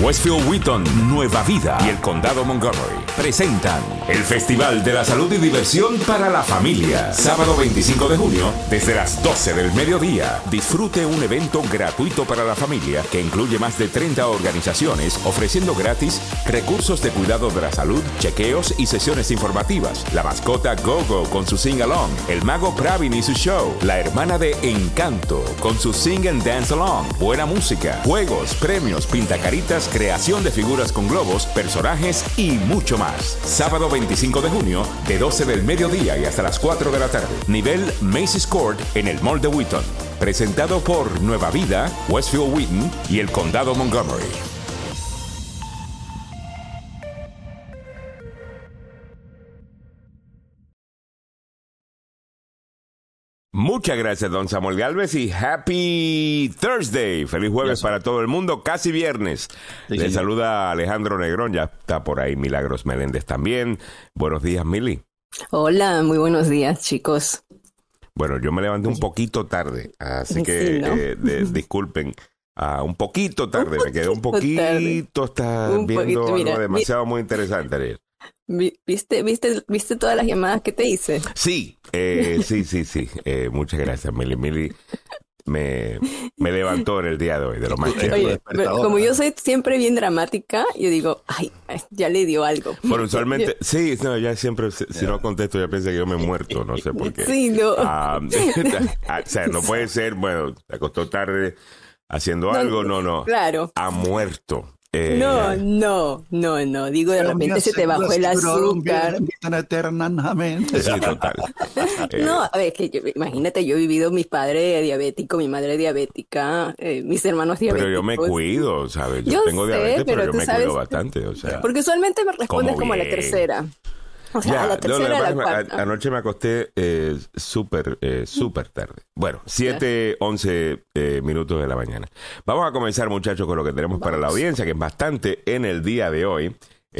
Westfield Wheaton, Nueva Vida y el Condado Montgomery presentan el Festival de la Salud y Diversión para la Familia. Sábado 25 de junio, desde las 12 del mediodía. Disfrute un evento gratuito para la familia que incluye más de 30 organizaciones ofreciendo gratis recursos de cuidado de la salud, chequeos y sesiones informativas. La mascota Gogo con su sing-along, el mago Pravin y su show, la hermana de Encanto con su sing and dance along, buena música, juegos, premios, pintacaritas, creación de figuras con globos, personajes y mucho más. Sábado 25 de junio, de 12 del mediodía y hasta las 4 de la tarde. Nivel Macy's Court en el Mall de Wheaton. Presentado por Nueva Vida, Westfield Wheaton y el Condado Montgomery. Muchas gracias, don Samuel Galvez, y Happy Thursday. Feliz jueves para todo el mundo, casi viernes. Sí, Le saluda Alejandro Negrón, ya está por ahí Milagros Meléndez también. Buenos días, Mili. Hola, muy buenos días, chicos. Bueno, yo me levanté un poquito tarde, así que Sí, ¿no? disculpen. Un poquito tarde, me quedé un poquito, está Un viendo poquito, algo mira, demasiado muy interesante ayer. ¿Viste todas las llamadas que te hice? Sí, sí. Muchas gracias, Mili. Me levantó en el día de hoy, de lo más chévere. Oye, pero como yo soy siempre bien dramática, yo digo, ay, ya le dio algo. Bueno, usualmente, sí, no, ya siempre, si no contesto, ya piensa que yo me he muerto, no sé por qué. Sí, no. O sea, no puede ser, bueno, te acostó tarde haciendo algo, no. Claro. Ha muerto. No. Digo, de repente se te bajó el azúcar. Sí, total. No, a ver, imagínate, yo he vivido mi padre diabético, mi madre diabética, mis hermanos diabéticos. Pero yo me cuido, ¿sabes? Yo Yo tengo sé, diabetes, pero yo tú me sabes, cuido bastante, o sea. porque usualmente me respondes como a la bien. tercera. O sea, a la tercera, a la cuarta. Anoche me acosté súper tarde. Bueno, 7:11 minutos de la mañana. Vamos a comenzar, muchachos, con lo que tenemos para la audiencia, que es bastante en el día de hoy.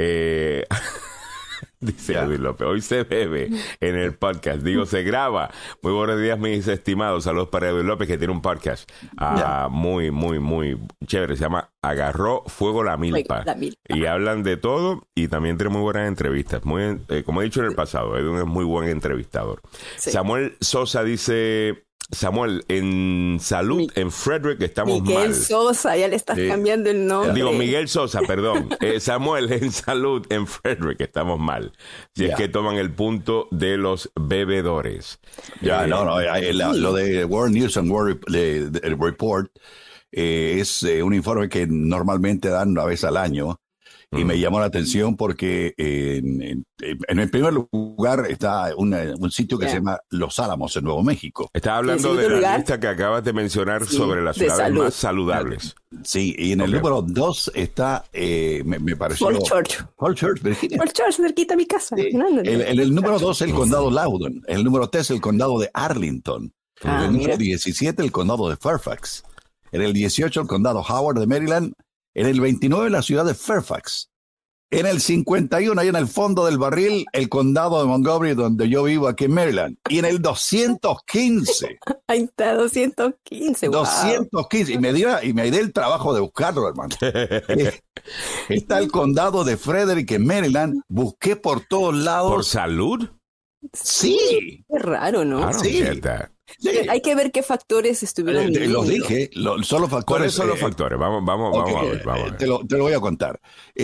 Dice Edwin López, hoy se bebe en el podcast, digo, se graba. Muy buenos días, mis estimados. Saludos para Edwin López, que tiene un podcast muy chévere. Se llama Agarró Fuego la Milpa. Y hablan de todo y también tiene muy buenas entrevistas. Como he dicho en el pasado, Edwin es muy buen entrevistador. Sí. Samuel Sosa dice... Samuel, en salud, en Frederick estamos Miguel mal. Miguel Sosa, ya le estás cambiando el nombre. Digo, Miguel Sosa, perdón. Samuel, en salud, en Frederick estamos mal. Si es que toman el punto de los bebedores. Lo de World News and World Report es un informe que normalmente dan una vez al año. Y me llamó la atención porque en el primer lugar está un sitio que se llama Los Álamos, en Nuevo México. Estás hablando de la lista que acabas de mencionar sobre las ciudades más saludables. Sí, y en el número 2 está, me pareció... Falls Church, Virginia. Falls Church, cerquita a mi casa. Sí. El número 2 el condado Loudoun. El número 3 el condado de Arlington. El número 17 el condado de Fairfax. En el 18 el condado Howard de Maryland. En el 29, la ciudad de Fairfax. En el 51, ahí en el fondo del barril, el condado de Montgomery, donde yo vivo aquí en Maryland. Y en el 215. Ahí está, 215, wow. 215. Y me di el trabajo de buscarlo, hermano. Está el condado de Frederick en Maryland. Busqué por todos lados. ¿Por salud? Sí. Qué raro, ¿no? Sí. Sí. Hay que ver qué factores estuvieron los dije, solo factores. ¿Cuáles son los factores? Vamos a ver. Te lo voy a contar.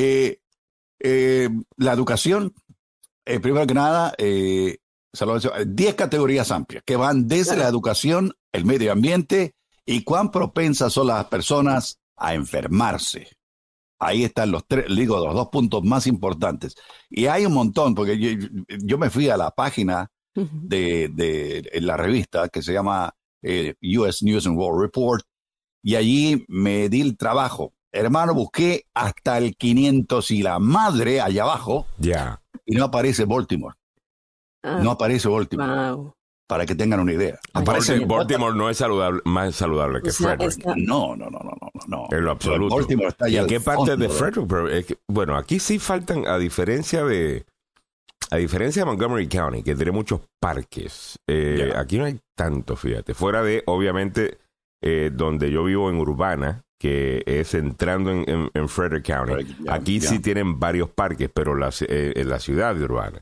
La educación, primero que nada, 10 categorías amplias que van desde la educación, el medio ambiente y cuán propensas son las personas a enfermarse. Ahí están los 2 puntos más importantes. Y hay un montón, porque yo me fui a la página de la revista que se llama US News and World Report, y allí me di el trabajo. Hermano, busqué hasta el 500 y la madre allá abajo, y no aparece Baltimore. No aparece Baltimore. Wow. Para que tengan una idea. Baltimore no es más saludable que Frederick. No. En lo absoluto. Baltimore está allá. ¿Y en qué parte de Frederick? Pero bueno, aquí sí faltan, a diferencia de Montgomery County, que tiene muchos parques, aquí no hay tanto, fíjate. Fuera de, obviamente, donde yo vivo en Urbana, que es entrando en Frederick County. Aquí sí tienen varios parques, pero en la ciudad urbana,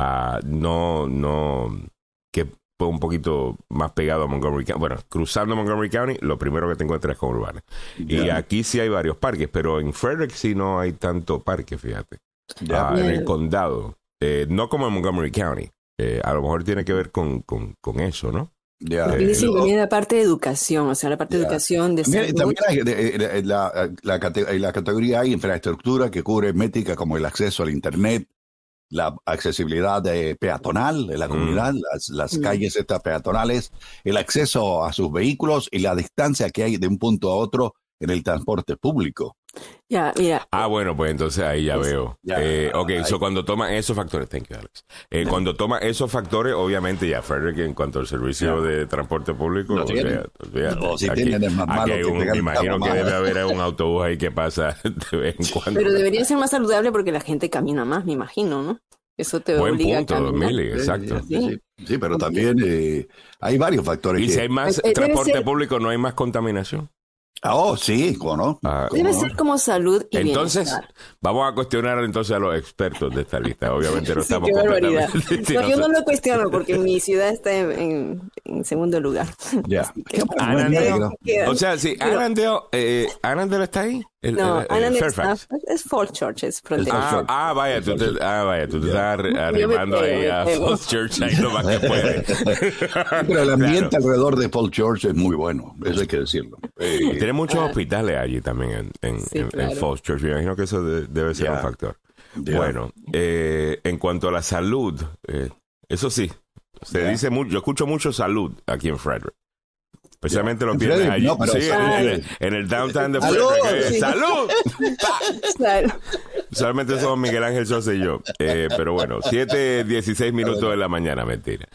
no, que un poquito más pegado a Montgomery County. Bueno, cruzando Montgomery County, lo primero que te encuentras es con urbana. Y aquí sí hay varios parques, pero en Frederick sí no hay tanto parque, fíjate. En el condado. No como en Montgomery County. A lo mejor tiene que ver con eso, ¿no? Viene la parte de educación, o sea, la parte de educación de salud. También hay la categoría hay infraestructura que cubre métrica como el acceso al internet, la accesibilidad peatonal de la comunidad, las calles estas peatonales, el acceso a sus vehículos y la distancia que hay de un punto a otro en el transporte público. Ya, mira. Bueno, pues entonces ahí ya veo. So cuando toma esos factores, thank you, Alex. Cuando toma esos factores, obviamente ya Frederick, en cuanto al servicio de transporte público, o si aquí, tienen es más malo me imagino que debe haber un autobús ahí que pasa de vez en cuando. Pero debería ser más saludable porque la gente camina más, me imagino, ¿no? Eso te obliga a caminar. Mili, exacto. Sí, pero también hay varios factores. Y si hay más transporte público, ¿no hay más contaminación? Sí, ¿no? Debe ser como salud y entonces, bienestar. Vamos a cuestionar entonces a los expertos de esta lista. Obviamente no estamos qué barbaridad. completamente... Yo no lo cuestiono porque mi ciudad está en segundo lugar. Ya. O sea, sí, Annandale está ahí. Annandale es Falls Church, es frontera. Vaya, tú te estás arrimando ahí a Falls Church, ahí lo más que puede. Pero el ambiente alrededor de Falls Church es muy bueno, eso hay que decirlo. Tiene muchos hospitales allí también en Falls Church. Me imagino que eso debe ser un factor. Bueno, en cuanto a la salud, eso sí, se dice mucho. Yo escucho mucho salud aquí en Frederick. Especialmente los viernes allí. No, en el downtown de Frederick. ¡Salud! Claro. Solamente somos Miguel Ángel Sosa y yo. Pero bueno, 7:16 minutos de la mañana, mentira.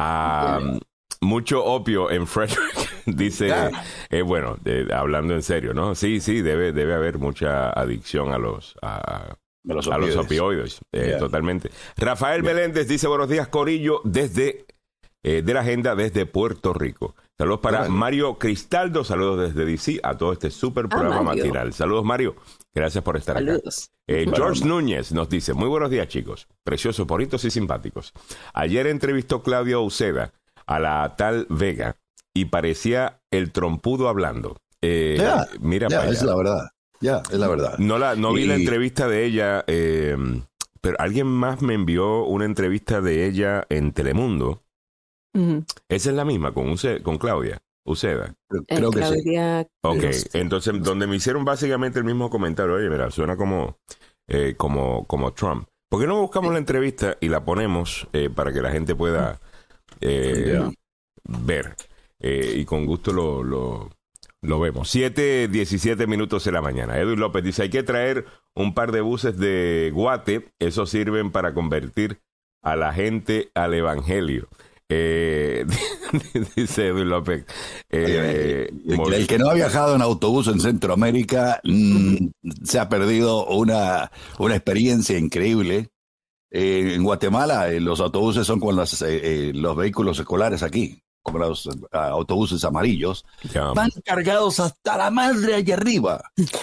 Mucho opio en Frederick, dice, hablando en serio, ¿no? Sí, debe haber mucha adicción a los opioides, totalmente. Rafael Meléndez dice, buenos días, Corillo, desde de la agenda desde Puerto Rico. Saludos para Mario Cristaldo, saludos desde DC a todo este super programa matinal. Saludos, Mario, gracias por estar acá. George Núñez nos dice, muy buenos días, chicos, preciosos, bonitos y simpáticos. Ayer entrevistó Claudio Uceda a la tal Vega y parecía el trompudo hablando. Mira para allá. Es la verdad. Es la verdad. No vi la entrevista de ella, pero alguien más me envió una entrevista de ella en Telemundo. Esa es la misma con Claudia Uceda. Creo que sí. Ok, entonces donde me hicieron básicamente el mismo comentario. Oye, mira, suena como Trump. ¿Por qué no buscamos la entrevista y la ponemos para que la gente pueda ver? Y con gusto lo vemos. 7:17 minutos de la mañana. Edwin López dice, hay que traer un par de buses de Guate. Esos sirven para convertir a la gente al evangelio. Dice Edwin López. El que no ha viajado en autobús en Centroamérica se ha perdido una experiencia increíble. En Guatemala los autobuses son con los vehículos escolares aquí, como los autobuses amarillos, van cargados hasta la madre allá arriba.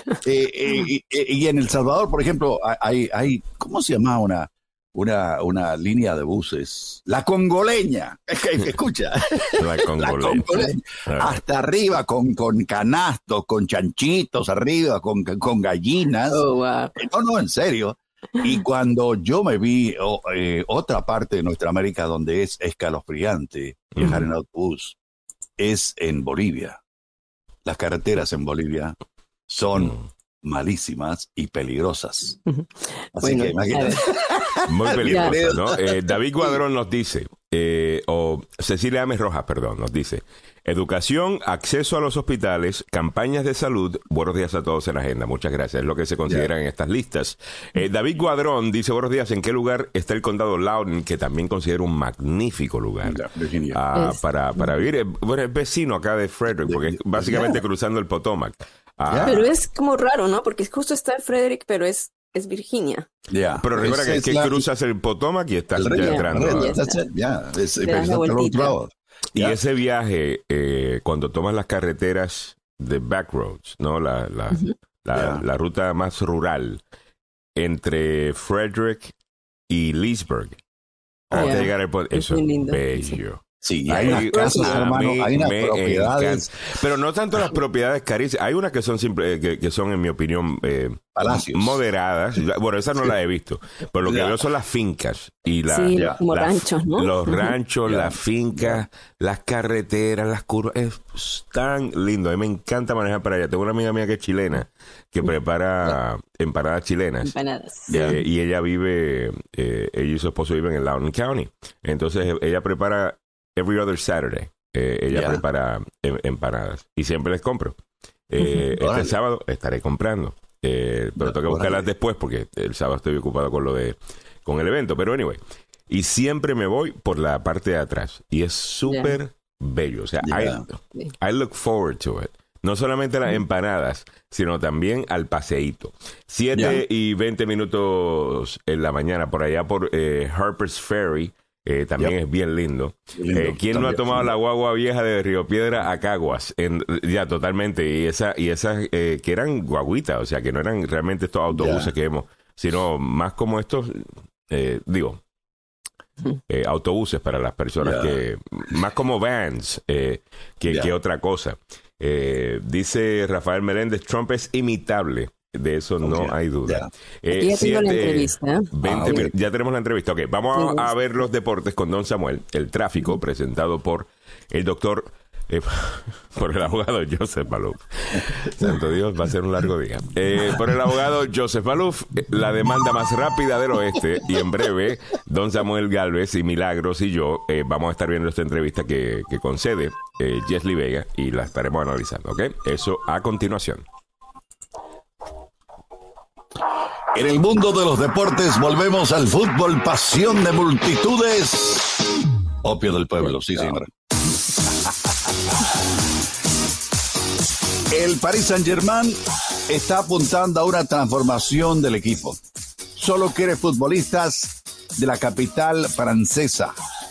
Y en El Salvador, por ejemplo, hay ¿cómo se llama una línea de buses? La Congoleña. Escucha. La Congoleña. Hasta arriba con canastos, con chanchitos arriba, con gallinas. Oh, wow. No, en serio. Y cuando yo me vi otra parte de nuestra América donde es escalofriante viajar en autobús, es en Bolivia. Las carreteras en Bolivia son malísimas y peligrosas. Así que imagínate. Muy peligrosas, ¿no? David Guadrón nos dice, Cecilia Ames Rojas, perdón, nos dice, educación, acceso a los hospitales, campañas de salud. Buenos días a todos en la agenda. Muchas gracias. Es lo que se considera en estas listas. David Guadrón dice, buenos días. ¿En qué lugar está el condado Loudoun, que también considero un magnífico lugar para vivir? Bueno, es vecino acá de Frederick, porque es básicamente cruzando el Potomac. Pero es como raro, ¿no? Porque justo está en Frederick, pero es Virginia. Pero recuerda que cruzas el Potomac y estás ya entrando. Y ese viaje, cuando tomas las carreteras back roads, ¿no? La ruta más rural entre Frederick y Leesburg. Antes de llegar al pueblo. Eso es bello. Sí, hay unas casas, hermano, hay unas propiedades. Pero no tanto las propiedades carísimas. Hay unas que son que son, en mi opinión, palacios moderadas. Bueno, esas no las he visto. Pero lo que veo son las fincas. Y como ranchos, ¿no? Los ranchos, las fincas, las carreteras, las curvas. Es tan lindo. A mí me encanta manejar para allá. Tengo una amiga mía que es chilena, que prepara empanadas chilenas. Y ella vive, ella y su esposo viven en Loudoun County. Entonces, ella prepara every other Saturday. Ella prepara empanadas. Y siempre les compro. Este sábado estaré comprando. Pero tengo que buscarlas después porque el sábado estoy ocupado con el evento. Pero anyway. Y siempre me voy por la parte de atrás. Y es súper bello. O sea, I look forward to it. No solamente las empanadas, sino también al paseíto. 7:20 minutos en la mañana, por allá por Harper's Ferry. También es bien lindo. ¿Quién no ha tomado la guagua vieja de Río Piedra a Caguas? Ya, totalmente. Y esas que eran guaguitas, o sea, que no eran realmente estos autobuses que vemos, sino más como estos, autobuses para las personas que, más como vans que otra cosa. Dice Rafael Meléndez, Trump es imitable. De eso no hay duda. Ya tengo la entrevista. 20 ya tenemos la entrevista. Ok, vamos a ver los deportes con Don Samuel. El tráfico, presentado por el doctor, por el abogado Joseph Maluf. Santo Dios, va a ser un largo día. Por el abogado Joseph Maluf, la demanda más rápida del oeste. Y en breve, Don Samuel Galvez y Milagros y yo vamos a estar viendo esta entrevista que concede Jesly Vega y la estaremos analizando. Ok, eso a continuación. En el mundo de los deportes volvemos al fútbol, pasión de multitudes. Opio del pueblo, sí, señor. El Paris Saint-Germain está apuntando a una transformación del equipo. Solo quiere futbolistas de la capital francesa.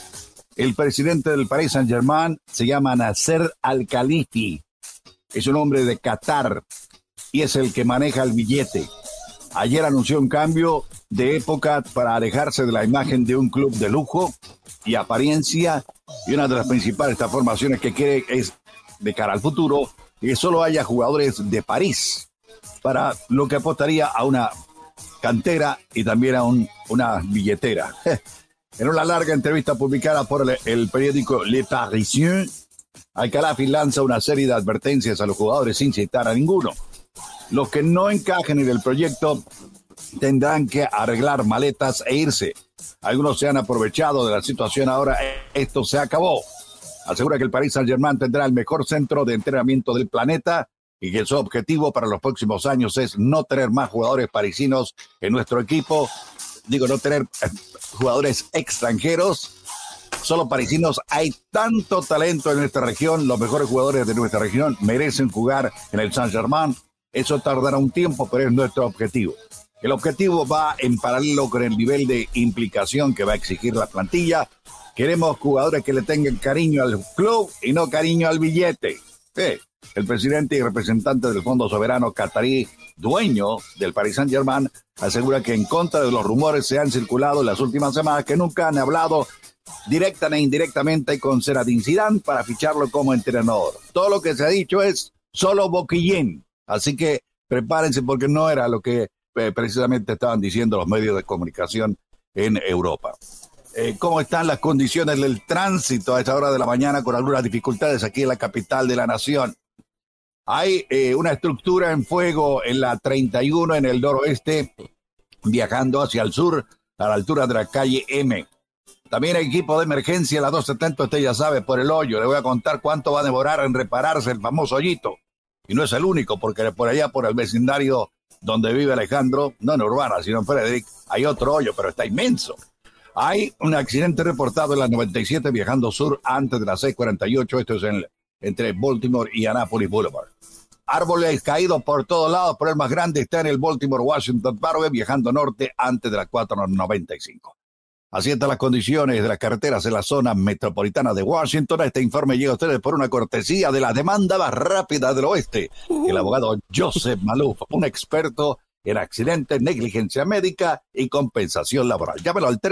El presidente del Paris Saint-Germain se llama Nasser Al-Khalifi. Es un hombre de Qatar y es el que maneja el billete. Ayer anunció un cambio de época para alejarse de la imagen de un club de lujo y apariencia, y una de las principales transformaciones que quiere es, de cara al futuro, que solo haya jugadores de París, para lo que apostaría a una cantera y también a una billetera. En una larga entrevista publicada por el periódico Le Parisien, Al-Khalifi lanza una serie de advertencias a los jugadores sin citar a ninguno. Los que no encajen en el proyecto tendrán que arreglar maletas e irse. Algunos se han aprovechado de la situación ahora. Esto se acabó. Asegura que el Paris Saint-Germain tendrá el mejor centro de entrenamiento del planeta y que su objetivo para los próximos años es no tener más jugadores parisinos en nuestro equipo. Digo, no tener jugadores extranjeros, solo parisinos. Hay tanto talento en nuestra región. Los mejores jugadores de nuestra región merecen jugar en el Saint-Germain. Eso tardará un tiempo, pero es nuestro objetivo. El objetivo va en paralelo con el nivel de implicación que va a exigir la plantilla. Queremos jugadores que le tengan cariño al club y no cariño al billete. El presidente y representante del Fondo Soberano Qatarí, dueño del Paris Saint-Germain, asegura que en contra de los rumores se han circulado en las últimas semanas que nunca han hablado directa e indirectamente con Zinedine Zidane para ficharlo como entrenador. Todo lo que se ha dicho es solo boquillín. Así que prepárense porque no era lo que precisamente estaban diciendo los medios de comunicación en Europa. ¿Cómo están las condiciones del tránsito a esta hora de la mañana con algunas dificultades aquí en la capital de la nación? Hay una estructura en fuego en la 31 en el noroeste, viajando hacia el sur a la altura de la calle M. También hay equipo de emergencia en la 270, usted ya sabe, por el hoyo. Le voy a contar cuánto va a demorar en repararse el famoso hoyito. Y no es el único, porque por allá, por el vecindario donde vive Alejandro, no en Urbana, sino en Frederick, hay otro hoyo, pero está inmenso. Hay un accidente reportado en la 97 viajando sur antes de la 648, esto es entre Baltimore y Annapolis Boulevard. Árboles caídos por todos lados, pero el más grande está en el Baltimore-Washington Parkway viajando norte antes de la 495. Así están las condiciones de las carreteras en la zona metropolitana de Washington. Este informe llega a ustedes por una cortesía de la demanda más rápida del oeste. El abogado Joseph Maluf, un experto en accidentes, negligencia médica y compensación laboral. Llámelo al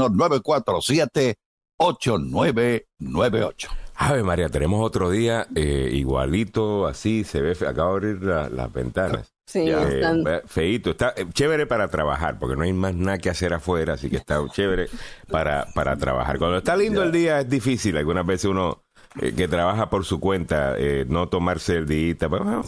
301-947-8998. Ave María, tenemos otro día igualito, así se ve, acabo de abrir las ventanas. Sí, están... feíto, está chévere para trabajar, porque no hay más nada que hacer afuera, así que está chévere para trabajar. Cuando está lindo el día es difícil, algunas veces uno que trabaja por su cuenta, no tomarse el día, darme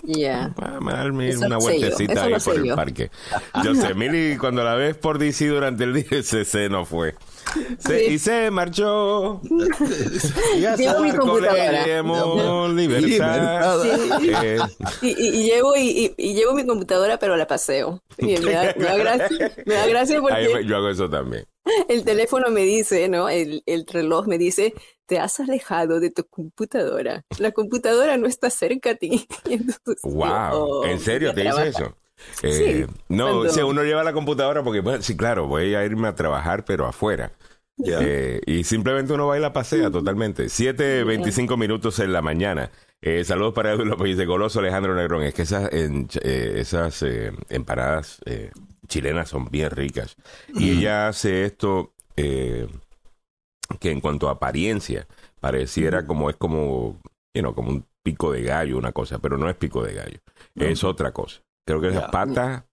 una vueltecita ahí por el parque. Yo sé, Mili, cuando la ves por DC durante el día, se nos fue. Y se marchó. Llevo mi computadora. Libertad. Sí. Y llevo mi computadora, pero la paseo. Y me da gracia porque yo hago eso también. El teléfono me dice, ¿no? El reloj me dice, te has alejado de tu computadora. La computadora no está cerca a ti. Entonces, wow, ¿en serio te dice eso? Sí, no, si uno lleva la computadora porque, bueno, sí, claro, voy a irme a trabajar, pero afuera. Y simplemente uno va y la pasea totalmente. 7:25 minutos en la mañana. Saludos para Edwin López, dice Goloso Alejandro Negrón. Es que esas empanadas chilenas son bien ricas. Y ella hace esto que en cuanto a apariencia pareciera como como un pico de gallo, una cosa, pero no es pico de gallo. Es otra cosa. Creo que es palta.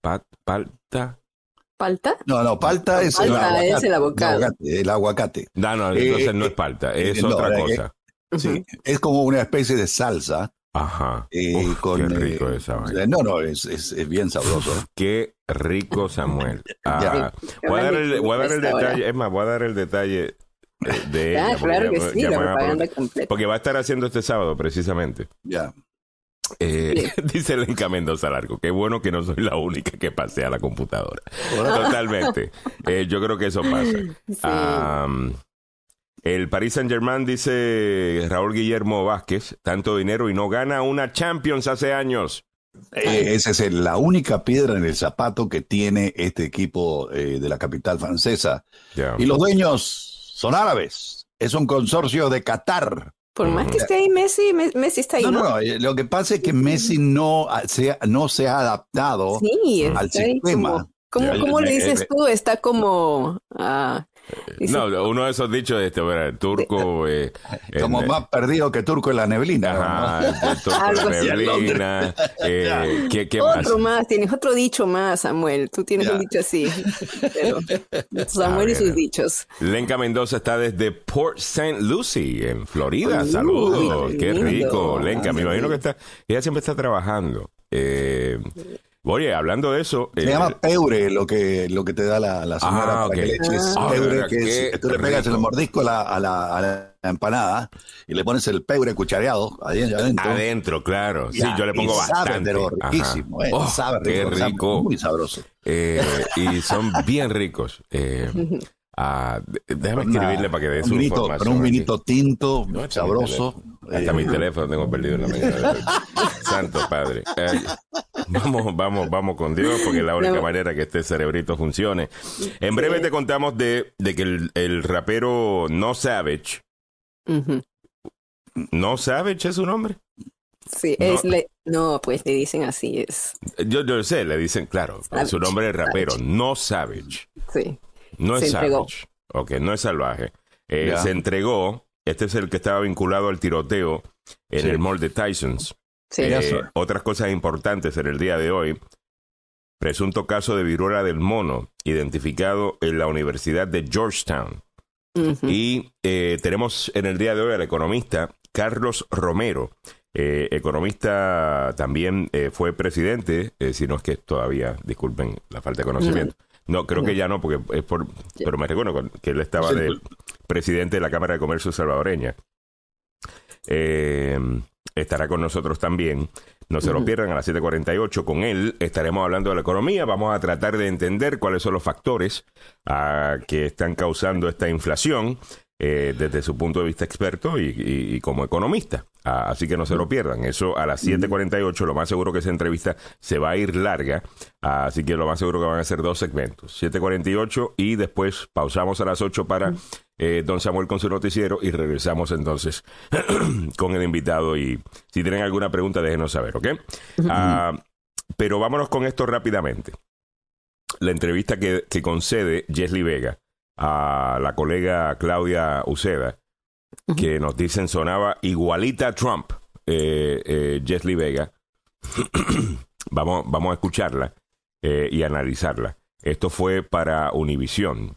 ¿Palta? No, palta es el avocado. El aguacate. No, entonces no es palta, es otra cosa. Sí, es como una especie de salsa. Ajá. Qué rico esa vaina. Es bien sabroso. Qué rico, Samuel. Voy a dar el detalle, es más, voy a dar el detalle de ella. Claro que sí, la propaganda completa. Porque va a estar haciendo este sábado, precisamente. Ya. Dice Lenca Mendoza Largo, qué bueno que no soy la única que pasea la computadora. Totalmente. Yo creo que eso pasa. Sí. El Paris Saint-Germain, dice Raúl Guillermo Vázquez, tanto dinero y no gana una Champions hace años. Esa es la única piedra en el zapato que tiene este equipo de la capital francesa. Y los dueños son árabes. Es un consorcio de Qatar. Por más que esté ahí Messi está ahí. No, lo que pasa es que Messi no se ha adaptado al sistema. ¿Cómo le dices tú? Está como... uno de esos dichos el turco... como más perdido que turco en la neblina. Ajá, el turco en la neblina. ¿Qué otro más? Tienes otro dicho más, Samuel. Tú tienes un dicho así. Pero Samuel y sus dichos. Lenca Mendoza está desde Port St. Lucie, en Florida. Saludos. Qué rico, Lenca. Me imagino que ella siempre está trabajando. Oye, hablando de eso... Se llama peure lo que te da la señora para que le eches peure, que tú le pegas el mordisco a la empanada y le pones el peure cuchareado adentro. Adentro, claro. Sí, yo le pongo bastante. Sabe, pero riquísimo. Sabe rico. Qué rico. Muy sabroso. Y son bien ricos. Déjame escribirle para que dé su información. Con un vinito tinto, sabroso. Hasta mi teléfono tengo perdido en la mañana. Santo Padre. Vamos con Dios, porque es la única manera que este cerebrito funcione. En breve te contamos de que el rapero No Savage. ¿No Savage es su nombre? Sí, pues le dicen así es. Yo sé, le dicen, claro, Savage. Su nombre es rapero, No Savage. Sí. No es Savage. Ok, no es salvaje. Se entregó. Este es el que estaba vinculado al tiroteo en el mall de Tysons. Sí. Otras cosas importantes en el día de hoy. Presunto caso de viruela del mono, identificado en la Universidad de Georgetown. Y tenemos en el día de hoy al economista Carlos Romero. Economista también fue presidente, si no es que todavía, disculpen la falta de conocimiento. No, creo que ya no, porque es pero me recuerdo que él estaba de presidente de la Cámara de Comercio salvadoreña. Estará con nosotros también. No se lo pierdan a las 7:48. Con él estaremos hablando de la economía. Vamos a tratar de entender cuáles son los factores que están causando esta inflación. desde su punto de vista experto y como economista. Así que no se lo pierdan. Eso a las 7:48, lo más seguro que esa entrevista se va a ir larga, así que lo más seguro que van a ser 2 segmentos, 7:48 y después pausamos a las 8 para don Samuel con su noticiero y regresamos entonces con el invitado y si tienen alguna pregunta déjenos saber, ¿ok? Pero vámonos con esto rápidamente. La entrevista que concede Jesly Vega a la colega Claudia Uceda, que nos dicen sonaba igualita a Trump, Jesly Vega. Vamos a escucharla y analizarla. Esto fue para Univision.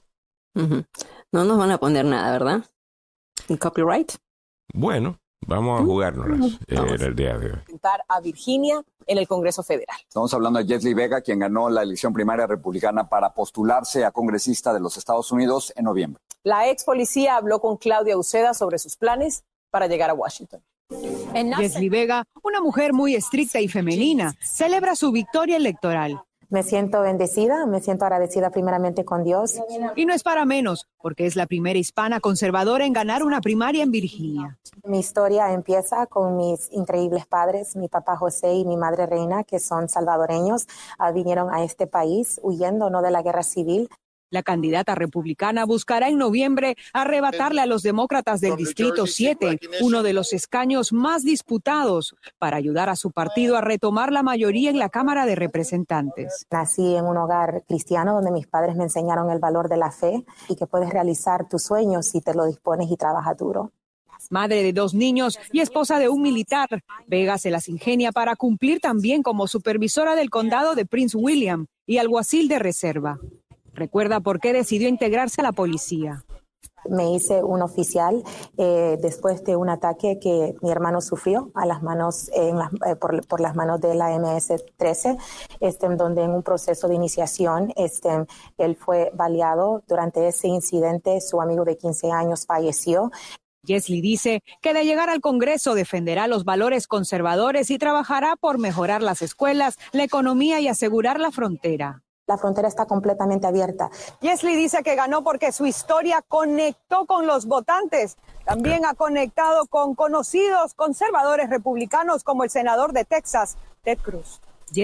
No nos van a poner nada, ¿verdad? ¿En copyright? Bueno, vamos a jugárnoslas en el día de hoy. A Virginia en el Congreso Federal. Estamos hablando de Jesly Vega, quien ganó la elección primaria republicana para postularse a congresista de los Estados Unidos en noviembre. La ex policía habló con Claudia Uceda sobre sus planes para llegar a Washington. Jesly Vega, una mujer muy estricta y femenina, celebra su victoria electoral. Me siento bendecida, me siento agradecida primeramente con Dios. Y no es para menos, porque es la primera hispana conservadora en ganar una primaria en Virginia. Mi historia empieza con mis increíbles padres, mi papá José y mi madre Reina, que son salvadoreños, vinieron a este país huyendo no de la guerra civil. La candidata republicana buscará en noviembre arrebatarle a los demócratas del Distrito 7, uno de los escaños más disputados, para ayudar a su partido a retomar la mayoría en la Cámara de Representantes. Nací en un hogar cristiano donde mis padres me enseñaron el valor de la fe y que puedes realizar tus sueños si te lo dispones y trabajas duro. Madre de 2 niños y esposa de un militar, Vega se las ingenia para cumplir también como supervisora del condado de Prince William y alguacil de reserva. Recuerda por qué decidió integrarse a la policía. Me hice un oficial después de un ataque que mi hermano sufrió a las manos, por las manos de la MS-13, donde en un proceso de iniciación él fue baleado. Durante ese incidente, su amigo de 15 años falleció. Jesly dice que de llegar al Congreso defenderá los valores conservadores y trabajará por mejorar las escuelas, la economía y asegurar la frontera. La frontera está completamente abierta. Jesly dice que ganó porque su historia conectó con los votantes. También ha conectado con conocidos conservadores republicanos como el senador de Texas, Ted Cruz.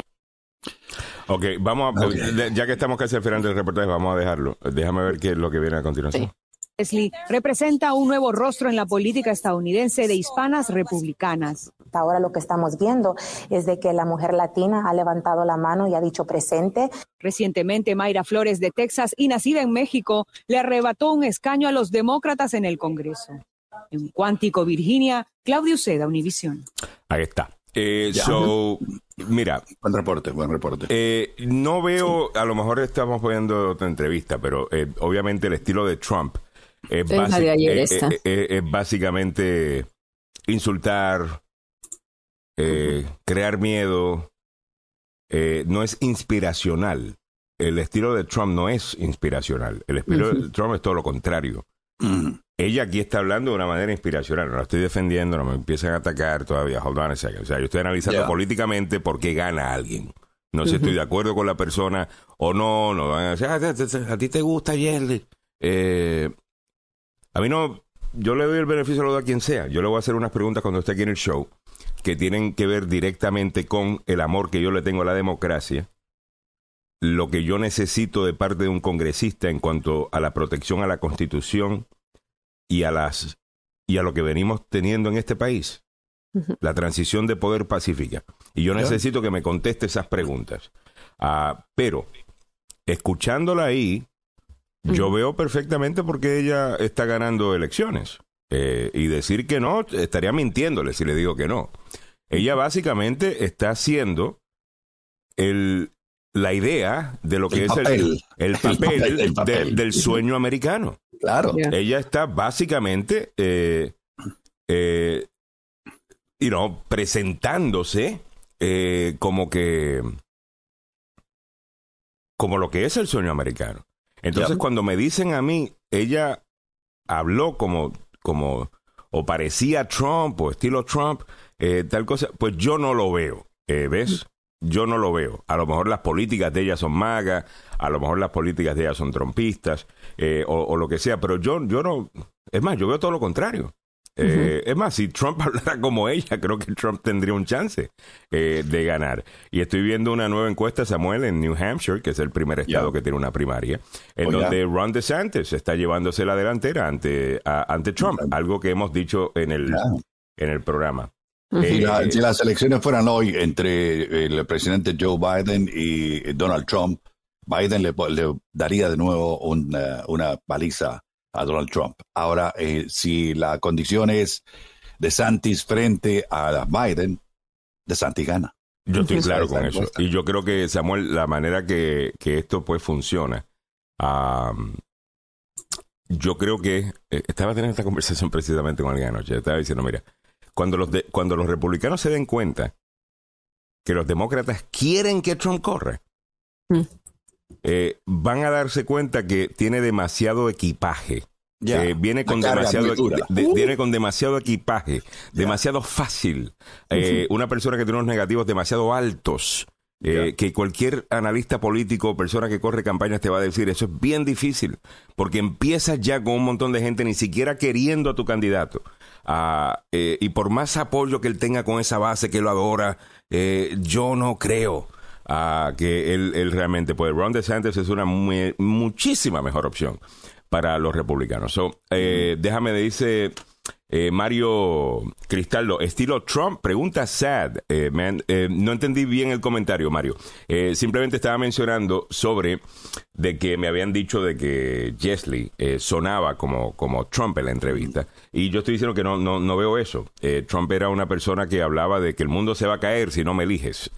Ok, ya que estamos casi al final del reportaje, vamos a dejarlo. Déjame ver qué es lo que viene a continuación. Sí. Jesly representa un nuevo rostro en la política estadounidense de hispanas republicanas. Ahora lo que estamos viendo es de que la mujer latina ha levantado la mano y ha dicho presente. Recientemente, Mayra Flores de Texas y nacida en México le arrebató un escaño a los demócratas en el Congreso. En Cuántico, Virginia, Claudia Uceda, Univision. Ahí está. Mira. Buen reporte. No veo, a lo mejor estamos poniendo otra entrevista, pero obviamente el estilo de Trump es básicamente insultar, crear miedo, no es inspiracional. El estilo de Trump no es inspiracional. El estilo de Trump es todo lo contrario. Ella aquí está hablando de una manera inspiracional. No la estoy defendiendo, no me empiezan a atacar todavía. Hold on a second. O sea, yo estoy analizando políticamente por qué gana alguien. No sé si estoy de acuerdo con la persona o no. No van a decir, a ti te gusta Jesly. A mí no. Yo le doy el beneficio de la duda a quien sea. Yo le voy a hacer unas preguntas cuando esté aquí en el show que tienen que ver directamente con el amor que yo le tengo a la democracia, lo que yo necesito de parte de un congresista en cuanto a la protección a la Constitución y a lo que venimos teniendo en este país, la transición de poder pacífica. Y yo necesito que me conteste esas preguntas. Pero, escuchándola ahí, yo veo perfectamente por qué ella está ganando elecciones. Y decir que no, estaría mintiéndole si le digo que no. Ella básicamente está haciendo la idea de lo que es el papel del sueño americano. Claro. Ella está básicamente presentándose como lo que es el sueño americano. Entonces, cuando me dicen a mí, ella habló como o parecía Trump o estilo Trump, tal cosa, pues yo no lo veo, ¿ves? Yo no lo veo. A lo mejor las políticas de ella son magas, a lo mejor las políticas de ella son trumpistas, o lo que sea, pero yo no, Es más, yo veo todo lo contrario. Es más, si Trump hablara como ella, creo que Trump tendría un chance de ganar. Y estoy viendo una nueva encuesta, Samuel, en New Hampshire, que es el primer estado que tiene una primaria, en donde Ron DeSantis está llevándose la delantera ante Trump, algo que hemos dicho en el programa. Si las elecciones fueran hoy entre el presidente Joe Biden y Donald Trump, Biden le daría de nuevo una paliza a Donald Trump. Ahora, si la condición es DeSantis frente a Biden, DeSantis gana. Yo estoy claro con eso. Y yo creo que, Samuel, la manera que esto pues funciona, yo creo que estaba teniendo esta conversación precisamente con alguien anoche. Estaba diciendo, mira, cuando los republicanos se den cuenta que los demócratas quieren que Trump corra, van a darse cuenta que tiene demasiado equipaje. Viene con demasiado equipaje, demasiado fácil. Una persona que tiene unos negativos demasiado altos. Que cualquier analista político o persona que corre campañas te va a decir, eso es bien difícil, porque empiezas ya con un montón de gente ni siquiera queriendo a tu candidato. Y por más apoyo que él tenga con esa base que lo adora, yo no creo que él realmente puede. Ron DeSantis es una muchísima mejor opción para los republicanos. Déjame, dice Mario Cristaldo, estilo Trump, pregunta sad. No entendí bien el comentario, Mario. Simplemente estaba mencionando sobre de que me habían dicho de que Jesly sonaba como Trump en la entrevista. Y yo estoy diciendo que no veo eso. Trump era una persona que hablaba de que el mundo se va a caer si no me eliges.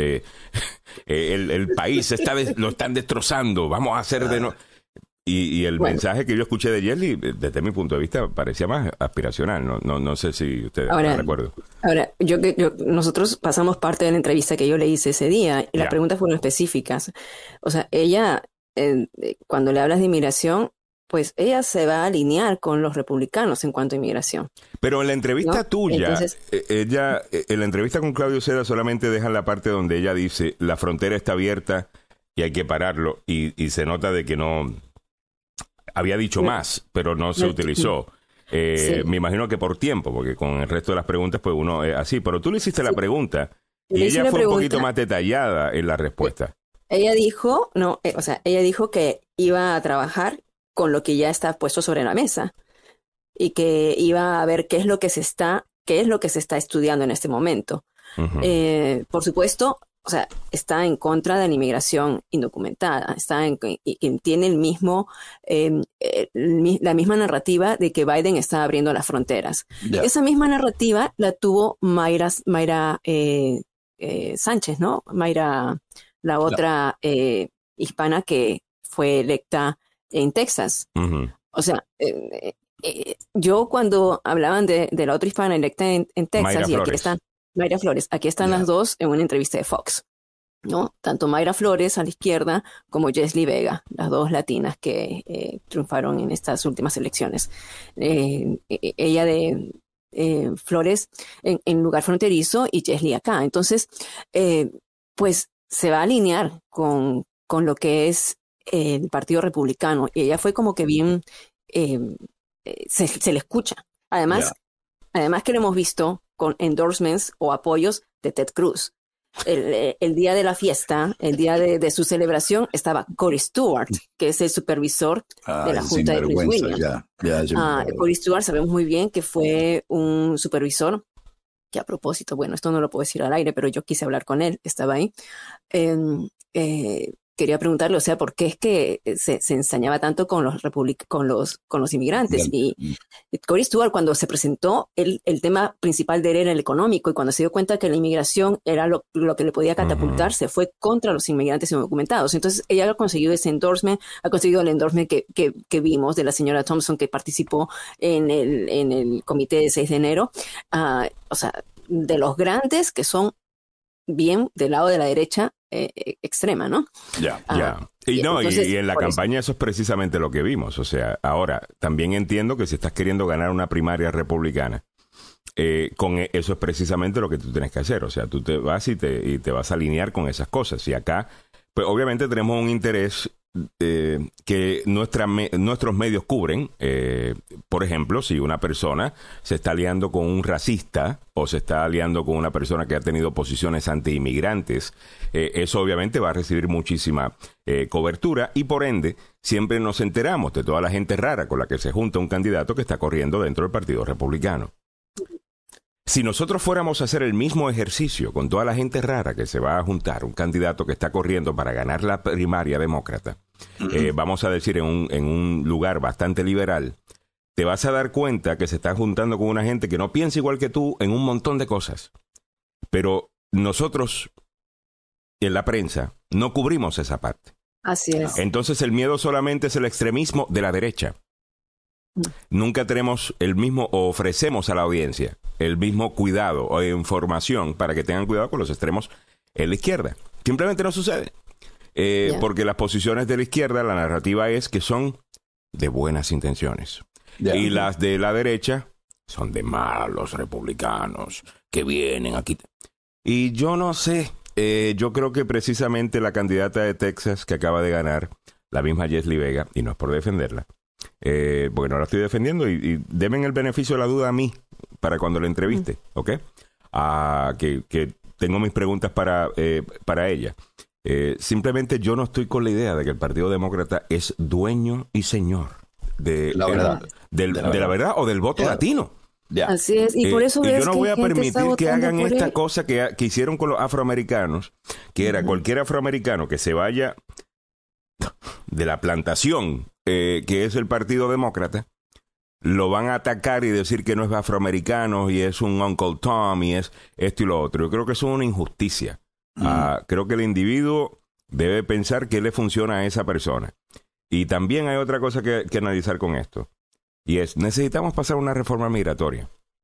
El país lo están destrozando. Vamos a hacer de no... Y el mensaje que yo escuché de Jesly, desde mi punto de vista, parecía más aspiracional. No sé si ustedes están de acuerdo. Ahora, nosotros pasamos parte de la entrevista que yo le hice ese día y las preguntas fueron específicas. O sea, ella, cuando le hablas de inmigración, pues ella se va a alinear con los republicanos en cuanto a inmigración. Pero en la entrevista tuya, entonces, ella, en la entrevista con Claudio Seda solamente dejan la parte donde ella dice, la frontera está abierta y hay que pararlo. Y se nota de que no... Había dicho más, pero no se utilizó. Me imagino que por tiempo, porque con el resto de las preguntas, pues uno es así. Pero tú le hiciste la pregunta y ella fue un poquito más detallada en la respuesta. Ella dijo, ella dijo que iba a trabajar con lo que ya está puesto sobre la mesa y que iba a ver qué es lo que se está estudiando en este momento. Por supuesto. O sea, está en contra de la inmigración indocumentada, y tiene la misma narrativa de que Biden está abriendo las fronteras. Esa misma narrativa la tuvo Mayra Sánchez, ¿no? Mayra, la otra hispana que fue electa en Texas. O sea, yo cuando hablaban de la otra hispana electa en Texas, y aquí están Mayra Flores, aquí están las dos en una entrevista de Fox, ¿no? Tanto Mayra Flores a la izquierda como Jesly Vega, las dos latinas que triunfaron en estas últimas elecciones. Ella de Flores en lugar fronterizo y Jesly acá. Entonces, pues se va a alinear con lo que es el Partido Republicano. Y ella fue como que bien, se le escucha. Además que lo hemos visto con endorsements o apoyos de Ted Cruz. El día de la fiesta, el día de su celebración, estaba Corey Stewart, que es el supervisor de la Junta de Prince William. Corey Stewart sabemos muy bien que fue un supervisor que, a propósito, bueno, esto no lo puedo decir al aire, pero yo quise hablar con él, estaba ahí. Quería preguntarle, o sea, ¿por qué es que se ensañaba tanto con los inmigrantes? Y Corey Stewart, cuando se presentó, el tema principal de él era el económico, y cuando se dio cuenta que la inmigración era lo que le podía catapultar, se fue contra los inmigrantes indocumentados. Entonces, ella ha conseguido ese endorsement, ha conseguido el endorsement que vimos de la señora Thompson, que participó en el comité de 6 de enero. O sea, de los grandes que son bien del lado de la derecha extrema, ¿no? Y en la campaña eso es precisamente lo que vimos. O sea, ahora, también entiendo que si estás queriendo ganar una primaria republicana, con eso es precisamente lo que tú tienes que hacer. O sea, tú te vas y te vas a alinear con esas cosas. Y acá, pues obviamente tenemos un interés que nuestros medios cubren. Por ejemplo, si una persona se está aliando con un racista o se está aliando con una persona que ha tenido posiciones anti-inmigrantes, eso obviamente va a recibir muchísima cobertura y por ende siempre nos enteramos de toda la gente rara con la que se junta un candidato que está corriendo dentro del Partido Republicano. Si nosotros fuéramos a hacer el mismo ejercicio con toda la gente rara que se va a juntar, un candidato que está corriendo para ganar la primaria demócrata, vamos a decir en un lugar bastante liberal, te vas a dar cuenta que se está juntando con una gente que no piensa igual que tú en un montón de cosas. Pero nosotros, en la prensa, no cubrimos esa parte. Así es. Entonces el miedo solamente es el extremismo de la derecha. Nunca tenemos el mismo, o ofrecemos a la audiencia el mismo cuidado o información para que tengan cuidado con los extremos en la izquierda. Simplemente no sucede. Porque las posiciones de la izquierda, la narrativa es que son de buenas intenciones. Y las de la derecha son de malos republicanos que vienen aquí. Y yo no sé, yo creo que precisamente la candidata de Texas que acaba de ganar, la misma Leslie Vega, y no es por defenderla, porque no la estoy defendiendo y denme el beneficio de la duda a mí para cuando la entreviste, ¿ok? Que tengo mis preguntas para ella. Simplemente yo no estoy con la idea de que el Partido Demócrata es dueño y señor de la verdad o del voto latino. Así es, y por eso yo no voy a permitir que hagan esta cosa que hicieron con los afroamericanos, que era cualquier afroamericano que se vaya de la plantación, que es el Partido Demócrata, lo van a atacar y decir que no es afroamericano y es un Uncle Tom y es esto y lo otro. Yo creo que eso es una injusticia. Creo que el individuo debe pensar qué le funciona a esa persona. Y también hay otra cosa que analizar con esto. Y es, necesitamos pasar una reforma migratoria.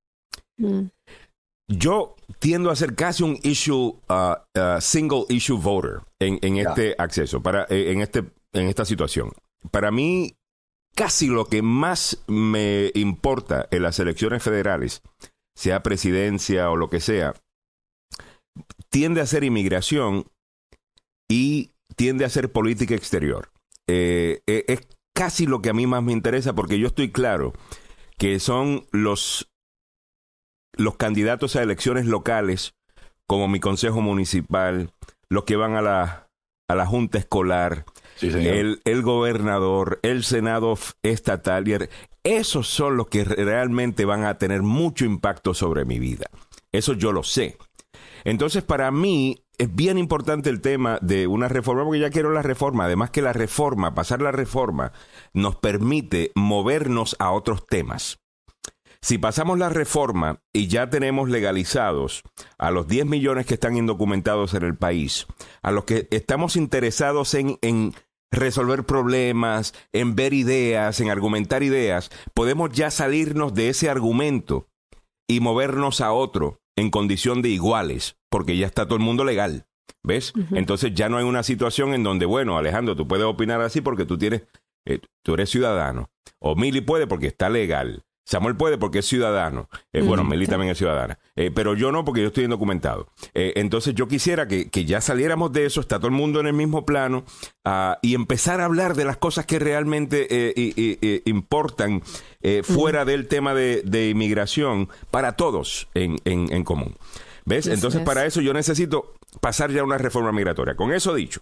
Yo tiendo a ser casi un single issue voter en este acceso, en esta situación. Para mí, casi lo que más me importa en las elecciones federales, sea presidencia o lo que sea, tiende a ser inmigración y tiende a ser política exterior. Es casi lo que a mí más me interesa porque yo estoy claro que son los candidatos a elecciones locales, como mi consejo municipal, los que van a la junta escolar, sí, el gobernador, el senado estatal, esos son los que realmente van a tener mucho impacto sobre mi vida. Eso yo lo sé. Entonces, para mí, es bien importante el tema de una reforma, porque ya quiero la reforma. Además que pasar la reforma, nos permite movernos a otros temas. Si pasamos la reforma y ya tenemos legalizados a los 10 millones que están indocumentados en el país, a los que estamos interesados en resolver problemas, en ver ideas, en argumentar ideas, podemos ya salirnos de ese argumento y movernos a otro en condición de iguales, porque ya está todo el mundo legal, ¿ves? Entonces ya no hay una situación en donde, bueno, Alejandro, tú puedes opinar así porque tú eres ciudadano, o Mili puede porque está legal, Samuel puede porque es ciudadano, bueno, Mili también es ciudadana, pero yo no porque yo estoy indocumentado. Entonces yo quisiera que ya saliéramos de eso, está todo el mundo en el mismo plano, y empezar a hablar de las cosas que realmente importan fuera del tema de inmigración para todos en común. ¿Ves? Entonces para eso yo necesito pasar ya una reforma migratoria. Con eso dicho,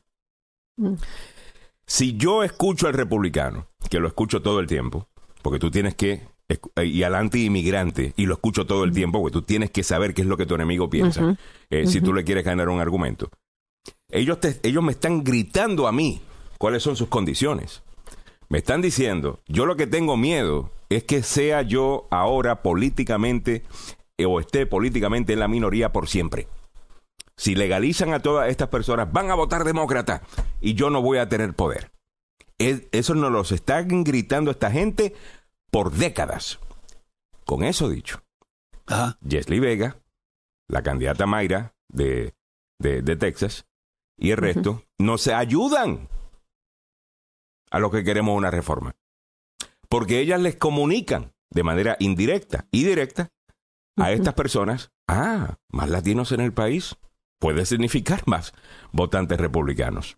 si yo escucho al republicano, que lo escucho todo el tiempo, porque tú tienes que, y al anti-inmigrante, y lo escucho todo el tiempo, porque tú tienes que saber qué es lo que tu enemigo piensa, si tú le quieres ganar un argumento. Ellos me están gritando a mí cuáles son sus condiciones. Me están diciendo, yo lo que tengo miedo es que sea yo ahora políticamente o esté políticamente en la minoría por siempre. Si legalizan a todas estas personas, van a votar demócrata y yo no voy a tener poder. Eso nos lo están gritando esta gente por décadas. Con eso dicho, Leslie Vega, la candidata Mayra de Texas y el resto, nos ayudan a los que queremos una reforma. Porque ellas les comunican de manera indirecta y directa a estas personas, más latinos en el país puede significar más votantes republicanos.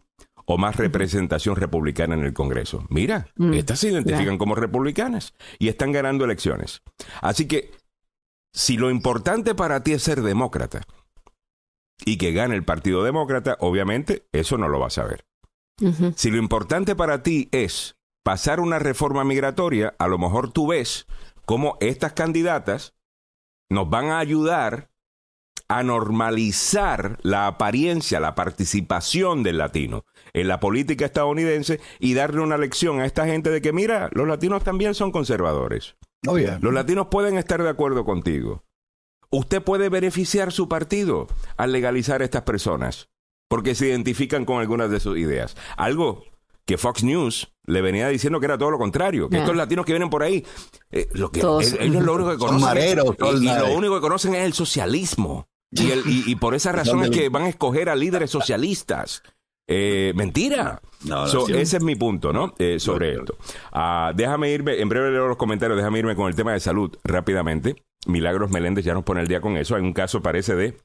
o más representación republicana en el Congreso. Mira, estas se identifican como republicanas y están ganando elecciones. Así que, si lo importante para ti es ser demócrata y que gane el Partido Demócrata, obviamente eso no lo vas a ver. Si lo importante para ti es pasar una reforma migratoria, a lo mejor tú ves cómo estas candidatas nos van a ayudar a normalizar la apariencia, la participación del latino en la política estadounidense y darle una lección a esta gente de que, mira, los latinos también son conservadores. Oh, yeah. Los latinos pueden estar de acuerdo contigo. Usted puede beneficiar su partido al legalizar a estas personas porque se identifican con algunas de sus ideas. Algo que Fox News le venía diciendo que era todo lo contrario, que estos latinos que vienen por ahí, ellos lo único que conocen mareros, y lo único que conocen es el socialismo. Y por esa razón es que van a escoger a líderes socialistas. Mentira. Ese es mi punto, ¿no? Sobre esto. Déjame irme, en breve leo los comentarios, déjame irme con el tema de salud rápidamente. Milagros Meléndez ya nos pone el día con eso. Hay un caso, parece, de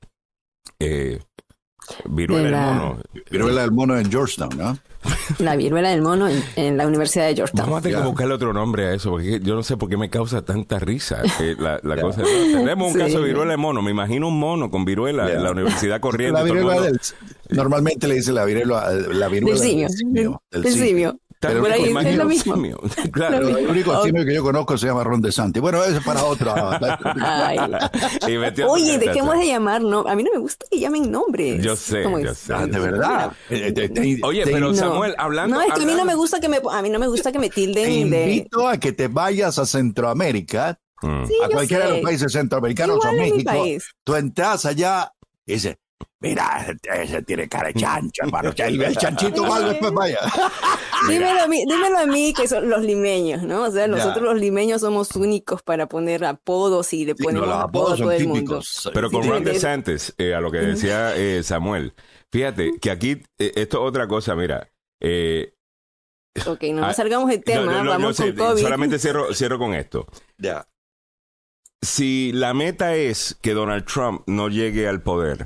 viruela del mono. Viruela del mono en Georgetown, ¿no? La viruela del mono en la Universidad de Georgetown. Vamos a tener que buscarle otro nombre a eso, porque yo no sé por qué me causa tanta risa. La cosa tenemos un caso de viruela del mono. Me imagino un mono con viruela en la universidad corriendo. La viruela normalmente le dice la viruela del simio. Del simio. Pero por ahí es lo mismo. Claro, el único simio que yo conozco se llama Ron DeSantis. Bueno, eso es para otro. Oye, dejemos de llamar, ¿no? A mí no me gusta que llamen nombres. Yo sé. De verdad. Oye, pero Samuel, hablando... No, es que a mí no me gusta que me tilden. Te invito a que te vayas a Centroamérica, a cualquiera de los países centroamericanos o México. Tú entras allá y dices, mira, ese tiene cara de chancho, hermano. El chanchito malo después vaya. Dímelo a mí, que son los limeños, ¿no? O sea, nosotros los limeños somos únicos para poner apodos y le ponemos apodos a todo el mundo. Pero con Ron DeSantis, a lo que decía Samuel, fíjate que aquí, esto es otra cosa, mira. Ok, no salgamos del tema, vamos con COVID. Solamente cierro con esto. Ya. Si la meta es que Donald Trump no llegue al poder,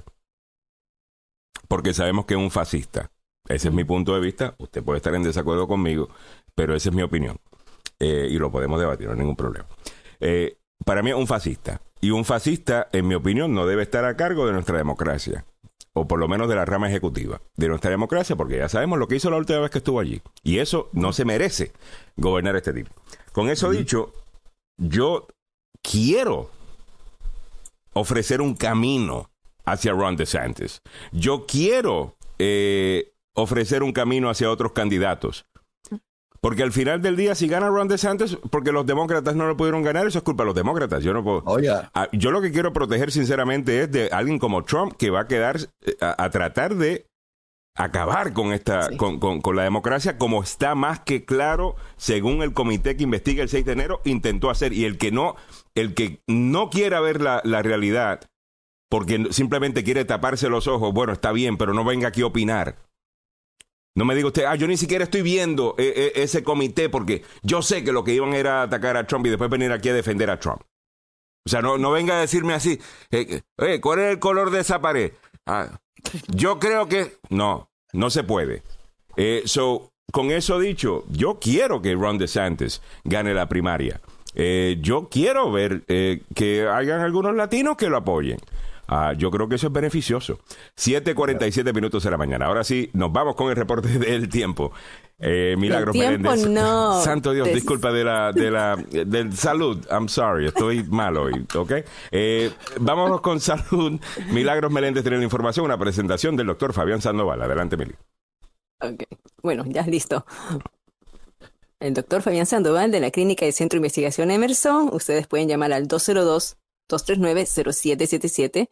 porque sabemos que es un fascista. Ese es mi punto de vista. Usted puede estar en desacuerdo conmigo, pero esa es mi opinión. Y lo podemos debatir, no hay ningún problema. Para mí es un fascista. Y un fascista, en mi opinión, no debe estar a cargo de nuestra democracia. O por lo menos de la rama ejecutiva de nuestra democracia, porque ya sabemos lo que hizo la última vez que estuvo allí. Y eso no se merece gobernar este tipo. Con eso dicho, yo quiero ofrecer un camino hacia Ron DeSantis. Yo quiero ofrecer un camino hacia otros candidatos. Porque al final del día, si gana Ron DeSantis, porque los demócratas no lo pudieron ganar, eso es culpa de los demócratas. Yo no puedo. Yo lo que quiero proteger, sinceramente, es de alguien como Trump que va a quedar a tratar de acabar con esta, con la democracia, como está más que claro, según el comité que investiga el 6 de enero, intentó hacer. Y el que no quiera ver la realidad, porque simplemente quiere taparse los ojos, bueno, está bien, pero no venga aquí a opinar. No me diga usted, yo ni siquiera estoy viendo ese comité porque yo sé que lo que iban era atacar a Trump y después venir aquí a defender a Trump. O sea, no venga a decirme así, ¿cuál es el color de esa pared? Yo creo que... No se puede. Con eso dicho, yo quiero que Ron DeSantis gane la primaria. Yo quiero ver que hayan algunos latinos que lo apoyen. Yo creo que eso es beneficioso. 7:47 minutos de la mañana. Ahora sí, nos vamos con el reporte del tiempo. Milagros Meléndez. No. Santo Dios, disculpa del salud. I'm sorry, estoy mal hoy, ¿ok? Vámonos con salud. Milagros Meléndez tiene la información, una presentación del doctor Fabián Sandoval. Adelante, Mili. Ok, bueno, ya listo. El doctor Fabián Sandoval de la Clínica de Centro de Investigación Emerson. Ustedes pueden llamar al 202-239-0777,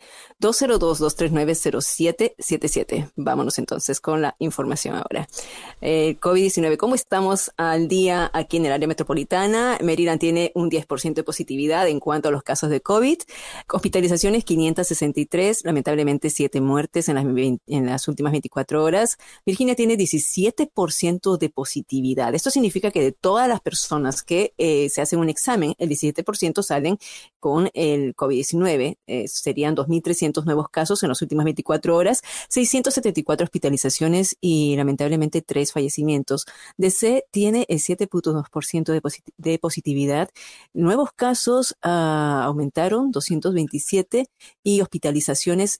202-239-0777. Vámonos entonces con la información ahora. COVID-19, ¿cómo estamos al día aquí en el área metropolitana? Maryland tiene un 10% de positividad en cuanto a los casos de COVID. Hospitalizaciones 563, lamentablemente 7 muertes en las últimas 24 horas. Virginia tiene 17% de positividad. Esto significa que de todas las personas que se hacen un examen, el 17% salen con el el COVID-19. Serían 2.300 nuevos casos en las últimas 24 horas, 674 hospitalizaciones y lamentablemente 3 fallecimientos. DC tiene el 7.2% de positividad. Nuevos casos aumentaron 227 y hospitalizaciones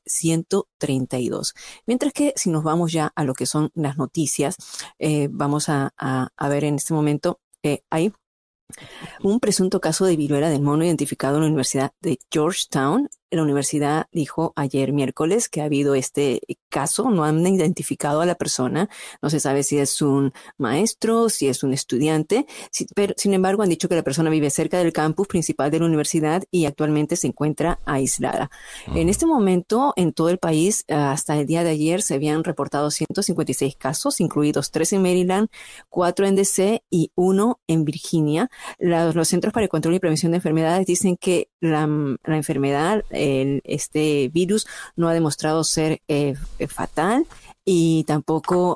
132. Mientras que si nos vamos ya a lo que son las noticias, vamos a ver en este momento, hay un presunto caso de viruela del mono identificado en la Universidad de Georgetown. La universidad dijo ayer miércoles que ha habido este caso, no han identificado a la persona, no se sabe si es un maestro, si es un estudiante, pero sin embargo han dicho que la persona vive cerca del campus principal de la universidad y actualmente se encuentra aislada. En este momento, en todo el país, hasta el día de ayer se habían reportado 156 casos, incluidos 3 en Maryland, 4 en DC y 1 en Virginia. Los Centros para el Control y Prevención de Enfermedades dicen que la enfermedad, este virus, no ha demostrado ser fatal y tampoco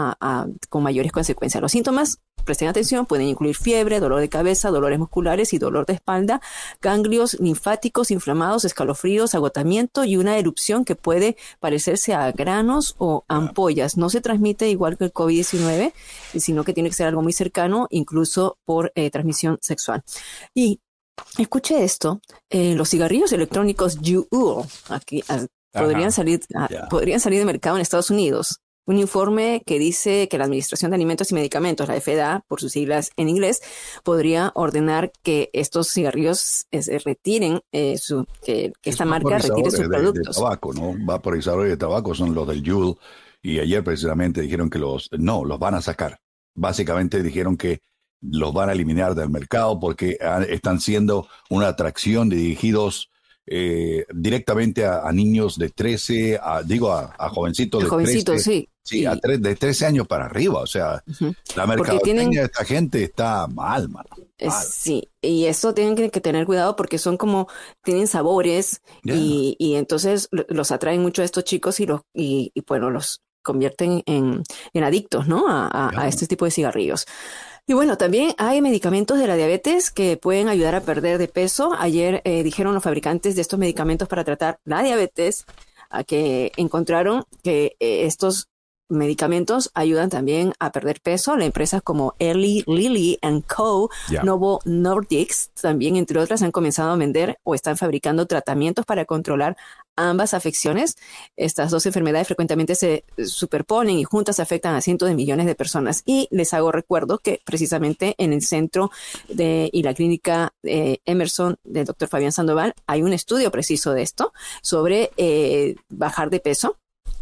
con mayores consecuencias. Los síntomas, presten atención, pueden incluir fiebre, dolor de cabeza, dolores musculares y dolor de espalda, ganglios linfáticos inflamados, escalofríos, agotamiento y una erupción que puede parecerse a granos o ampollas. No se transmite igual que el COVID-19, sino que tiene que ser algo muy cercano, incluso por transmisión sexual. Y escuche esto, los cigarrillos electrónicos Juul podrían salir de mercado en Estados Unidos. Un informe que dice que la Administración de Alimentos y Medicamentos, la FDA, por sus siglas en inglés, podría ordenar que estos cigarrillos retiren, que esta marca retire sus productos. De tabaco, ¿no? Vaporizadores de tabaco son los del Juul, y ayer precisamente dijeron que los van a sacar. Básicamente dijeron que los van a eliminar del mercado porque están siendo una atracción dirigidos directamente a niños de 13, a jovencitos de 13, sí. De 13 años para arriba. O sea, la mercadotecnia de esta gente está mal, mano. Sí, y eso tienen que tener cuidado porque son tienen sabores y entonces los atraen mucho a estos chicos y bueno, los convierten en adictos, ¿no? A este tipo de cigarrillos. Y bueno, también hay medicamentos de la diabetes que pueden ayudar a perder de peso. Ayer dijeron los fabricantes de estos medicamentos para tratar la diabetes que encontraron que estos medicamentos ayudan también a perder peso. Las empresas como Eli Lilly Co., Novo Nordisk, también entre otras, han comenzado a vender o están fabricando tratamientos para controlar ambas afecciones. Estas dos enfermedades frecuentemente se superponen y juntas afectan a cientos de millones de personas. Y les hago recuerdo que precisamente en el centro y la clínica Emerson del Dr. Fabián Sandoval hay un estudio preciso de esto sobre bajar de peso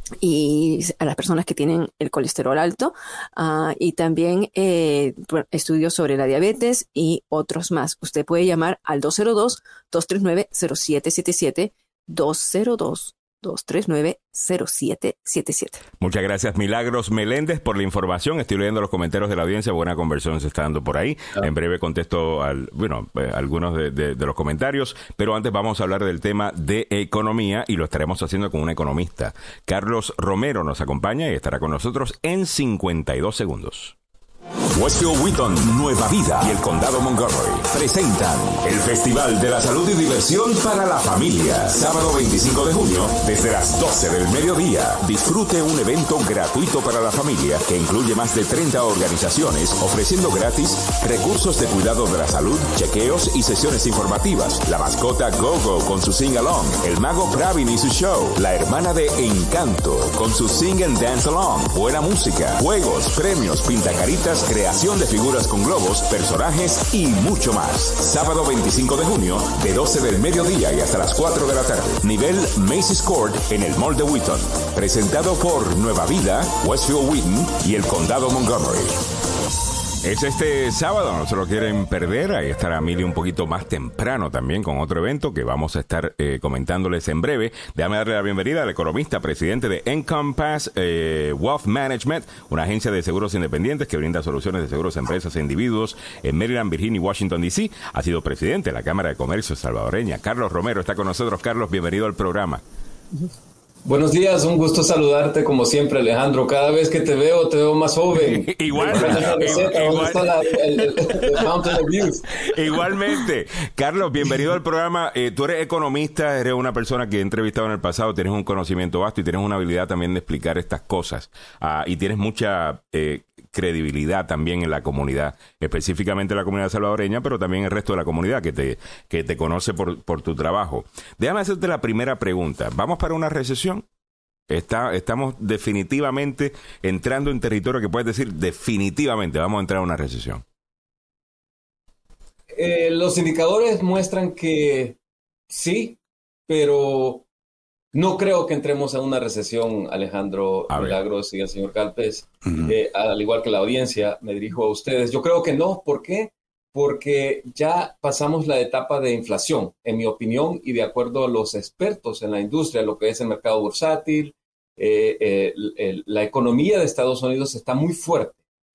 y a las personas que tienen el colesterol alto, y también estudios sobre la diabetes y otros más. Usted puede llamar al 202-239-0777, 202-239-0777. Muchas gracias, Milagros Meléndez, por la información. Estoy leyendo los comentarios de la audiencia. Buena conversión se está dando por ahí. En breve contesto algunos de los comentarios, pero antes vamos a hablar del tema de economía y lo estaremos haciendo con un economista. Carlos Romero nos acompaña y estará con nosotros en 52 segundos. Westfield Wheaton, Nueva Vida y el Condado Montgomery presentan el Festival de la Salud y Diversión para la Familia. Sábado 25 de junio, desde las 12 del mediodía. Disfrute un evento gratuito para la familia que incluye más de 30 organizaciones ofreciendo gratis recursos de cuidado de la salud, chequeos y sesiones informativas. La mascota Gogo con su sing-along, el mago Pravin y su show, la hermana de Encanto con su sing and dance along, buena música, juegos, premios, pintacaritas, creación de figuras con globos, personajes y mucho más. Sábado 25 de junio, de 12 del mediodía y hasta las 4 de la tarde. Nivel Macy's Court en el Mall de Wheaton. Presentado por Nueva Vida, Westfield Wheaton y el Condado Montgomery. Es este sábado, no se lo quieren perder. Ahí estará Mili un poquito más temprano también con otro evento que vamos a estar comentándoles en breve. Déjame darle la bienvenida al economista, presidente de Encompass Wealth Management, una agencia de seguros independientes que brinda soluciones de seguros a empresas e individuos en Maryland, Virginia y Washington, D.C. Ha sido presidente de la Cámara de Comercio salvadoreña. Carlos Romero está con nosotros. Carlos, bienvenido al programa. Buenos días, un gusto saludarte como siempre, Alejandro. Cada vez que te veo más joven. Igualmente. Carlos, bienvenido al programa. Tú eres economista, eres una persona que he entrevistado en el pasado, tienes un conocimiento vasto y tienes una habilidad también de explicar estas cosas. Y tienes mucha credibilidad también en la comunidad, específicamente la comunidad salvadoreña, pero también el resto de la comunidad que te conoce por tu trabajo. Déjame hacerte la primera pregunta. ¿Vamos para una recesión? Estamos definitivamente entrando en territorio que puedes decir definitivamente vamos a entrar a una recesión. Los indicadores muestran que sí, pero no creo que entremos a una recesión, Alejandro Milagros y el señor Galvez. Al igual que la audiencia, me dirijo a ustedes. Yo creo que no. ¿Por qué? Porque ya pasamos la etapa de inflación, en mi opinión, y de acuerdo a los expertos en la industria, lo que es el mercado bursátil, la economía de Estados Unidos está muy fuerte.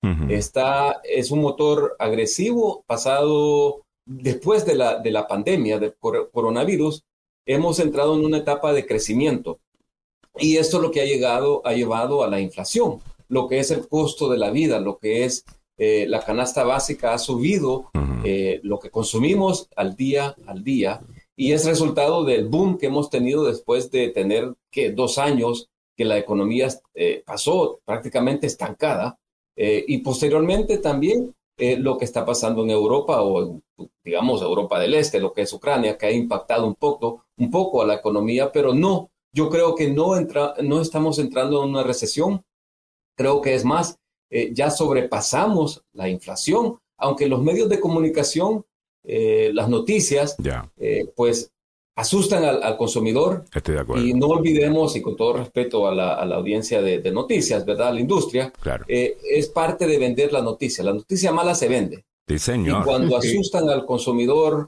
Es un motor agresivo pasado después de la pandemia del coronavirus. Hemos entrado en una etapa de crecimiento y esto es lo que ha llevado a la inflación, lo que es el costo de la vida, lo que es la canasta básica ha subido, lo que consumimos al día, y es resultado del boom que hemos tenido después de tener 2 años que la economía pasó prácticamente estancada, y posteriormente también lo que está pasando en Europa o digamos Europa del Este, lo que es Ucrania, que ha impactado un poco a la economía, pero no, yo creo que no estamos entrando en una recesión. Creo que es más, ya sobrepasamos la inflación, aunque los medios de comunicación, las noticias, pues asustan al consumidor. Estoy de acuerdo. Y no olvidemos, y con todo respeto a la audiencia de noticias, ¿verdad? A la industria, es parte de vender la noticia. La noticia mala se vende. Sí, señor. Y cuando asustan al consumidor,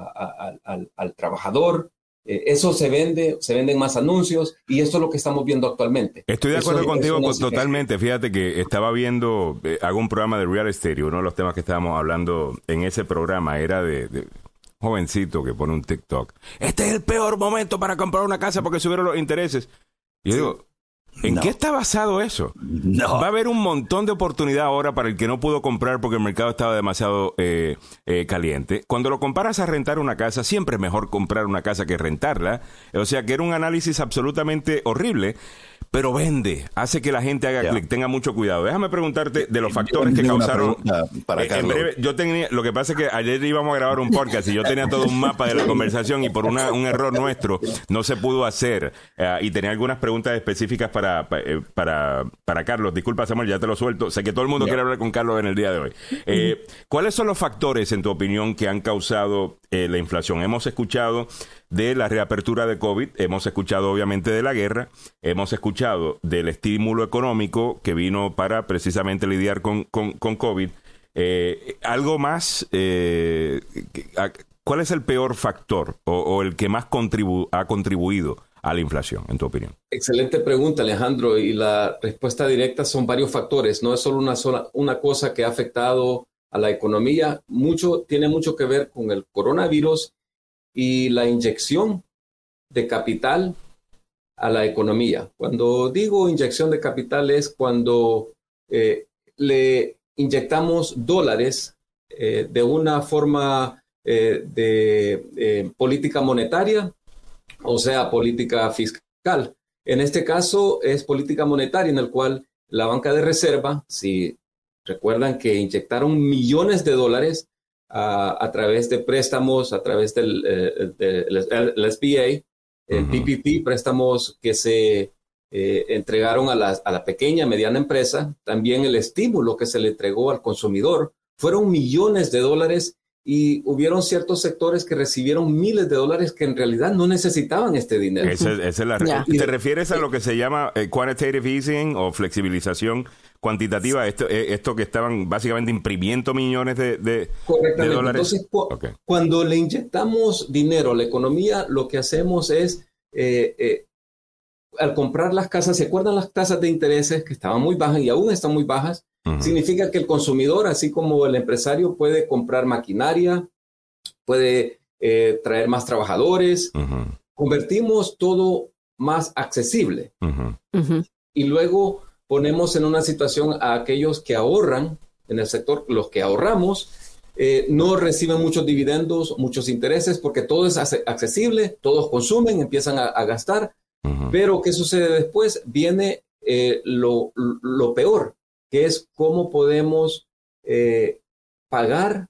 al trabajador, eso se venden más anuncios, y esto es lo que estamos viendo actualmente. Estoy de acuerdo contigo totalmente. Fíjate que estaba viendo, hago un programa de real estate, y uno de los temas que estábamos hablando en ese programa era de jovencito que pone un TikTok. Este es el peor momento para comprar una casa porque subieron los intereses. Y yo digo, ¿en qué está basado eso? Va a haber un montón de oportunidad ahora para el que no pudo comprar porque el mercado estaba demasiado caliente. Cuando lo comparas a rentar una casa, siempre es mejor comprar una casa que rentarla. O sea que era un análisis absolutamente horrible, pero vende, hace que la gente haga clic, tenga mucho cuidado. Déjame preguntarte de los factores que causaron. En breve, lo que pasa es que ayer íbamos a grabar un podcast y yo tenía todo un mapa de la conversación, y por un error nuestro no se pudo hacer, y tenía algunas preguntas específicas para Carlos. Disculpa, Samuel, ya te lo suelto. Sé que todo el mundo quiere hablar con Carlos en el día de hoy. ¿Cuáles son los factores, en tu opinión, que han causado la inflación? Hemos escuchado de la reapertura de COVID, hemos escuchado obviamente de la guerra, hemos escuchado del estímulo económico que vino para precisamente lidiar con COVID. ¿Algo más? ¿Cuál es el peor factor o el que más ha contribuido a la inflación, en tu opinión? Excelente pregunta, Alejandro, y la respuesta directa son varios factores. No es solo una cosa que ha afectado a la economía. Tiene mucho que ver con el coronavirus y la inyección de capital a la economía. Cuando digo inyección de capital es cuando le inyectamos dólares de una forma de política monetaria, o sea, política fiscal. En este caso es política monetaria, en el cual la banca de reserva, si recuerdan que inyectaron millones de dólares a través de préstamos, a través del SBA, el PPP, préstamos que se entregaron a la pequeña, mediana empresa, también el estímulo que se le entregó al consumidor, fueron millones de dólares, y hubieron ciertos sectores que recibieron miles de dólares que en realidad no necesitaban este dinero. ¿Te refieres a lo que se llama quantitative easing o flexibilización cuantitativa? Esto que estaban básicamente imprimiendo millones de dólares. Entonces, cuando le inyectamos dinero a la economía, lo que hacemos es, al comprar las casas, ¿se acuerdan las tasas de intereses que estaban muy bajas y aún están muy bajas? Significa que el consumidor, así como el empresario, puede comprar maquinaria, puede traer más trabajadores. Convertimos todo más accesible. Ujú. Y luego ponemos en una situación a aquellos que ahorran en el sector, los que ahorramos, no reciben muchos dividendos, muchos intereses, porque todo es accesible, todos consumen, empiezan a gastar. Pero ¿qué sucede después? Viene lo peor, que es cómo podemos pagar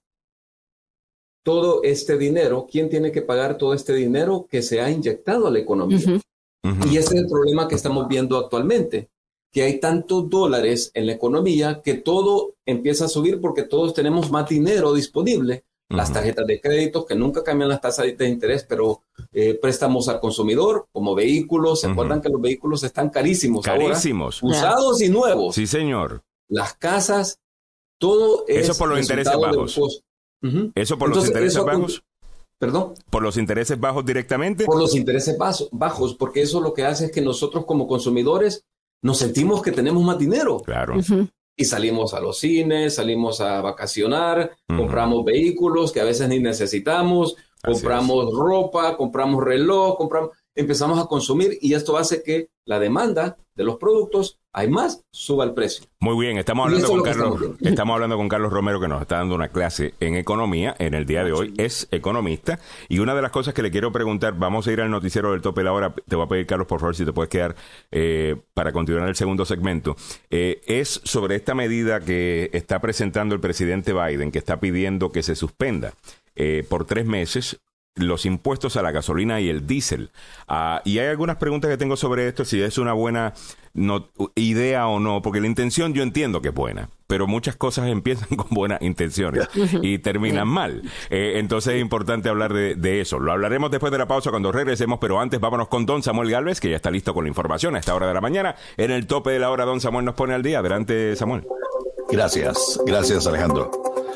todo este dinero. ¿Quién tiene que pagar todo este dinero que se ha inyectado a la economía? Y ese es el problema que estamos viendo actualmente, que hay tantos dólares en la economía que todo empieza a subir porque todos tenemos más dinero disponible. Las tarjetas de crédito que nunca cambian las tasas de interés, pero préstamos al consumidor como vehículos. ¿Se acuerdan que los vehículos están carísimos ahora? Usados y nuevos. Sí, señor. Las casas, todo es... Eso por los intereses bajos. ¿Eso por los intereses bajos? ¿Perdón? ¿Por los intereses bajos directamente? Por los intereses bajos, porque eso lo que hace es que nosotros como consumidores nos sentimos que tenemos más dinero. Claro. Y salimos a los cines, salimos a vacacionar, compramos vehículos que a veces ni necesitamos, compramos ropa, compramos reloj, empezamos a consumir y esto hace que la demanda de los productos, hay más, suba el precio. Muy bien, estamos hablando con Carlos Romero, que nos está dando una clase en economía en el día de hoy. Es economista y una de las cosas que le quiero preguntar, vamos a ir al noticiero del tope de la hora, te voy a pedir, Carlos, por favor, si te puedes quedar para continuar el segundo segmento, es sobre esta medida que está presentando el presidente Biden, que está pidiendo que se suspenda por 3 meses los impuestos a la gasolina y el diésel. Y hay algunas preguntas que tengo sobre esto, si es una buena idea o no, porque la intención yo entiendo que es buena, pero muchas cosas empiezan con buenas intenciones y terminan mal. Entonces es importante hablar de eso. Lo hablaremos después de la pausa cuando regresemos, pero antes vámonos con don Samuel Gálvez, que ya está listo con la información a esta hora de la mañana. En el tope de la hora, don Samuel nos pone al día. Adelante, Samuel. Gracias, Alejandro.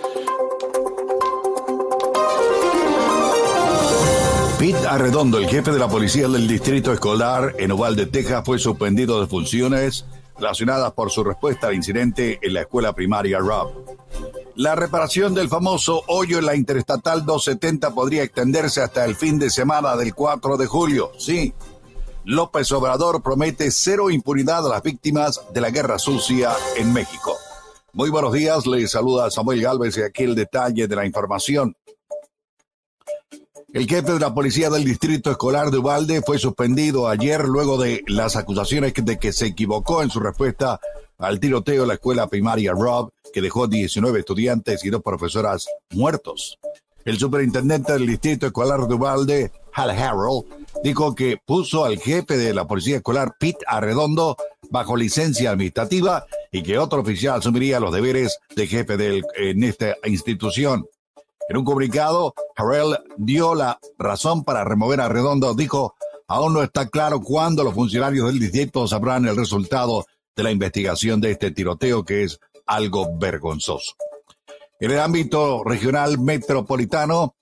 Pete Arredondo, el jefe de la policía del distrito escolar en Uvalde, Texas, fue suspendido de funciones relacionadas por su respuesta al incidente en la escuela primaria Robb. La reparación del famoso hoyo en la Interestatal 270 podría extenderse hasta el fin de semana del 4 de julio. Sí, López Obrador promete 0 impunidad a las víctimas de la guerra sucia en México. Muy buenos días, les saluda Samuel Gálvez y aquí el detalle de la información. El jefe de la policía del distrito escolar de Uvalde fue suspendido ayer luego de las acusaciones de que se equivocó en su respuesta al tiroteo en la escuela primaria Robb, que dejó 19 estudiantes y 2 profesoras muertos. El superintendente del distrito escolar de Uvalde, Hal Harrell, dijo que puso al jefe de la policía escolar, Pete Arredondo, bajo licencia administrativa y que otro oficial asumiría los deberes de jefe en esta institución. En un comunicado, Harrell dio la razón para remover a Arredondo. Dijo, aún no está claro cuándo los funcionarios del distrito sabrán el resultado de la investigación de este tiroteo, que es algo vergonzoso. En el ámbito regional metropolitano,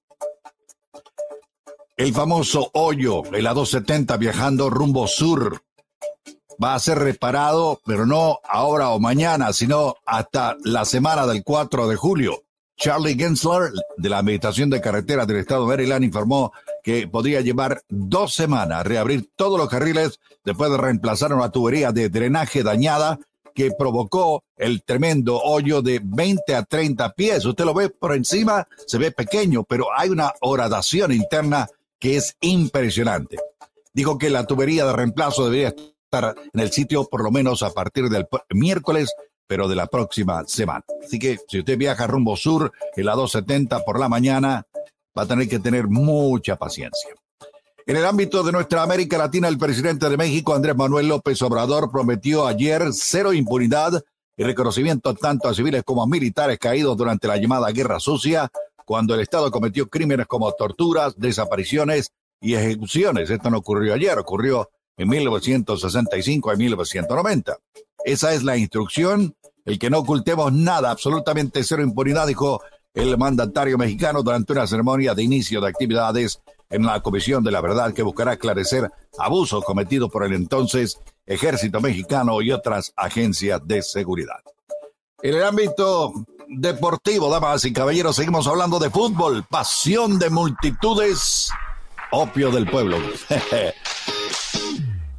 el famoso hoyo en la 270 viajando rumbo sur va a ser reparado, pero no ahora o mañana, sino hasta la semana del 4 de julio. Charlie Gensler, de la Administración de Carreteras del Estado de Maryland, informó que podría llevar 2 semanas reabrir todos los carriles después de reemplazar una tubería de drenaje dañada que provocó el tremendo hoyo de 20 a 30 pies. Usted lo ve por encima, se ve pequeño, pero hay una horadación interna que es impresionante. Dijo que la tubería de reemplazo debería estar en el sitio por lo menos a partir del miércoles, pero de la próxima semana. Así que si usted viaja rumbo sur en la 270 por la mañana, va a tener que tener mucha paciencia. En el ámbito de nuestra América Latina, el presidente de México, Andrés Manuel López Obrador, prometió ayer 0 impunidad y reconocimiento tanto a civiles como a militares caídos durante la llamada Guerra Sucia, cuando el Estado cometió crímenes como torturas, desapariciones y ejecuciones. Esto no ocurrió ayer, ocurrió en 1965 y 1990. Esa es la instrucción, el que no ocultemos nada, absolutamente 0 impunidad, dijo el mandatario mexicano durante una ceremonia de inicio de actividades en la Comisión de la Verdad, que buscará esclarecer abusos cometidos por el entonces Ejército Mexicano y otras agencias de seguridad. En el ámbito deportivo, damas y caballeros, seguimos hablando de fútbol, pasión de multitudes, opio del pueblo.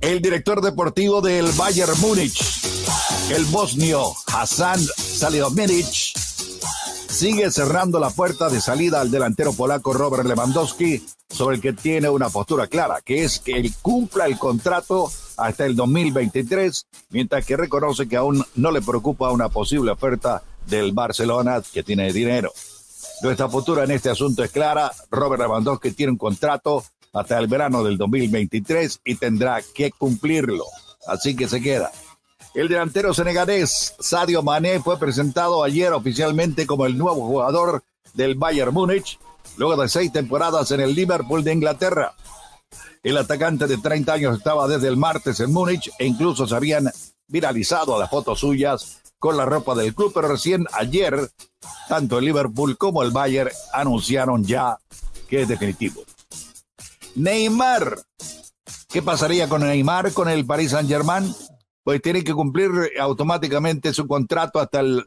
El director deportivo del Bayern Múnich, el bosnio Hasan Salihamidzic, sigue cerrando la puerta de salida al delantero polaco Robert Lewandowski, sobre el que tiene una postura clara, que es que él cumpla el contrato hasta el 2023, mientras que reconoce que aún no le preocupa una posible oferta del Barcelona, que tiene dinero. Nuestra postura en este asunto es clara. Robert Lewandowski tiene un contrato hasta el verano del 2023 y tendrá que cumplirlo. Así que se queda. El delantero senegalés Sadio Mané fue presentado ayer oficialmente como el nuevo jugador del Bayern Múnich, luego de 6 temporadas en el Liverpool de Inglaterra. El atacante de 30 años estaba desde el martes en Múnich e incluso se habían viralizado las fotos suyas con la ropa del club, pero recién ayer tanto el Liverpool como el Bayern anunciaron ya que es definitivo. Neymar. ¿Qué pasaría con Neymar con el Paris Saint-Germain? Pues tiene que cumplir automáticamente su contrato hasta el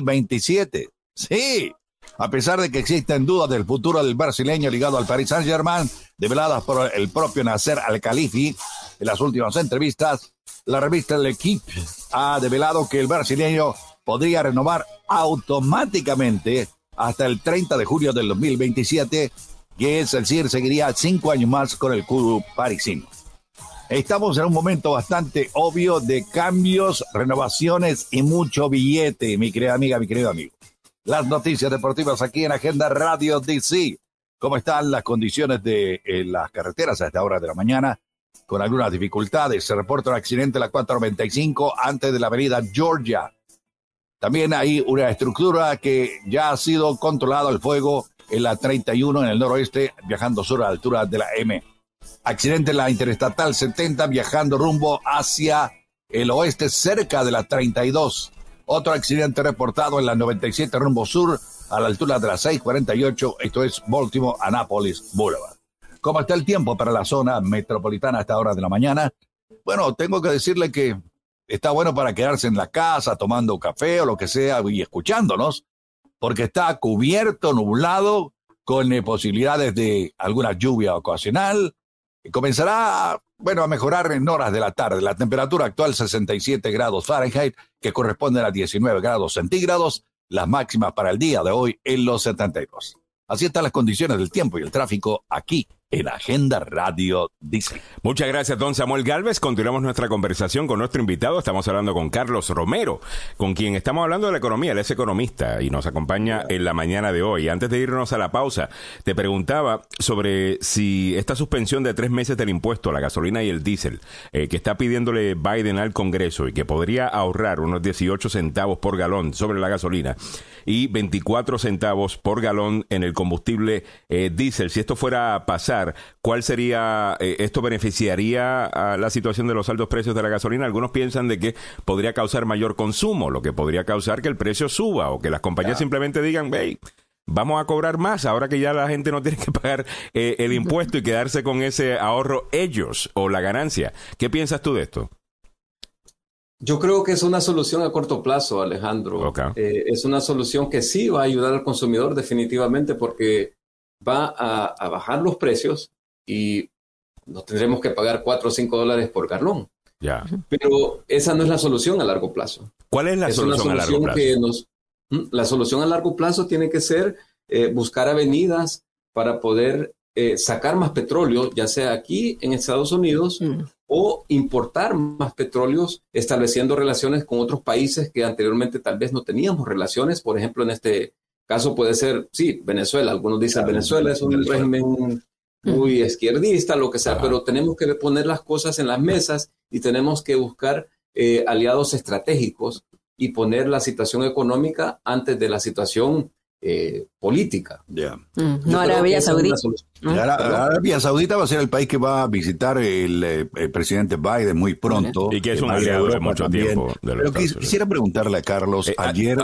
2027. Sí, a pesar de que existen dudas del futuro del brasileño ligado al Paris Saint-Germain, develadas por el propio Nasser Al-Khelaïfi en las últimas entrevistas, la revista L'Equipe ha develado que el brasileño podría renovar automáticamente hasta el 30 de julio del 2027, que es decir, seguiría 5 años más con el club parisino. Estamos en un momento bastante obvio de cambios, renovaciones y mucho billete, mi querida amiga, mi querido amigo. Las noticias deportivas aquí en Agenda Radio DC. ¿Cómo están las condiciones de las carreteras a esta hora de la mañana? Con algunas dificultades. Se reporta un accidente en la 495 antes de la avenida Georgia. También hay una estructura que ya ha sido controlado el fuego en la 31 en el noroeste, viajando sur a la altura de la M. Accidente en la Interestatal 70 viajando rumbo hacia el oeste cerca de la 32. Otro accidente reportado en la 97 rumbo sur a la altura de la 648. Esto es Baltimore-Annapolis Boulevard. ¿Cómo está el tiempo para la zona metropolitana a esta hora de la mañana? Bueno, tengo que decirle que está bueno para quedarse en la casa tomando café o lo que sea y escuchándonos, porque está cubierto, nublado, con posibilidades de alguna lluvia ocasional. Comenzará, a mejorar en horas de la tarde. La temperatura actual 67 grados Fahrenheit, que corresponden a 19 grados centígrados. Las máximas para el día de hoy en los 72. Así están las condiciones del tiempo y el tráfico aquí en Agenda Radio DC. Muchas gracias, don Samuel Gálvez. Continuamos nuestra conversación con nuestro invitado. Estamos hablando con Carlos Romero, con quien estamos hablando de la economía. Él es economista y nos acompaña en la mañana de hoy. Antes de irnos a la pausa, te preguntaba sobre si esta suspensión de 3 meses del impuesto a la gasolina y el diésel, que está pidiéndole Biden al Congreso y que podría ahorrar unos 18 centavos por galón sobre la gasolina y 24 centavos por galón en el combustible diésel. Si esto fuera a pasar, ¿cuál sería, esto beneficiaría a la situación de los altos precios de la gasolina? Algunos piensan de que podría causar mayor consumo, lo que podría causar que el precio suba o que las compañías simplemente digan, hey, vamos a cobrar más ahora que ya la gente no tiene que pagar el impuesto y quedarse con ese ahorro ellos o la ganancia. ¿Qué piensas tú de esto? Yo creo que es una solución a corto plazo, Alejandro. Okay. Es una solución que sí va a ayudar al consumidor definitivamente porque va a bajar los precios y no tendremos que pagar $4 o $5 por galón. Ya. Pero esa no es la solución a largo plazo. ¿Cuál es la solución a largo plazo? La solución a largo plazo tiene que ser buscar avenidas para poder sacar más petróleo, ya sea aquí en Estados Unidos o importar más petróleos, estableciendo relaciones con otros países que anteriormente tal vez no teníamos relaciones. Por ejemplo, en este caso puede ser, sí, Venezuela. Algunos dicen Venezuela es un régimen muy izquierdista, lo que sea, pero tenemos que poner las cosas en las mesas y tenemos que buscar aliados estratégicos y poner la situación económica antes de la situación política. No Arabia Saudita. Arabia Saudita va a ser el país que va a visitar el presidente Biden muy pronto. Y que es un aliado de mucho tiempo. Pero quisiera preguntarle a Carlos, ayer...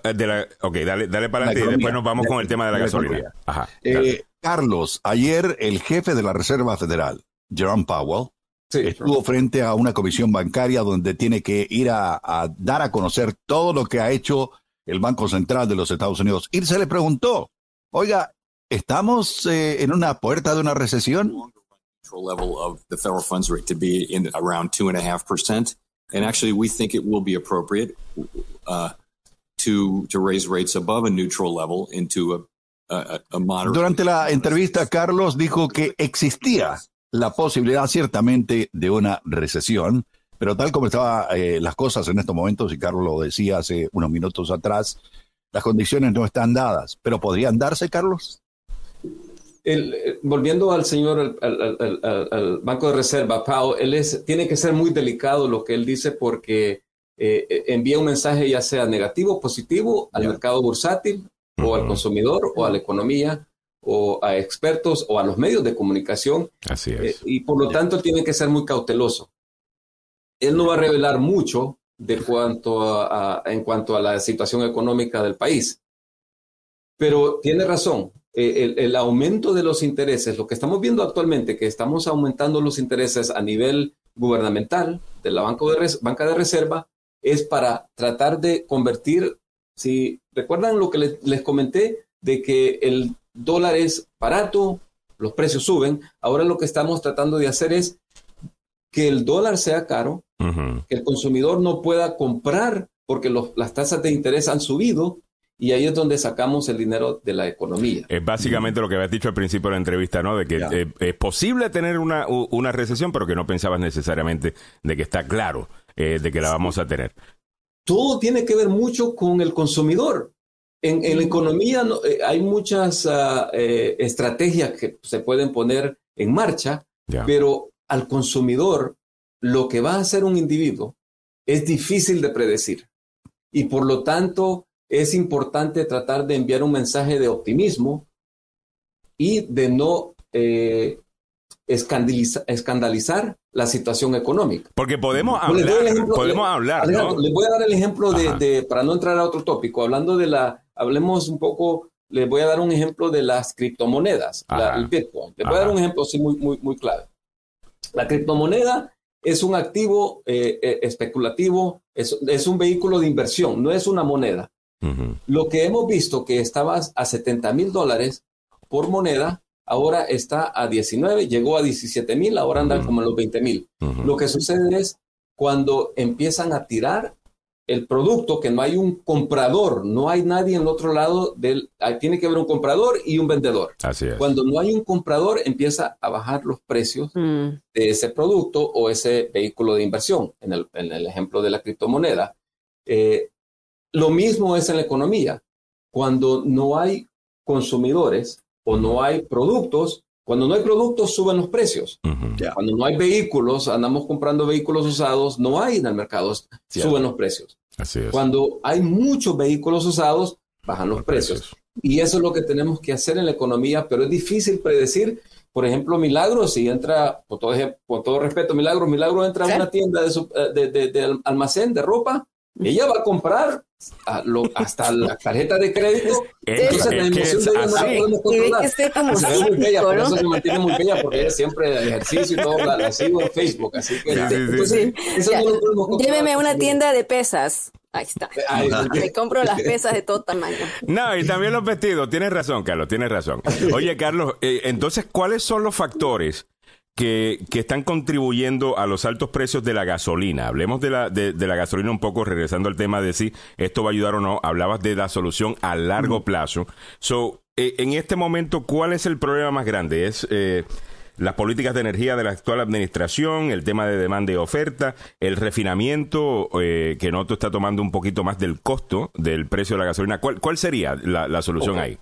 dale para adelante y después nos vamos con el tema de la gasolina. Ajá, Carlos, ayer el jefe de la Reserva Federal, Jerome Powell, estuvo frente a una comisión bancaria donde tiene que ir a dar a conocer todo lo que ha hecho el Banco Central de los Estados Unidos. Y se le preguntó, oiga, ¿estamos en una puerta de una recesión? level of the federal funds rate to be in around 2.5%. And actually, we think it will be appropriate to raise rates above a neutral level into a moderate. Durante la entrevista, Carlos dijo que existía la posibilidad ciertamente de una recesión, pero tal como estaban las cosas en estos momentos, y Carlos lo decía hace unos minutos atrás, las condiciones no están dadas. ¿Pero podrían darse, Carlos? Volviendo al señor, al Banco de Reserva, Powell, tiene que ser muy delicado lo que él dice porque envía un mensaje ya sea negativo o positivo al mercado bursátil o al consumidor o a la economía o a expertos o a los medios de comunicación. Así es. Y por lo tanto tiene que ser muy cauteloso. Él no va a revelar mucho en cuanto a la situación económica del país. Pero tiene razón. El aumento de los intereses, lo que estamos viendo actualmente, que estamos aumentando los intereses a nivel gubernamental de la banca de reserva, es para tratar de convertir, si recuerdan lo que les comenté, de que el dólar es barato, los precios suben, ahora lo que estamos tratando de hacer es que el dólar sea caro, que el consumidor no pueda comprar porque las tasas de interés han subido. Y ahí es donde sacamos el dinero de la economía. Es básicamente lo que habías dicho al principio de la entrevista, ¿no? De que es posible tener una recesión, pero que no pensabas necesariamente de que está claro de que la vamos a tener. Todo tiene que ver mucho con el consumidor. En la economía hay muchas estrategias que se pueden poner en marcha, pero al consumidor lo que va a hacer un individuo es difícil de predecir. Y por lo tanto es importante tratar de enviar un mensaje de optimismo y de no escandalizar la situación económica. Porque podemos hablar, ¿no? Les voy a dar el ejemplo para no entrar a otro tópico, hablemos un poco, les voy a dar un ejemplo de las criptomonedas, el Bitcoin. Les voy a dar un ejemplo así muy clave. La criptomoneda es un activo especulativo, es un vehículo de inversión, no es una moneda. Lo que hemos visto que estaba a $70,000 por moneda, ahora está a 19, llegó a 17,000, ahora anda como en los 20,000. Lo que sucede es cuando empiezan a tirar el producto, que no hay un comprador, no hay nadie en el otro lado tiene que haber un comprador y un vendedor. Así es. Cuando no hay un comprador, empieza a bajar los precios de ese producto o ese vehículo de inversión, en el ejemplo de la criptomoneda. Lo mismo es en la economía. Cuando no hay consumidores o no hay productos, cuando no hay productos suben los precios. Cuando no hay vehículos, andamos comprando vehículos usados, no hay en el mercado, suben los precios. Así es. Cuando hay muchos vehículos usados, bajan los precios. Y eso es lo que tenemos que hacer en la economía, pero es difícil predecir. Por ejemplo, Milagro, si entra, con todo respeto, Milagro entra a una tienda de almacén de ropa, ella va a comprar hasta la tarjeta de crédito. Entonces la emoción de ella no la podemos controlar. Se ve muy bella, por eso se mantiene muy bella, porque ella siempre de ejercicio y todo, la sigo en Facebook, así que eso no lo podemos controlar. Lléveme a una tienda de pesas. Ahí está. Me compro las pesas de todo tamaño. No, y también los vestidos. Tienes razón, Carlos, tienes razón. Oye, Carlos, entonces, ¿cuáles son los factores que están contribuyendo a los altos precios de la gasolina? Hablemos de la gasolina un poco, regresando al tema de si esto va a ayudar o no. Hablabas de la solución a largo plazo. En este momento, ¿cuál es el problema más grande? ¿Es las políticas de energía de la actual administración, el tema de demanda y oferta, el refinamiento que Noto está tomando un poquito más del costo del precio de la gasolina? ¿Cuál sería la solución ahí?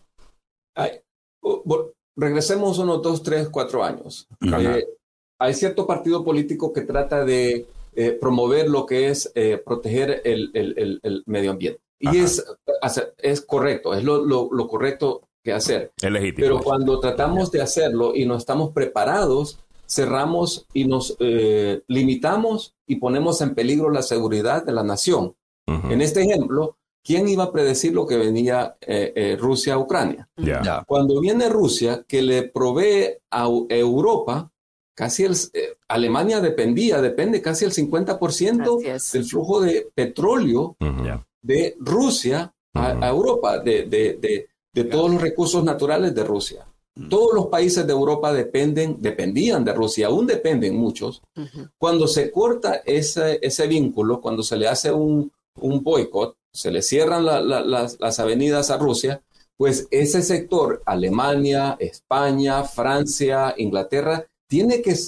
Regresemos unos 2, 3, 4 años. Hay cierto partido político que trata de promover lo que es proteger el medio ambiente. Y es correcto, es lo correcto que hacer. Es legítimo. Pero cuando tratamos de hacerlo y no estamos preparados, cerramos y nos limitamos y ponemos en peligro la seguridad de la nación. En este ejemplo, ¿quién iba a predecir lo que venía Rusia a Ucrania? Cuando viene Rusia, que le provee a Europa, casi Alemania depende casi el 50% del flujo de petróleo de Rusia a Europa, de todos los recursos naturales de Rusia. Todos los países de Europa dependían de Rusia, aún dependen muchos. Cuando se corta ese vínculo, cuando se le hace un boicot, se le cierran las avenidas a Rusia, pues ese sector, Alemania, España, Francia, Inglaterra, tiene que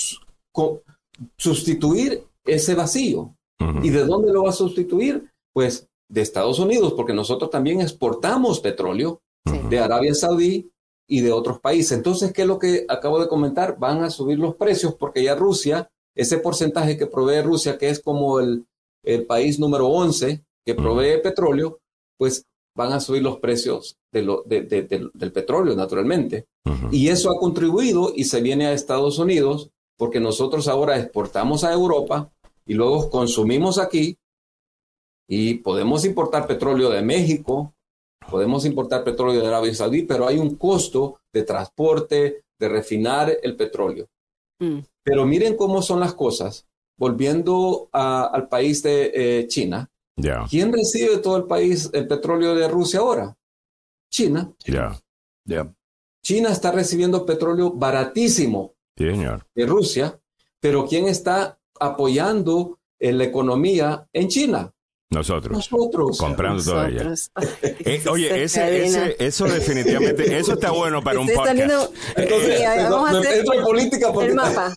sustituir ese vacío. ¿Y de dónde lo va a sustituir? Pues de Estados Unidos, porque nosotros también exportamos petróleo de Arabia Saudí y de otros países. Entonces, ¿qué es lo que acabo de comentar? Van a subir los precios porque ya Rusia, ese porcentaje que provee Rusia, que es como el país número 11 que provee petróleo, pues van a subir los precios del petróleo, naturalmente. Y eso ha contribuido y se viene a Estados Unidos porque nosotros ahora exportamos a Europa y luego consumimos aquí y podemos importar petróleo de México, podemos importar petróleo de Arabia Saudí, pero hay un costo de transporte, de refinar el petróleo. Pero miren cómo son las cosas. Volviendo al país de China, ¿quién recibe todo el petróleo de Rusia ahora? China. China está recibiendo petróleo baratísimo de Rusia, pero ¿quién está apoyando en la economía en China? Nosotros. Comprando toda ella. Oye, eso definitivamente, eso está bueno para un podcast. Entonces, vamos a hacer política porque el mapa.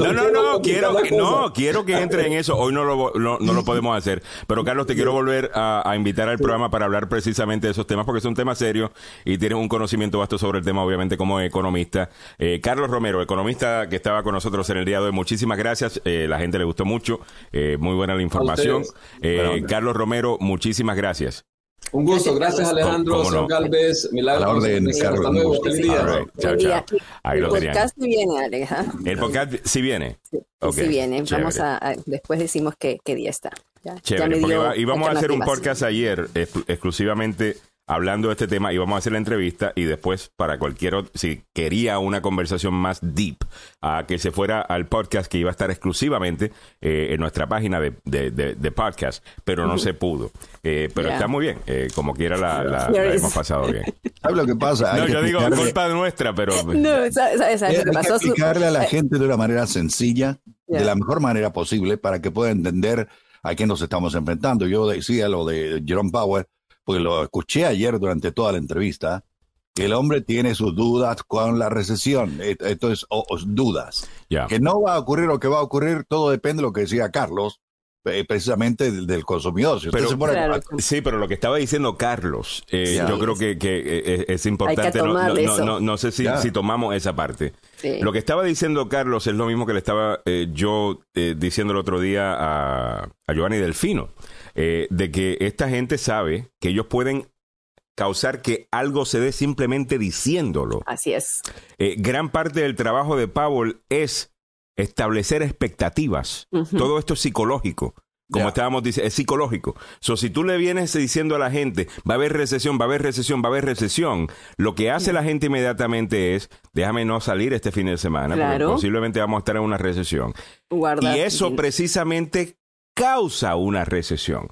Quiero que entre en eso. Hoy no lo podemos hacer. Pero Carlos, te quiero volver a invitar al programa para hablar precisamente de esos temas, porque es un tema serio y tienes un conocimiento vasto sobre el tema, obviamente, como economista. Carlos Romero, economista que estaba con nosotros en el día de hoy, muchísimas gracias. La gente le gustó mucho. Muy buena la información. Carlos Romero, muchísimas gracias. Un gusto, gracias Alejandro, señor Galvez, Milagros. Hasta luego, feliz día. Chao. Ahí lo tenían. El podcast sí viene, Alejandro. ¿El podcast sí viene? Sí viene. Vamos después decimos qué día está. Chévere, y vamos a hacer un podcast ayer exclusivamente hablando de este tema, y vamos a hacer la entrevista y después para si quería una conversación más deep, que se fuera al podcast que iba a estar exclusivamente en nuestra página de podcast, pero no se pudo. Pero está muy bien, como quiera la hemos pasado bien. ¿Sabes lo que pasa? No, yo digo, culpa nuestra, pero... No, ¿sabes hay que explicarle a la gente de una manera sencilla, de la mejor manera posible, para que pueda entender a qué nos estamos enfrentando. Yo decía lo de Jerome Powell, porque lo escuché ayer durante toda la entrevista, que el hombre tiene sus dudas con la recesión. Esto es dudas. Que no va a ocurrir lo que va a ocurrir, todo depende de lo que decía Carlos, precisamente del consumidor. Si sí, pero lo que estaba diciendo Carlos, yo creo que es importante. No sé si tomamos esa parte. Sí. Lo que estaba diciendo Carlos es lo mismo que le estaba yo diciendo el otro día a Giovanni Delfino. De que esta gente sabe que ellos pueden causar que algo se dé simplemente diciéndolo. Así es. Gran parte del trabajo de Powell es establecer expectativas. Todo esto es psicológico. Como estábamos diciendo, es psicológico. Si tú le vienes diciendo a la gente, va a haber recesión, va a haber recesión, va a haber recesión, lo que hace la gente inmediatamente es, déjame no salir este fin de semana, porque posiblemente vamos a estar en una recesión. Y eso precisamente causa una recesión.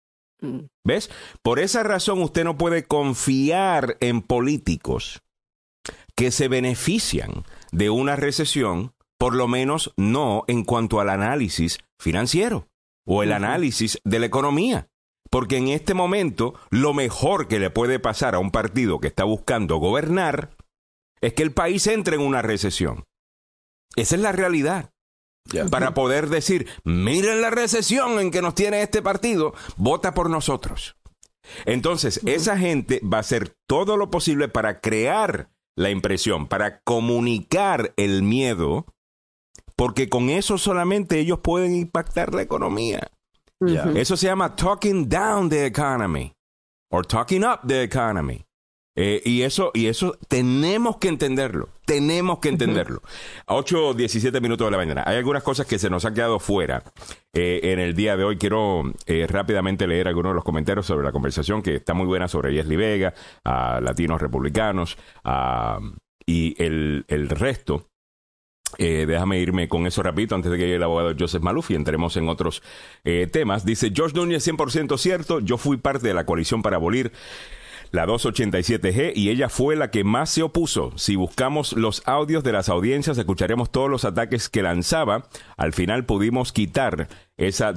¿Ves? Por esa razón usted no puede confiar en políticos que se benefician de una recesión, por lo menos no en cuanto al análisis financiero o el análisis de la economía. Porque en este momento lo mejor que le puede pasar a un partido que está buscando gobernar es que el país entre en una recesión. Esa es la realidad. Para poder decir, miren la recesión en que nos tiene este partido, vota por nosotros. Entonces, esa gente va a hacer todo lo posible para crear la impresión, para comunicar el miedo, porque con eso solamente ellos pueden impactar la economía. Eso se llama talking down the economy, or talking up the economy. Y eso tenemos que entenderlo. 8:17 minutos de la mañana. Hay algunas cosas que se nos han quedado fuera en el día de hoy. Quiero rápidamente leer algunos de los comentarios sobre la conversación que está muy buena sobre Yesli Vega, latinos republicanos y el resto. Déjame irme con eso rapidito antes de que llegue el abogado Joseph Maluf y entremos en otros temas. Dice George Núñez, 100% cierto. Yo fui parte de la coalición para abolir la 287G, y ella fue la que más se opuso. Si buscamos los audios de las audiencias, escucharemos todos los ataques que lanzaba. Al final pudimos quitar esa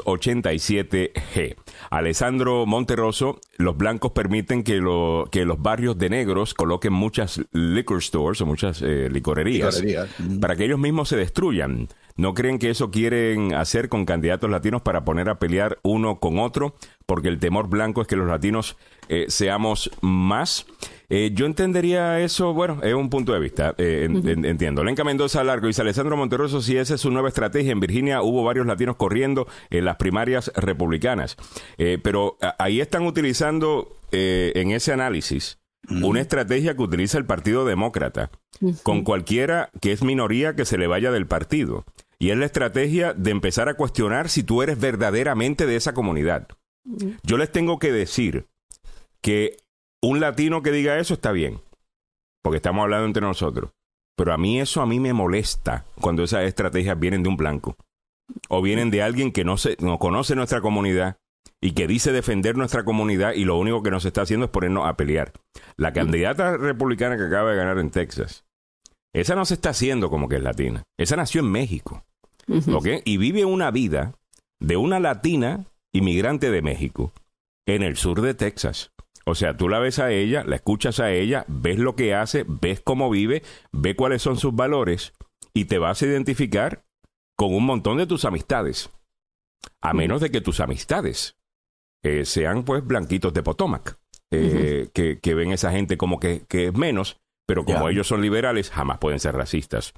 287G. Alessandro Monterroso, los blancos permiten que los barrios de negros coloquen muchas liquor stores o muchas licorerías para que ellos mismos se destruyan. ¿No creen que eso quieren hacer con candidatos latinos para poner a pelear uno con otro? Porque el temor blanco es que los latinos seamos más. Yo entendería eso, bueno, es un punto de vista, entiendo. Lenca Mendoza Largo dice, Alessandro Monterroso, si esa es su nueva estrategia. En Virginia hubo varios latinos corriendo en las primarias republicanas. Pero ahí están utilizando en ese análisis una estrategia que utiliza el Partido Demócrata con cualquiera que es minoría que se le vaya del partido. Y es la estrategia de empezar a cuestionar si tú eres verdaderamente de esa comunidad. Yo les tengo que decir que un latino que diga eso está bien, porque estamos hablando entre nosotros. Pero a mí me molesta cuando esas estrategias vienen de un blanco o vienen de alguien que no conoce nuestra comunidad y que dice defender nuestra comunidad, y lo único que nos está haciendo es ponernos a pelear. La candidata republicana que acaba de ganar en Texas, esa no se está haciendo como que es latina. Esa nació en México, ¿ok? Y vive una vida de una latina inmigrante de México en el sur de Texas. O sea, tú la ves a ella, la escuchas a ella, ves lo que hace, ves cómo vive, ves cuáles son sus valores y te vas a identificar con un montón de tus amistades. A menos de que tus amistades sean pues blanquitos de Potomac, que ven esa gente como que es menos, pero como ellos son liberales, jamás pueden ser racistas.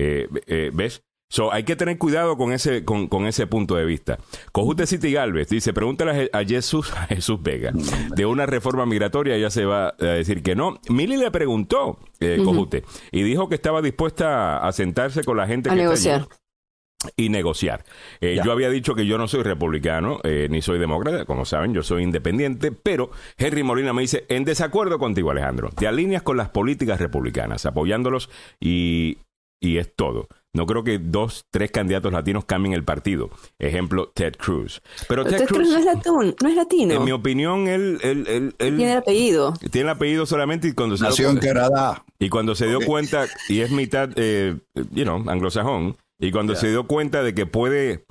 ¿Ves? So, hay que tener cuidado con ese punto de vista. Cojute City Galvez dice, pregúntale a Jesús Vega de una reforma migratoria, ella se va a decir que no. Mili le preguntó, Cojute, y dijo que estaba dispuesta a sentarse con la gente a que negociar. Está allí y negociar. Yo había dicho que yo no soy republicano, ni soy demócrata, como saben, yo soy independiente, pero Henry Molina me dice, en desacuerdo contigo, Alejandro, te alineas con las políticas republicanas, apoyándolos y es todo. No creo que 2, 3 candidatos latinos cambien el partido. Ejemplo, Ted Cruz. Pero Ted Cruz no es latino. En mi opinión, él tiene el apellido. Tiene el apellido solamente y cuando nació en Canadá. Y cuando se dio cuenta, y es mitad, anglosajón, y cuando se dio cuenta de que puede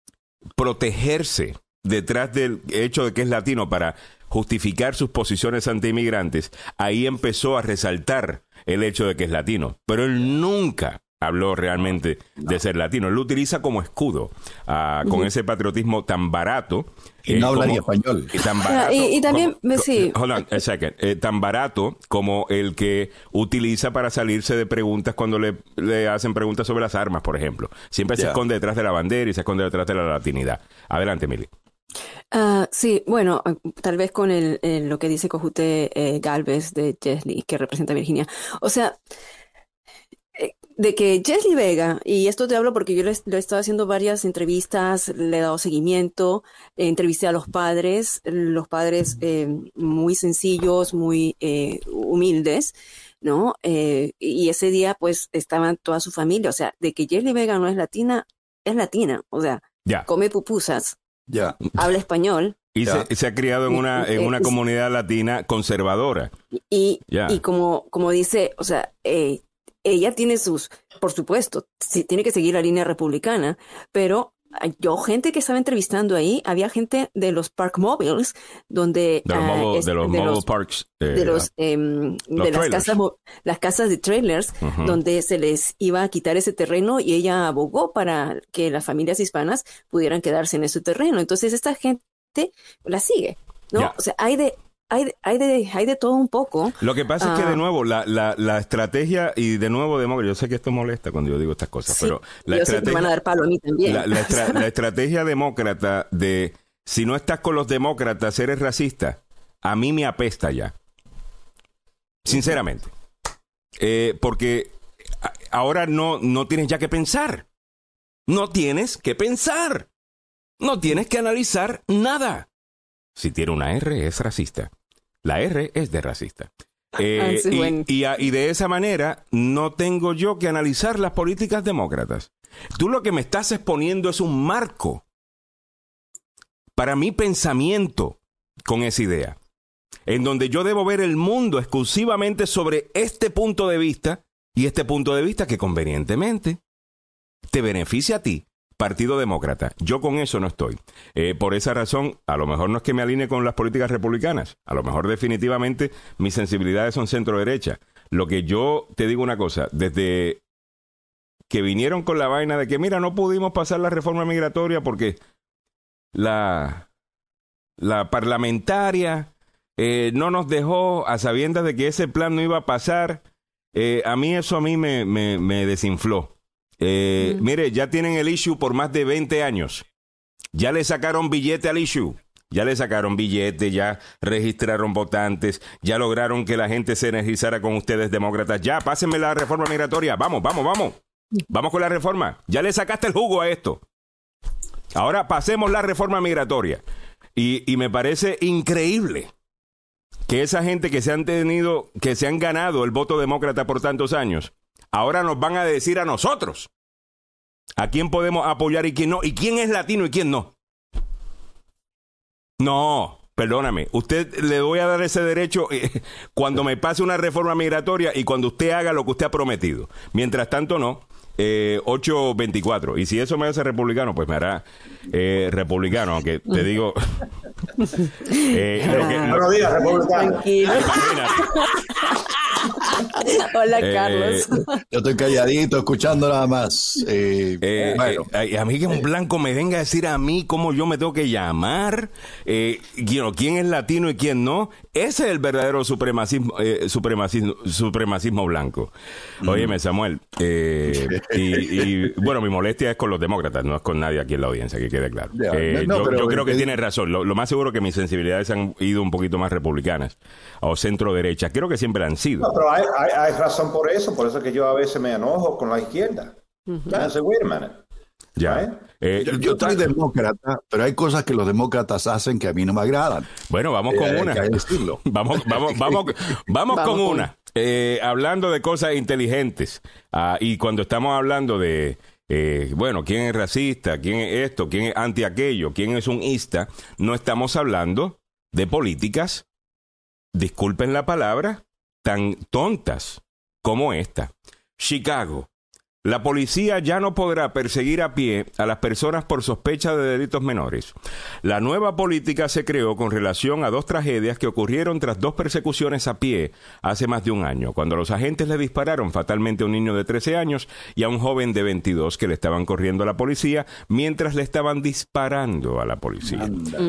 protegerse detrás del hecho de que es latino para justificar sus posiciones anti-inmigrantes, ahí empezó a resaltar el hecho de que es latino. Pero él nunca habló realmente de ser latino. Él lo utiliza como escudo, con ese patriotismo tan barato. Y no habla ni español. Tan barato, y también, sí. Hold on a second. Tan barato como el que utiliza para salirse de preguntas cuando le hacen preguntas sobre las armas, por ejemplo. Siempre se esconde detrás de la bandera y se esconde detrás de la latinidad. Adelante, Mili. Sí, bueno, tal vez con lo que dice Cojute Galvez de Chesley, que representa a Virginia. O sea, de que Chesley Vega, y esto te hablo porque yo le he estado haciendo varias entrevistas, le he dado seguimiento, entrevisté a los padres muy sencillos, muy humildes, ¿no? Y ese día pues estaban toda su familia, o sea, de que Chesley Vega no es latina, o sea, come pupusas, habla español. Y se ha criado en una comunidad latina conservadora. Y como dice, o sea, ella tiene por supuesto, tiene que seguir la línea republicana, pero gente que estaba entrevistando ahí, había gente de los Park Mobiles, donde las casas de trailers, donde se les iba a quitar ese terreno, y ella abogó para que las familias hispanas pudieran quedarse en ese terreno. Entonces esta gente la sigue, ¿no? O sea, hay de todo un poco. Lo que pasa es que, de nuevo, la estrategia, y de nuevo, yo sé que esto molesta cuando yo digo estas cosas, pero yo sé que me van a dar palo a mí también. La estrategia demócrata de, si no estás con los demócratas, eres racista, a mí me apesta ya. Sinceramente. Porque ahora no tienes ya que pensar. No tienes que pensar. No tienes que analizar nada. Si tiene una R, es racista. La R es de racista. Y de esa manera no tengo yo que analizar las políticas demócratas. Tú lo que me estás exponiendo es un marco para mi pensamiento con esa idea. en donde yo debo ver el mundo exclusivamente sobre este punto de vista, y este punto de vista que convenientemente te beneficia a ti, Partido Demócrata. Yo con eso no estoy. Por esa razón, a lo mejor no es que me alinee con las políticas republicanas. A lo mejor definitivamente mis sensibilidades son centro-derecha. Lo que yo te digo una cosa, desde que vinieron con la vaina de que, mira, no pudimos pasar la reforma migratoria porque la parlamentaria no nos dejó a sabiendas de que ese plan no iba a pasar, a mí me desinfló. Mire, ya tienen el issue por más de 20 años. Ya le sacaron billete al issue. Ya le sacaron billete, ya registraron votantes, ya lograron que la gente se energizara con ustedes, demócratas. Ya, pásenme la reforma migratoria. Vamos. Vamos con la reforma. Ya le sacaste el jugo a esto. Ahora pasemos la reforma migratoria. Y me parece increíble que esa gente que se han ganado el voto demócrata por tantos años, ahora nos van a decir a nosotros a quién podemos apoyar y quién no, y quién es latino y quién no. No, perdóname, usted le voy a dar ese derecho cuando me pase una reforma migratoria y cuando usted haga lo que usted ha prometido. Mientras tanto, no. 824. Y si eso me hace republicano, pues me hará republicano, aunque te digo... no digas republicano. Tranquilo. Hola, Carlos. Yo estoy calladito, escuchando nada más. Bueno. A mí que un blanco me venga a decir a mí cómo yo me tengo que llamar, quién es latino y quién no. Ese es el verdadero supremacismo blanco. Óyeme, Samuel, y bueno, mi molestia es con los demócratas, no es con nadie aquí en la audiencia, que quede claro. Yo creo que tiene razón. Lo más seguro que mis sensibilidades han ido un poquito más republicanas o centro derecha. Creo que siempre han sido. No, pero hay razón por eso que yo a veces me enojo con la izquierda. Wait a minute. Ya. Yo soy demócrata, pero hay cosas que los demócratas hacen que a mí no me agradan. Bueno, vamos con una. Vamos con una. Hablando de cosas inteligentes. Y cuando estamos hablando de, quién es racista, quién es esto, quién es anti aquello, quién es un ista, no estamos hablando de políticas, disculpen la palabra, tan tontas como esta. Chicago. La policía ya no podrá perseguir a pie a las personas por sospecha de delitos menores. La nueva política se creó con relación a dos tragedias que ocurrieron tras dos persecuciones a pie hace más de un año, cuando los agentes le dispararon fatalmente a un niño de 13 años y a un joven de 22 que le estaban corriendo a la policía mientras le estaban disparando a la policía.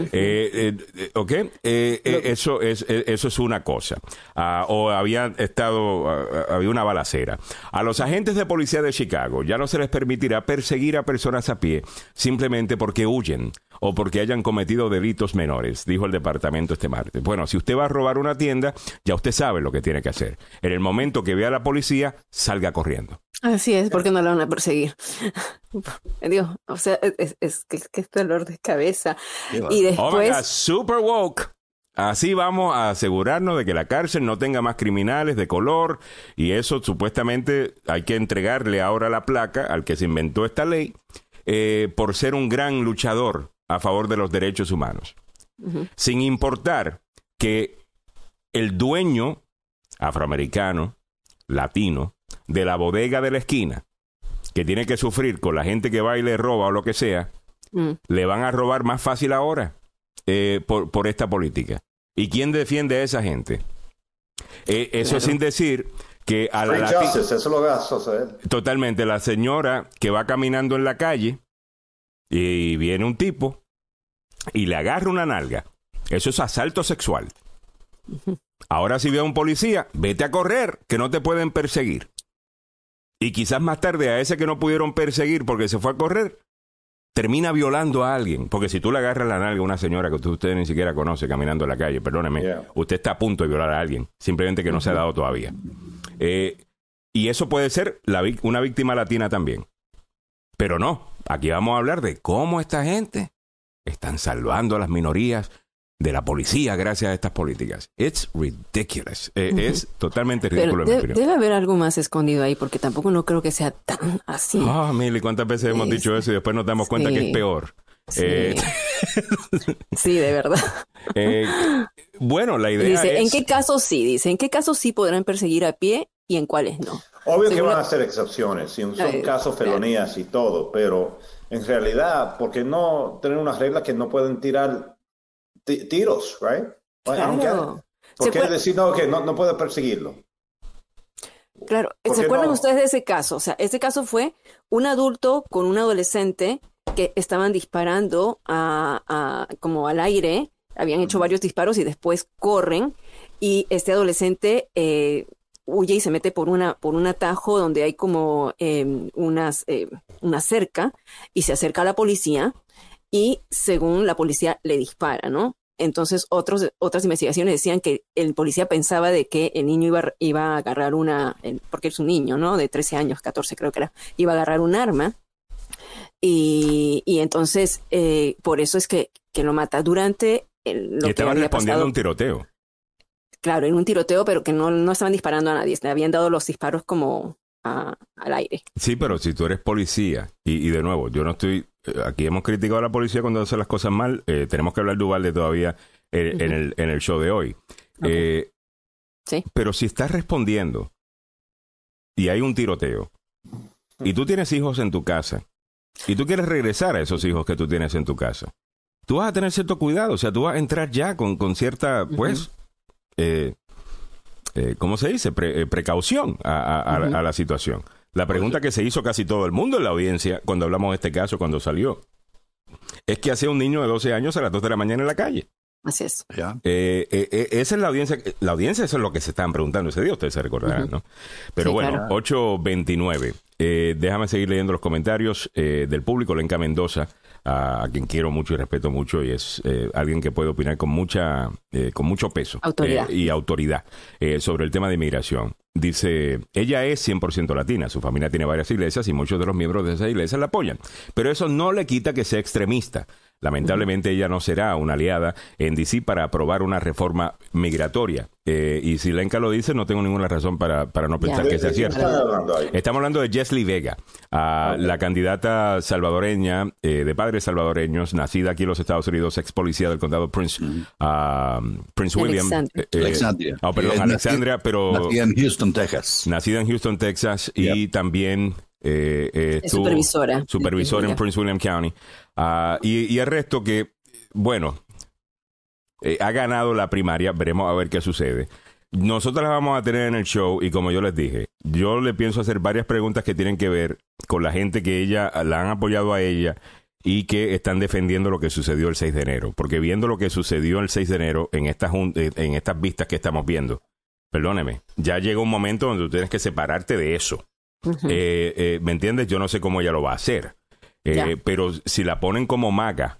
Eso es una cosa. Había una balacera. A los agentes de policía de Chicago ya no se les permitirá perseguir a personas a pie simplemente porque huyen o porque hayan cometido delitos menores, dijo el departamento este martes. Bueno, si usted va a robar una tienda, ya usted sabe lo que tiene que hacer. En el momento que vea a la policía, salga corriendo. Así es, porque no la van a perseguir. Dios, o sea, es que es dolor de cabeza. Y después... Oh my God, super woke. Así vamos a asegurarnos de que la cárcel no tenga más criminales de color, y eso supuestamente hay que entregarle ahora la placa al que se inventó esta ley por ser un gran luchador a favor de los derechos humanos. Sin importar que el dueño afroamericano, latino, de la bodega de la esquina, que tiene que sufrir con la gente que va y le roba o lo que sea, le van a robar más fácil ahora por esta política. ¿Y quién defiende a esa gente? Eso sin decir que a la totalmente, la señora que va caminando en la calle y viene un tipo y le agarra una nalga. Eso es asalto sexual. Ahora si ve a un policía, vete a correr, que no te pueden perseguir. Y quizás más tarde a ese que no pudieron perseguir porque se fue a correr, termina violando a alguien, porque si tú le agarras la nalga a una señora que usted ni siquiera conoce caminando en la calle, perdóneme, usted está a punto de violar a alguien, simplemente que no se ha dado todavía. Y eso puede ser una víctima latina también. Pero no, aquí vamos a hablar de cómo esta gente están salvando a las minorías de la policía gracias a estas políticas. It's ridiculous. Es totalmente ridículo. Pero debe haber algo más escondido ahí, porque tampoco no creo que sea tan así. Mili, ¿cuántas veces hemos dicho eso y después nos damos cuenta que es peor? Sí, sí, de verdad. Bueno, la idea dice, es... ¿en qué casos sí? Dice, ¿en qué casos sí podrán perseguir a pie y en cuáles no? Obvio que van a ser excepciones, si son casos felonías y todo, pero en realidad, ¿por qué no tener unas reglas que no pueden tirar tiros, right? Claro. ¿Por qué decir que no puede perseguirlo? Claro, ¿se acuerdan ustedes de ese caso? O sea, ese caso fue un adulto con un adolescente que estaban disparando como al aire, habían hecho varios disparos y después corren y este adolescente huye y se mete por un atajo donde hay como una cerca y se acerca a la policía y según la policía le dispara, ¿no? Entonces otras investigaciones decían que el policía pensaba de que el niño iba a agarrar porque es un niño, ¿no? De 13 años, 14 creo que era, iba a agarrar un arma y entonces por eso es que lo mata durante lo que estaban había respondiendo pasado. a un tiroteo. Claro, en un tiroteo, pero que no estaban disparando a nadie, le habían dado los disparos como al aire. Sí, pero si tú eres policía, y de nuevo, yo no estoy... Aquí hemos criticado a la policía cuando hace las cosas mal. Tenemos que hablar de Uvalde todavía en el show de hoy. Okay. Sí. Pero si estás respondiendo y hay un tiroteo y tú tienes hijos en tu casa y tú quieres regresar a esos hijos que tú tienes en tu casa, tú vas a tener cierto cuidado. O sea, tú vas a entrar ya con cierta, pues... ¿cómo se dice? Precaución a la situación. La pregunta que se hizo casi todo el mundo en la audiencia cuando hablamos de este caso, cuando salió, es que hacía un niño de 12 años a las 2 de la mañana en la calle. Así es. Esa es la audiencia. La audiencia, eso es lo que se estaban preguntando ese día, ustedes se recordarán, ¿no? Pero sí, bueno, claro. 8:29. Déjame seguir leyendo los comentarios del público. Lenka Mendoza, a quien quiero mucho y respeto mucho, y es alguien que puede opinar con mucho peso y autoridad sobre el tema de inmigración. Dice, ella es 100% latina, su familia tiene varias iglesias y muchos de los miembros de esas iglesias la apoyan, pero eso no le quita que sea extremista. Lamentablemente ella no será una aliada en D.C. para aprobar una reforma migratoria. Y si Lenka lo dice, no tengo ninguna razón para no pensar que sea cierto. Estamos hablando de Jesly Vega, la candidata salvadoreña, de padres salvadoreños, nacida aquí en los Estados Unidos, ex policía del condado Prince William. Alexandria, pero... Nacida en Houston, Texas. Nacida en Houston, Texas, y también... supervisora en Prince William County. Y el resto que, bueno, ha ganado la primaria. Veremos a ver qué sucede. Nosotros las vamos a tener en el show y como yo les dije, yo le pienso hacer varias preguntas que tienen que ver con la gente que la han apoyado a ella y que están defendiendo lo que sucedió el 6 de enero. Porque viendo lo que sucedió el 6 de enero en estas vistas que estamos viendo, perdóneme, ya llega un momento donde tú tienes que separarte de eso. ¿Me entiendes? Yo no sé cómo ella lo va a hacer. Pero si la ponen como maga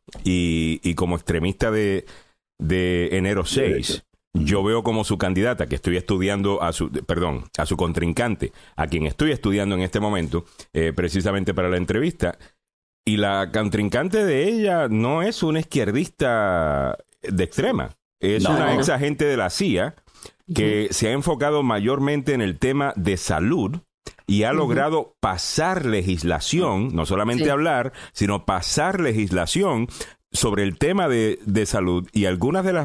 y como extremista de enero 6, yo veo como su candidata, que estoy estudiando a su contrincante, a quien estoy estudiando en este momento, precisamente para la entrevista, y la contrincante de ella no es una izquierdista de extrema, es una ex agente de la CIA que se ha enfocado mayormente en el tema de salud y ha logrado pasar legislación, no solamente hablar, sino pasar legislación sobre el tema de salud, y algunas de las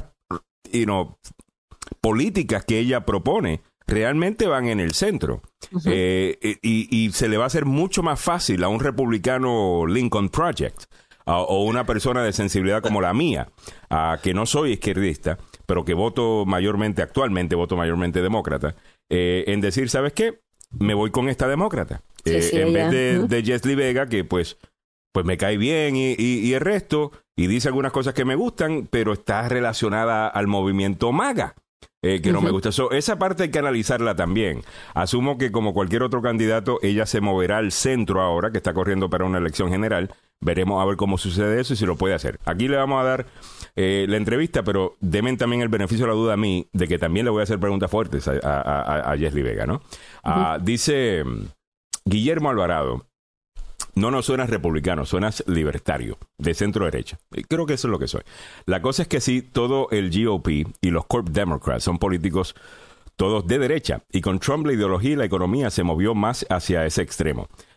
políticas que ella propone realmente van en el centro. Y se le va a hacer mucho más fácil a un republicano Lincoln Project o una persona de sensibilidad como la mía, que no soy izquierdista, pero que actualmente voto mayormente demócrata, en decir, ¿sabes qué? Me voy con esta demócrata. En vez de Jesly Vega, que pues me cae bien y el resto, y dice algunas cosas que me gustan, pero está relacionada al movimiento MAGA, que no me gusta. Esa parte hay que analizarla también. Asumo que como cualquier otro candidato, ella se moverá al centro ahora, que está corriendo para una elección general. Veremos a ver cómo sucede eso y si lo puede hacer. Aquí le vamos a dar la entrevista, pero denme también el beneficio de la duda a mí, de que también le voy a hacer preguntas fuertes a Jesly Vega, ¿no? Dice Guillermo Alvarado, no suenas republicano, suenas libertario, de centro derecha. Creo que eso es lo que soy. La cosa es que sí, todo el GOP y los Corp Democrats son políticos todos de derecha, y con Trump la ideología y la economía se movió más hacia ese extremo.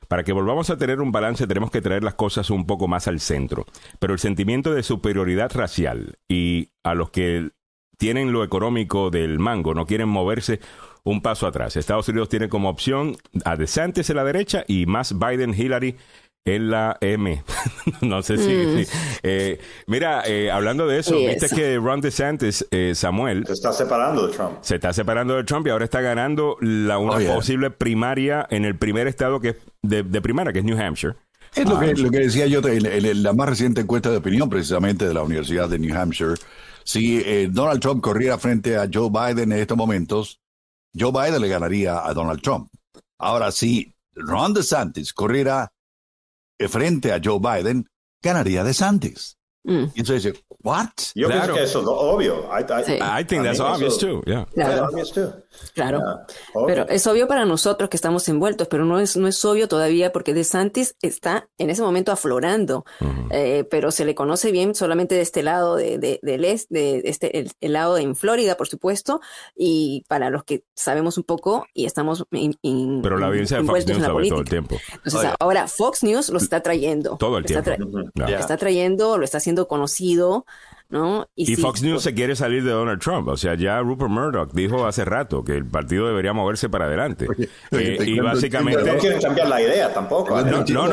para que volvamos a tener un balance tenemos que traer las cosas un poco más al centro. Pero el sentimiento de superioridad racial y a los que tienen lo económico del mango no quieren moverse un paso atrás. Estados Unidos tiene como opción a DeSantis en la derecha y más Biden-Hillary en la M. No sé si... mira, hablando de eso, viste que Ron DeSantis, Samuel... Se está separando de Trump. Se está separando de Trump y ahora está ganando una posible primaria en el primer estado que es de primaria, que es New Hampshire. Es lo que decía yo en la más reciente encuesta de opinión, precisamente de la Universidad de New Hampshire. Si Donald Trump corriera frente a Joe Biden en estos momentos, Joe Biden le ganaría a Donald Trump. Ahora, si Ron DeSantis corriera frente a Joe Biden, ganaría DeSantis. Y entonces dice, ¿what? Yo pienso que eso es obvio. I think that's obvious too. Yeah. Claro. Claro. Pero es obvio para nosotros que estamos envueltos, pero no es obvio todavía porque DeSantis está en ese momento aflorando, pero se le conoce bien solamente de este lado del este, el lado en Florida, por supuesto, y para los que sabemos un poco y estamos pero la audiencia de Fox News sabe todo el tiempo. Entonces ahora Fox News lo está trayendo. Todo el tiempo. Lo está trayendo, lo está haciendo conocido, ¿no? Y Fox News se quiere salir de Donald Trump. O sea, ya Rupert Murdoch dijo hace rato que el partido debería moverse para adelante. Y básicamente... Pero no quieren cambiar la idea tampoco.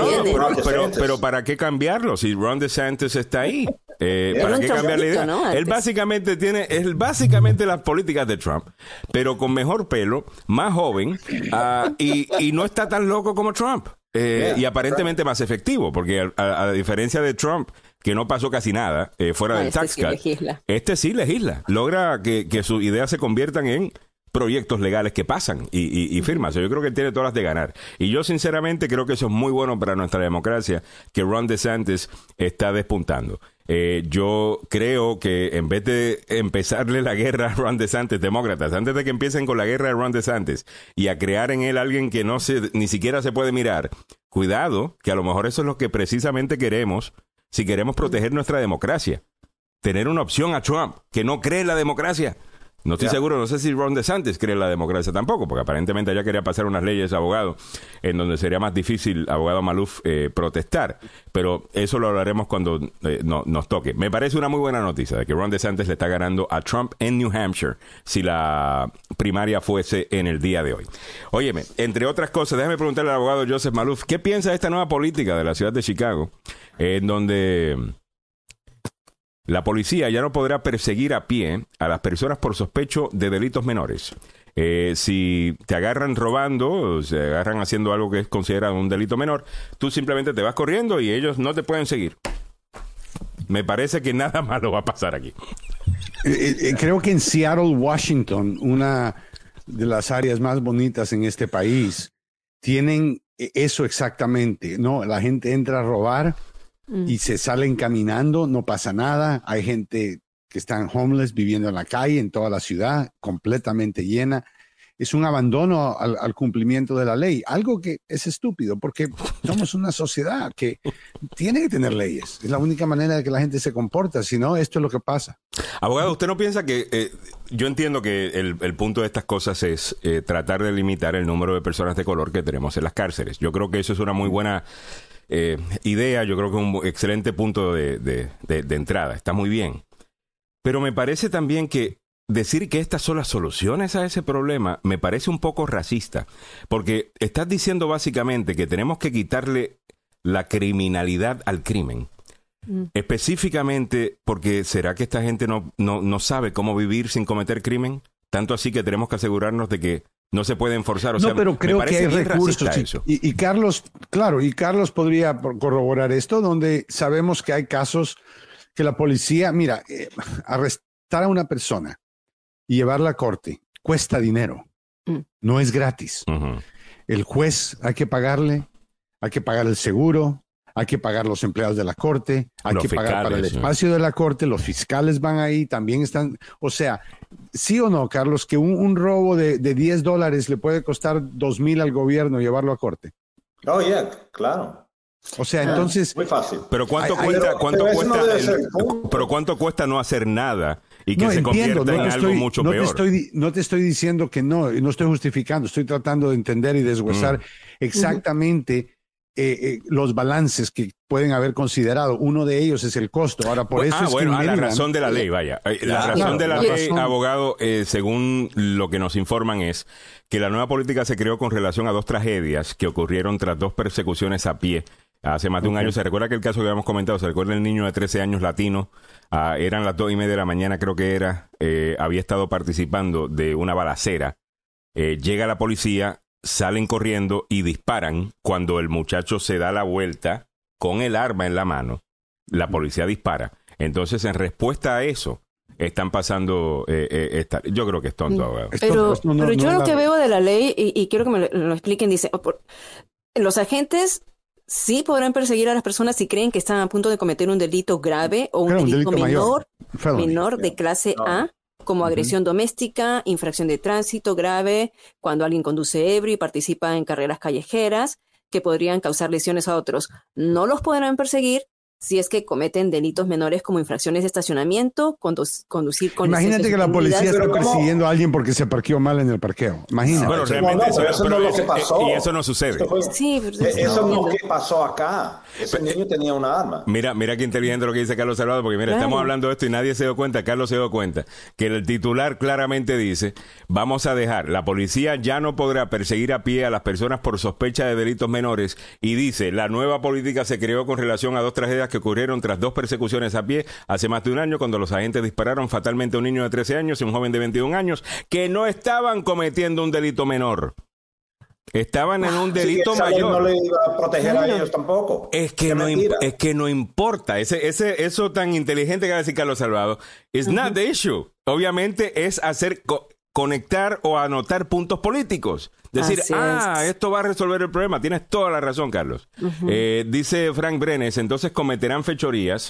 Pero ¿para qué cambiarlo si Ron DeSantis está ahí? ¿Para qué cambiar la idea? ¿No? Él básicamente tiene las políticas de Trump, pero con mejor pelo, más joven, y no está tan loco como Trump. Y aparentemente más efectivo, porque a diferencia de Trump, que no pasó casi nada fuera del tax cut, este sí legisla. Logra que sus ideas se conviertan en proyectos legales que pasan y firmas. Yo creo que él tiene todas las de ganar. Y yo sinceramente creo que eso es muy bueno para nuestra democracia, que Ron DeSantis está despuntando. Yo creo que en vez de empezarle la guerra a Ron DeSantis, demócratas, antes de que empiecen con la guerra de Ron DeSantis y a crear en él alguien que ni siquiera se puede mirar, cuidado, que a lo mejor eso es lo que precisamente queremos si queremos proteger nuestra democracia. Tener una opción a Trump que no cree en la democracia. No estoy seguro, no sé si Ron DeSantis cree en la democracia tampoco, porque aparentemente allá quería pasar unas leyes, abogado, en donde sería más difícil, abogado Maluf, protestar. Pero eso lo hablaremos cuando nos toque. Me parece una muy buena noticia de que Ron DeSantis le está ganando a Trump en New Hampshire, si la primaria fuese en el día de hoy. Óyeme, entre otras cosas, déjame preguntarle al abogado Joseph Maluf, ¿qué piensa de esta nueva política de la ciudad de Chicago, en donde la policía ya no podrá perseguir a pie a las personas por sospecho de delitos menores? Si te agarran robando, o se agarran haciendo algo que es considerado un delito menor, tú simplemente te vas corriendo y ellos no te pueden seguir. Me parece que nada malo va a pasar aquí. Creo que en Seattle, Washington, una de las áreas más bonitas en este país, tienen eso exactamente, ¿no? La gente entra a robar y se salen caminando, no pasa nada. Hay gente que están homeless viviendo en la calle, en toda la ciudad, completamente llena. Es un abandono al cumplimiento de la ley, algo que es estúpido porque somos una sociedad que tiene que tener leyes. Es la única manera de que la gente se comporta, si no, esto es lo que pasa. Abogado, ¿usted no piensa que, yo entiendo que el punto de estas cosas es tratar de limitar el número de personas de color que tenemos en las cárceles? Yo creo que eso es una muy buena idea, yo creo que es un excelente punto de entrada, está muy bien. Pero me parece también que decir que estas son las soluciones a ese problema me parece un poco racista, porque estás diciendo básicamente que tenemos que quitarle la criminalidad al crimen. Específicamente porque ¿será que esta gente no sabe cómo vivir sin cometer crimen? Tanto así que tenemos que asegurarnos de que no se puede enforzar. O sea, pero creo que hay recursos. Y Carlos, claro, y Carlos podría corroborar esto, donde sabemos que hay casos que la policía, mira, arrestar a una persona y llevarla a corte cuesta dinero. No es gratis. El juez hay que pagar el seguro, hay que pagar los empleados de la corte, hay que pagar para el espacio de la corte, los fiscales van ahí, también están, o sea, ¿sí o no, Carlos, que un robo de $10 le puede costar $2,000 al gobierno llevarlo a corte? Oh, yeah, claro. O sea, entonces... Muy fácil. Pero ¿cuánto cuesta no hacer nada y que se convierta en algo mucho peor? No te estoy diciendo que no estoy justificando, estoy tratando de entender y deshuesar exactamente los balances que pueden haber considerado. Uno de ellos es el costo. Ahora, por eso es que la razón de la ley, vaya. La razón de la ley, abogado, según lo que nos informan, es que la nueva política se creó con relación a 2 tragedias que ocurrieron tras 2 persecuciones a pie. Hace más de un año. ¿Se recuerda aquel caso que habíamos comentado? ¿Se recuerda el niño de 13 años latino? Eran las 2:30 de la mañana, creo que era. Había estado participando de una balacera. Llega la policía, salen corriendo y disparan. Cuando el muchacho se da la vuelta con el arma en la mano, la policía dispara. Entonces, en respuesta a eso, están pasando yo creo que es tonto, abogado. Pero yo lo que veo de la ley, y quiero que me lo expliquen, dice, los agentes sí podrán perseguir a las personas si creen que están a punto de cometer un delito grave o un delito menor de clase A, como agresión doméstica, infracción de tránsito grave, cuando alguien conduce ebrio y participa en carreras callejeras que podrían causar lesiones a otros. No los podrán perseguir si es que cometen delitos menores como infracciones de estacionamiento, conducir con... Imagínate que la policía está persiguiendo a alguien porque se parqueó mal en el parqueo. Imagínate. Bueno, realmente eso no es lo que pasó. Y eso no sucede. Eso no es lo que pasó acá. Ese niño tenía una arma. Mira qué inteligente lo que dice Carlos Salvador, porque mira, estamos hablando de esto y nadie se dio cuenta. Carlos se dio cuenta que el titular claramente dice, vamos a dejar, la policía ya no podrá perseguir a pie a las personas por sospecha de delitos menores, y dice, la nueva política se creó con relación a 2 tragedias que ocurrieron tras 2 persecuciones a pie hace más de un año, cuando los agentes dispararon fatalmente a un niño de 13 años y un joven de 21 años que no estaban cometiendo un delito menor. Estaban en un delito mayor. No le iba a proteger a ellos tampoco. Es que no importa. Eso tan inteligente que va a decir Carlos Salvador. It's not the issue. Obviamente es hacer conectar o anotar puntos políticos. Decir, esto va a resolver el problema. Tienes toda la razón, Carlos. Dice Frank Brenes, entonces cometerán fechorías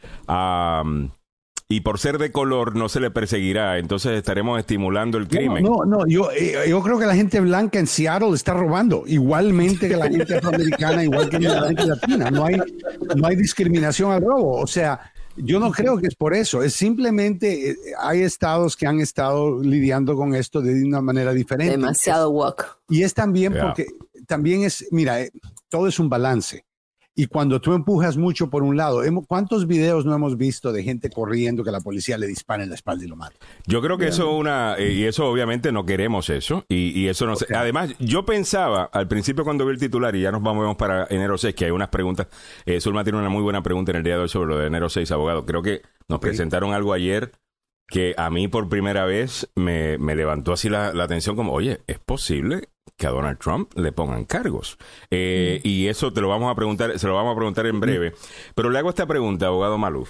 y por ser de color no se le perseguirá. Entonces estaremos estimulando el crimen. Yo creo que la gente blanca en Seattle está robando. Igualmente que la gente afroamericana, igual que la gente latina. No hay discriminación al robo. O sea, yo no creo que es por eso, es simplemente hay estados que han estado lidiando con esto de una manera diferente. Demasiado woke. Y es también porque, también es, mira, todo es un balance. Y cuando tú empujas mucho por un lado, ¿cuántos videos no hemos visto de gente corriendo que la policía le dispara en la espalda y lo mata? Yo creo que eso y eso obviamente no queremos eso, y eso no sé. Además, yo pensaba al principio cuando vi el titular, y ya nos vamos para enero 6, que hay unas preguntas. Zulma tiene una muy buena pregunta en el día de hoy sobre lo de enero 6, abogado. Creo que nos presentaron algo ayer que a mí por primera vez me levantó así la atención, como, oye, ¿es posible que a Donald Trump le pongan cargos? Y eso se lo vamos a preguntar en breve. Pero le hago esta pregunta, abogado Maluf.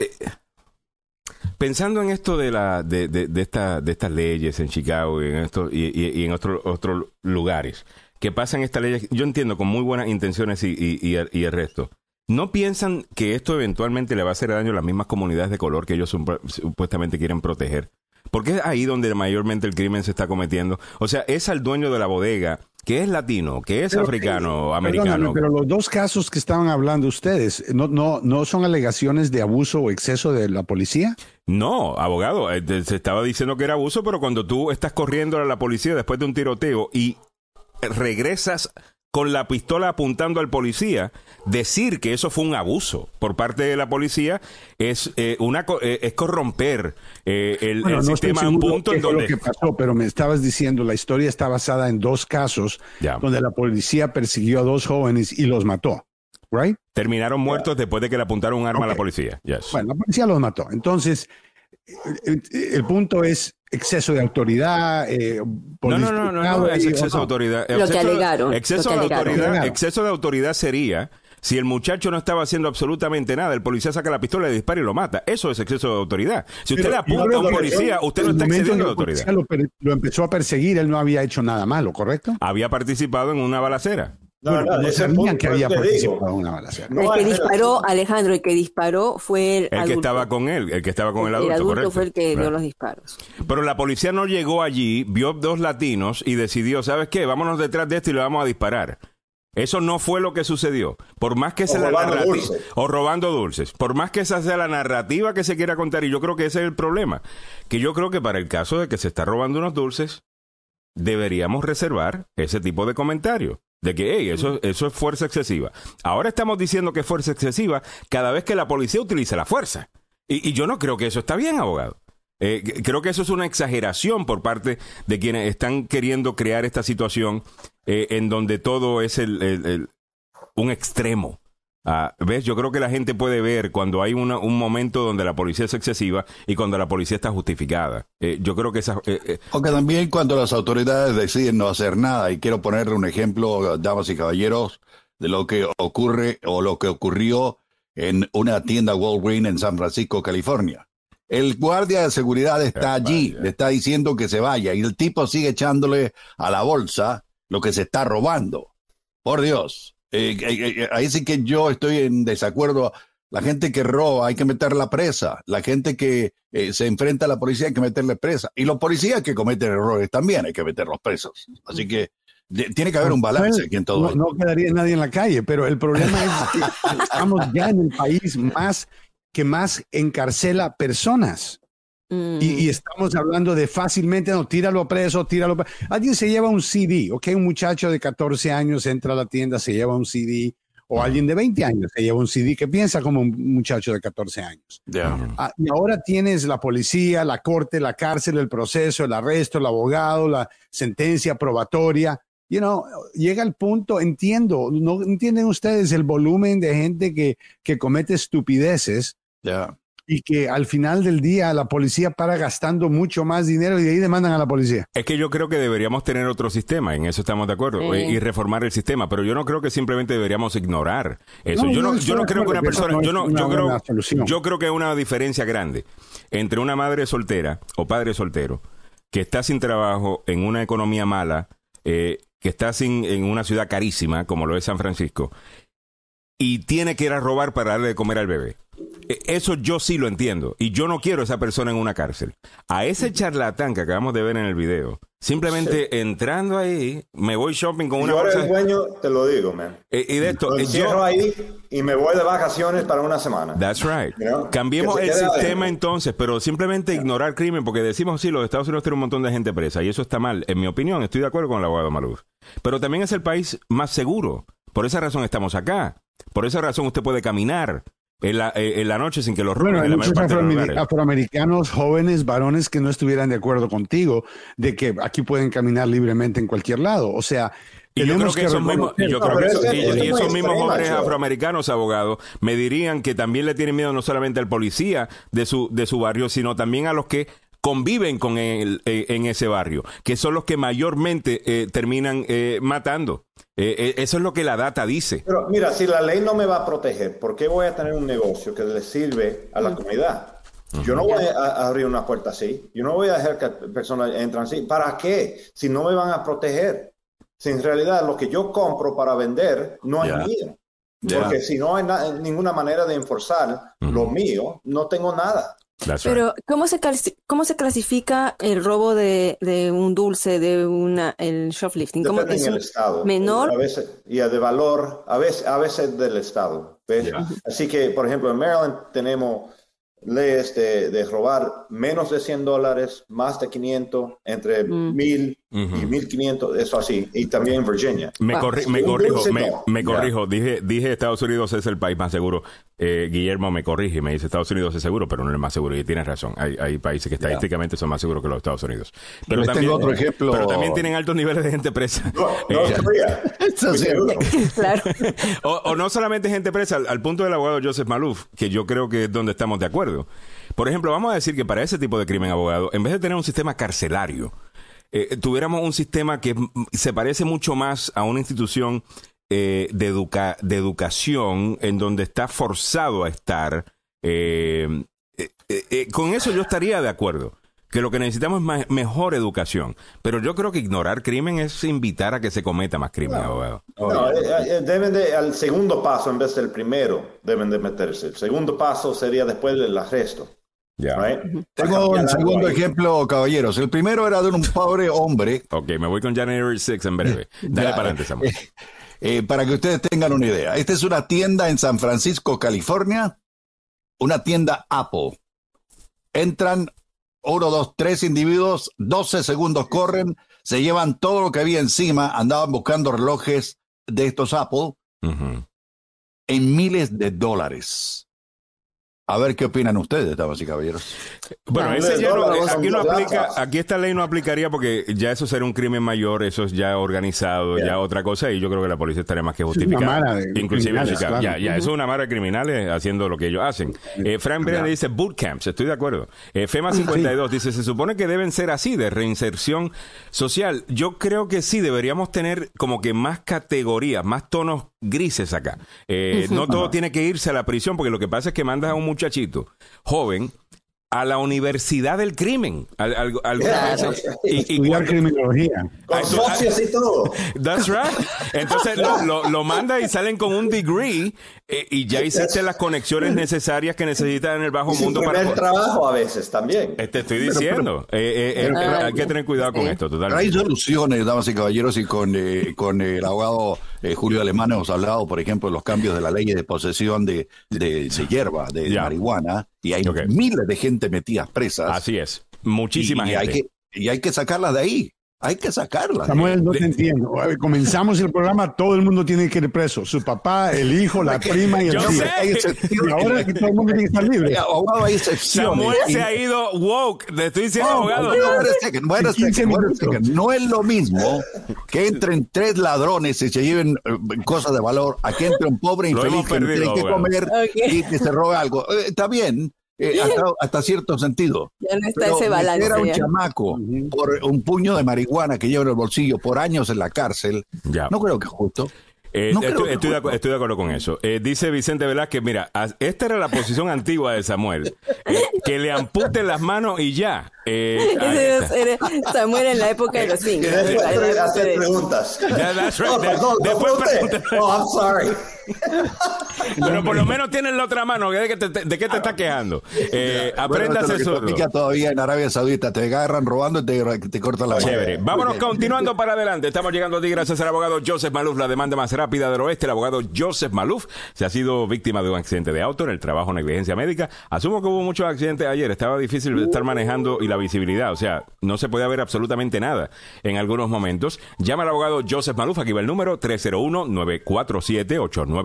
Pensando en esto de estas leyes en Chicago y en otros lugares que pasan estas leyes, yo entiendo con muy buenas intenciones y el resto, ¿no piensan que esto eventualmente le va a hacer daño a las mismas comunidades de color que ellos supuestamente quieren proteger? Porque es ahí donde mayormente el crimen se está cometiendo. O sea, es al dueño de la bodega, que es latino, que es africano, americano. Pero los 2 casos que estaban hablando ustedes, ¿no son alegaciones de abuso o exceso de la policía? No, abogado, se estaba diciendo que era abuso, pero cuando tú estás corriendo a la policía después de un tiroteo y regresas con la pistola apuntando al policía, decir que eso fue un abuso por parte de la policía es corromper el sistema a un punto en donde... Lo que pasó, pero me estabas diciendo, la historia está basada en 2 casos donde la policía persiguió a 2 jóvenes y los mató, ¿right? Terminaron muertos después de que le apuntaron un arma a la policía. Yes. Bueno, la policía los mató. Entonces, el punto es exceso de autoridad. No es exceso de autoridad. Lo que alegaron. Exceso de autoridad sería si el muchacho no estaba haciendo absolutamente nada, el policía saca la pistola, le dispara y lo mata. Eso es exceso de autoridad. Si usted le apunta a un policía, usted no está excediendo de autoridad. Lo empezó a perseguir, él no había hecho nada malo, ¿correcto? Había participado en una balacera. No sabían que había participado en una balacera. El que disparó, Alejandro, el que disparó fue el adulto. Que estaba con él, el que estaba con el adulto, el adulto correcto. Fue el que dio los disparos. Pero la policía no llegó allí, vio 2 latinos y decidió, ¿sabes qué? Vámonos detrás de esto y le vamos a disparar. Eso no fue lo que sucedió. Por más que sea la narrativa, o robando dulces, por más que esa sea la narrativa que se quiera contar, y yo creo que ese es el problema, que yo creo que para el caso de que se está robando unos dulces, deberíamos reservar ese tipo de comentarios. de que hey, eso es fuerza excesiva. Ahora estamos diciendo que es fuerza excesiva cada vez que la policía utiliza la fuerza. Y yo no creo que eso está bien, abogado. Creo que eso es una exageración por parte de quienes están queriendo crear esta situación en donde todo es un extremo. ¿Ves? Yo creo que la gente puede ver cuando hay un momento donde la policía es excesiva y cuando la policía está justificada. Yo creo que esa... Aunque también cuando las autoridades deciden no hacer nada, y quiero poner un ejemplo, damas y caballeros, de lo que ocurre o lo que ocurrió en una tienda Walgreens en San Francisco, California. El guardia de seguridad está allí, le está diciendo que se vaya, y el tipo sigue echándole a la bolsa lo que se está robando. Por Dios. Ahí sí que yo estoy en desacuerdo. La gente que roba hay que meterla presa. La gente que se enfrenta a la policía hay que meterle presa. Y los policías que cometen errores también hay que meterlos presos. Así que tiene que haber un balance aquí en todo esto. No quedaría nadie en la calle, pero el problema es que estamos ya en el país que más encarcela personas. Y estamos hablando de fácilmente, no, tíralo preso. Alguien se lleva un CD, ¿ok? Un muchacho de 14 años entra a la tienda, se lleva un CD, o alguien de 20 años se lleva un CD que piensa como un muchacho de 14 años. Y ahora tienes la policía, la corte, la cárcel, el proceso, el arresto, el abogado, la sentencia probatoria. Llega el punto, ¿no entienden ustedes el volumen de gente que comete estupideces? Y que al final del día la policía para gastando mucho más dinero y de ahí demandan a la policía. Es que yo creo que deberíamos tener otro sistema, en eso estamos de acuerdo, y reformar el sistema, pero yo no creo que simplemente deberíamos ignorar eso. Yo no creo que una persona, yo creo que hay una diferencia grande entre una madre soltera o padre soltero que está sin trabajo en una economía mala, que está en una ciudad carísima como lo es San Francisco y tiene que ir a robar para darle de comer al bebé. Eso yo sí lo entiendo y yo no quiero esa persona en una cárcel. A ese charlatán que acabamos de ver en el video, simplemente entrando ahí, me voy shopping con una bolsa. Yo era el dueño, te lo digo, man. Y de esto, yo cierro ahí y me voy de vacaciones para una semana. That's right. Cambiemos el sistema entonces, pero simplemente ignorar crimen, porque decimos sí, los Estados Unidos tienen un montón de gente presa y eso está mal. En mi opinión, estoy de acuerdo con el abogado Maluf. Pero también es el país más seguro. Por esa razón estamos acá. Por esa razón usted puede caminar en la noche sin que los roben. Hay muchos afroamericanos, jóvenes, varones que no estuvieran de acuerdo contigo de que aquí pueden caminar libremente en cualquier lado. O sea, y yo creo que esos mismos jóvenes afroamericanos, abogados, me dirían que también le tienen miedo no solamente al policía de su barrio, sino también a los que conviven con él en ese barrio, que son los que mayormente terminan matando. Eso es lo que la data dice. Pero mira, si la ley no me va a proteger, ¿por qué voy a tener un negocio que le sirve a la comunidad? Yo no voy a abrir una puerta así. Yo no voy a dejar que personas entren así. ¿Para qué? Si no me van a proteger. Si en realidad lo que yo compro para vender no es mío. Porque si no hay ninguna manera de enforzar lo mío, no tengo nada. Pero, ¿cómo se clasifica el robo de un dulce, el shoplifting? ¿Cómo es el estado? Menor. A veces, de valor, a veces del estado. ¿Ves? Así que, por ejemplo, en Maryland tenemos leyes de robar menos de $100, más de 500, entre 1,000 y 1,500, eso así. Y también en Virginia. Me corrijo. Dije Estados Unidos es el país más seguro. Guillermo me corrige y me dice Estados Unidos es seguro, pero no es el más seguro. Y tienes razón. Hay países que estadísticamente son más seguros que los Estados Unidos. Pero también, tengo otro ejemplo. Pero también tienen altos niveles de gente presa. Claro. o no solamente gente presa, al punto del abogado Joseph Maluf, que yo creo que es donde estamos de acuerdo. Por ejemplo, vamos a decir que para ese tipo de crimen, abogado, en vez de tener un sistema carcelario, tuviéramos un sistema que se parece mucho más a una institución de educación en donde está forzado a estar. Con eso yo estaría de acuerdo, que lo que necesitamos es mejor educación. Pero yo creo que ignorar crimen es invitar a que se cometa más crimen, abogado. Deben al segundo paso en vez del primero, deben de meterse. El segundo paso sería después del arresto. Right? Tengo un segundo ejemplo, caballeros. El primero era de un pobre hombre. Ok, me voy con January 6 en breve. Dale para adelante, Samuel. Para que ustedes tengan una idea. Esta es una tienda en San Francisco, California. Una tienda Apple. Entran 1, 2, 3 individuos, 12 segundos corren, se llevan todo lo que había encima, andaban buscando relojes, de estos Apple en miles de dólares. A ver qué opinan ustedes, damas y caballeros. Bueno, ese ya aquí no aplica, aquí esta ley no aplicaría porque ya eso será un crimen mayor, eso es ya organizado, ya otra cosa, y yo creo que la policía estaría más que justificada. Inclusive en Chicago. Claro. Ya, eso es una mara de criminales haciendo lo que ellos hacen. Frank Brennan dice bootcamps, estoy de acuerdo. FEMA 52 dice, se supone que deben ser así, de reinserción social. Yo creo que sí, deberíamos tener como que más categorías, más tonos grises acá. No todo tiene que irse a la prisión, porque lo que pasa es que mandas a un muchachito joven a la universidad del crimen. Y estudiar criminología. Con socios y todo. That's right. Entonces lo manda y salen con un degree y ya hiciste las conexiones necesarias que necesitas en el bajo mundo para el trabajo a veces también. Te estoy diciendo. Hay que tener cuidado con esto, totalmente. Hay soluciones, damas y caballeros, y con el abogado Julio Alemán hemos hablado, por ejemplo, de los cambios de la ley de posesión de hierba, de marihuana, y hay miles de gente metidas presas. Así es. Muchísima gente. Hay que sacarlas de ahí. Hay que sacarlas. Samuel, no te entiendo. Comenzamos el programa, todo el mundo tiene que ir preso. Su papá, el hijo, la prima y el tío. Y ahora que todo el mundo tiene que estar libre. Abogado, hay excepciones. Samuel se ha ido woke. Te estoy diciendo, abogado. No es lo mismo que entren 3 ladrones y se lleven cosas de valor a que entre un pobre infeliz que tiene que comer y que se robe algo. Está bien. Hasta cierto sentido. Ya no está ese balance. Era un chamaco por un puño de marihuana que lleva en el bolsillo por años en la cárcel. No creo que es justo. Estoy de acuerdo con eso. Dice Vicente Velázquez, mira, esta era la posición antigua de Samuel. Que le amputen las manos y ya. Samuel en la época de los 5. Hacer preguntas. Después preguntas. I'm sorry. Pero por lo menos tienes la otra mano. ¿De qué te estás quejando? Aprenda a hacer zurdo. Todavía en Arabia Saudita te agarran robando y te cortan la mano. Chévere. Vámonos continuando para adelante. Estamos llegando a ti gracias al abogado Joseph Maluf, la demanda más rápida del oeste. El abogado Joseph Maluf se ha sido víctima de un accidente de auto en el trabajo, negligencia médica. Asumo que hubo muchos accidentes ayer. Estaba difícil estar manejando y la visibilidad. O sea, no se podía ver absolutamente nada en algunos momentos. Llama al abogado Joseph Maluf. Aquí va el número 301-947-8998.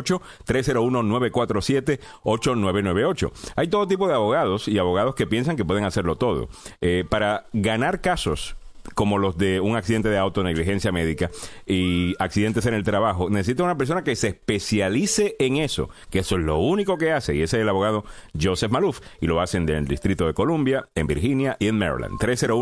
301-947-8998. Hay todo tipo de abogados y abogados que piensan que pueden hacerlo todo. Para ganar casos como los de un accidente de auto, negligencia médica y accidentes en el trabajo, necesita una persona que se especialice en eso, que eso es lo único que hace, y ese es el abogado Joseph Maluf, y lo hacen del Distrito de Columbia, en Virginia y en Maryland.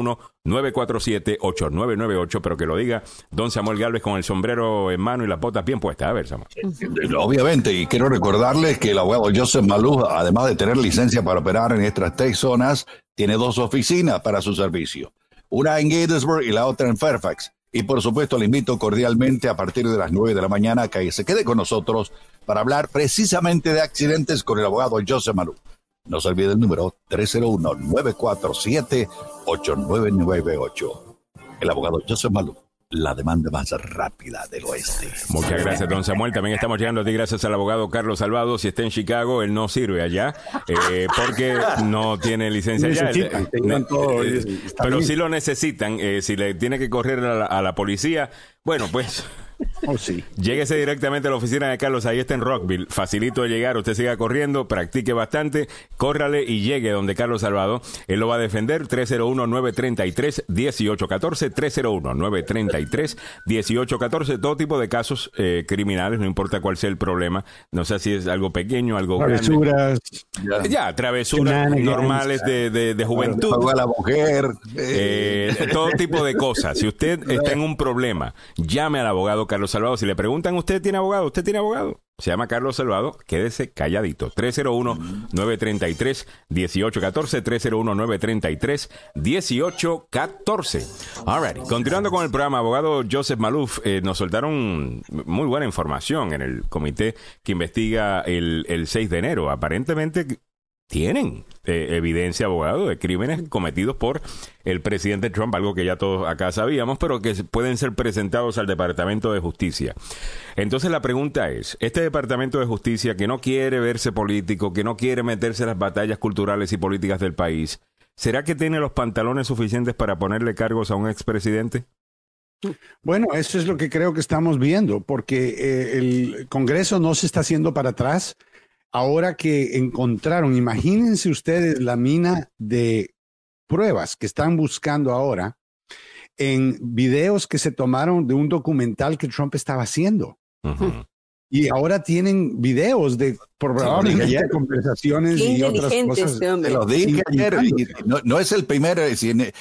301-947-8998, pero que lo diga don Samuel Galvez con el sombrero en mano y las botas bien puestas. A ver, Samuel. Obviamente, y quiero recordarles que el abogado Joseph Maluf, además de tener licencia para operar en estas 3 zonas, tiene 2 oficinas para su servicio. Una en Gettysburg y la otra en Fairfax. Y por supuesto le invito cordialmente a partir de las 9 de la mañana a que se quede con nosotros para hablar precisamente de accidentes con el abogado Joseph Maluf. No se olvide el número 301-947-8998. El abogado Joseph Maluf, la demanda más rápida del oeste. Muchas gracias, don Samuel. También estamos llegando a ti gracias al abogado Carlos Salvado. Si está en Chicago, él no sirve allá porque no tiene licencia allá. Pero si lo necesitan, si le tiene que correr a la policía, bueno, pues... Lléguese directamente a la oficina de Carlos, ahí está en Rockville, facilito de llegar, usted siga corriendo, practique bastante, córrale y llegue donde Carlos Salvado, él lo va a defender. 301-933-1814, 301-933-1814, todo tipo de casos criminales, no importa cuál sea el problema, no sé si es algo pequeño, algo travesuras, grande. Travesuras normales de juventud, a la mujer, todo tipo de cosas. Si usted está en un problema, llame al abogado Carlos Salvado. Si le preguntan, ¿usted tiene abogado? ¿Usted tiene abogado? Se llama Carlos Salvado. Quédese calladito. 301-933-1814. 301-933-1814. All right. Continuando con el programa, abogado Joseph Maluf, nos soltaron muy buena información en el comité que investiga el 6 de enero. Aparentemente tienen evidencia, abogado, de crímenes cometidos por el presidente Trump, algo que ya todos acá sabíamos, pero que pueden ser presentados al Departamento de Justicia. Entonces la pregunta es, este Departamento de Justicia que no quiere verse político, que no quiere meterse en las batallas culturales y políticas del país, ¿será que tiene los pantalones suficientes para ponerle cargos a un expresidente? Bueno, eso es lo que creo que estamos viendo, porque el Congreso no se está haciendo para atrás. Ahora que encontraron, imagínense ustedes la mina de pruebas que están buscando ahora en videos que se tomaron de un documental que Trump estaba haciendo. Uh-huh. Y ahora tienen videos de probablemente conversaciones y otras cosas. Te lo dije ayer, y no es el primer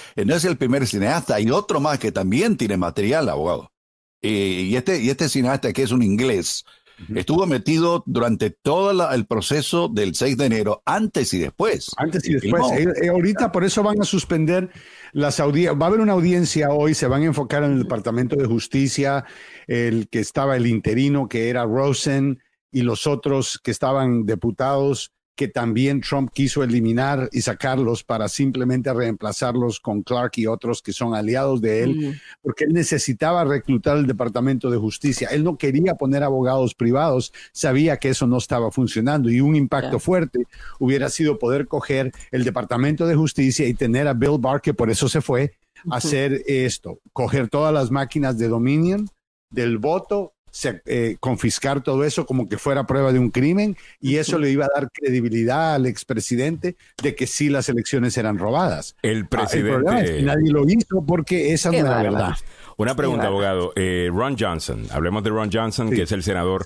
cineasta, hay otro más que también tiene material, abogado. Y este cineasta, que es un inglés, estuvo metido durante todo el proceso del 6 de enero, antes y después. Antes y después. Ahorita por eso van a suspender las audiencias. Va a haber una audiencia hoy, se van a enfocar en el Departamento de Justicia, el que estaba el interino, que era Rosen, y los otros que estaban diputados, que también Trump quiso eliminar y sacarlos para simplemente reemplazarlos con Clark y otros que son aliados de él, porque él necesitaba reclutar el Departamento de Justicia. Él no quería poner abogados privados, sabía que eso no estaba funcionando, y un impacto fuerte hubiera sido poder coger el Departamento de Justicia y tener a Bill Barr, que por eso se fue, a hacer esto, coger todas las máquinas de Dominion, del voto, confiscar todo eso como que fuera prueba de un crimen, y eso le iba a dar credibilidad al expresidente de que sí las elecciones eran robadas. El presidente... el problema es que nadie lo hizo porque esa no es la verdad. Una pregunta, abogado. Ron Johnson, hablemos de Ron Johnson, que es el senador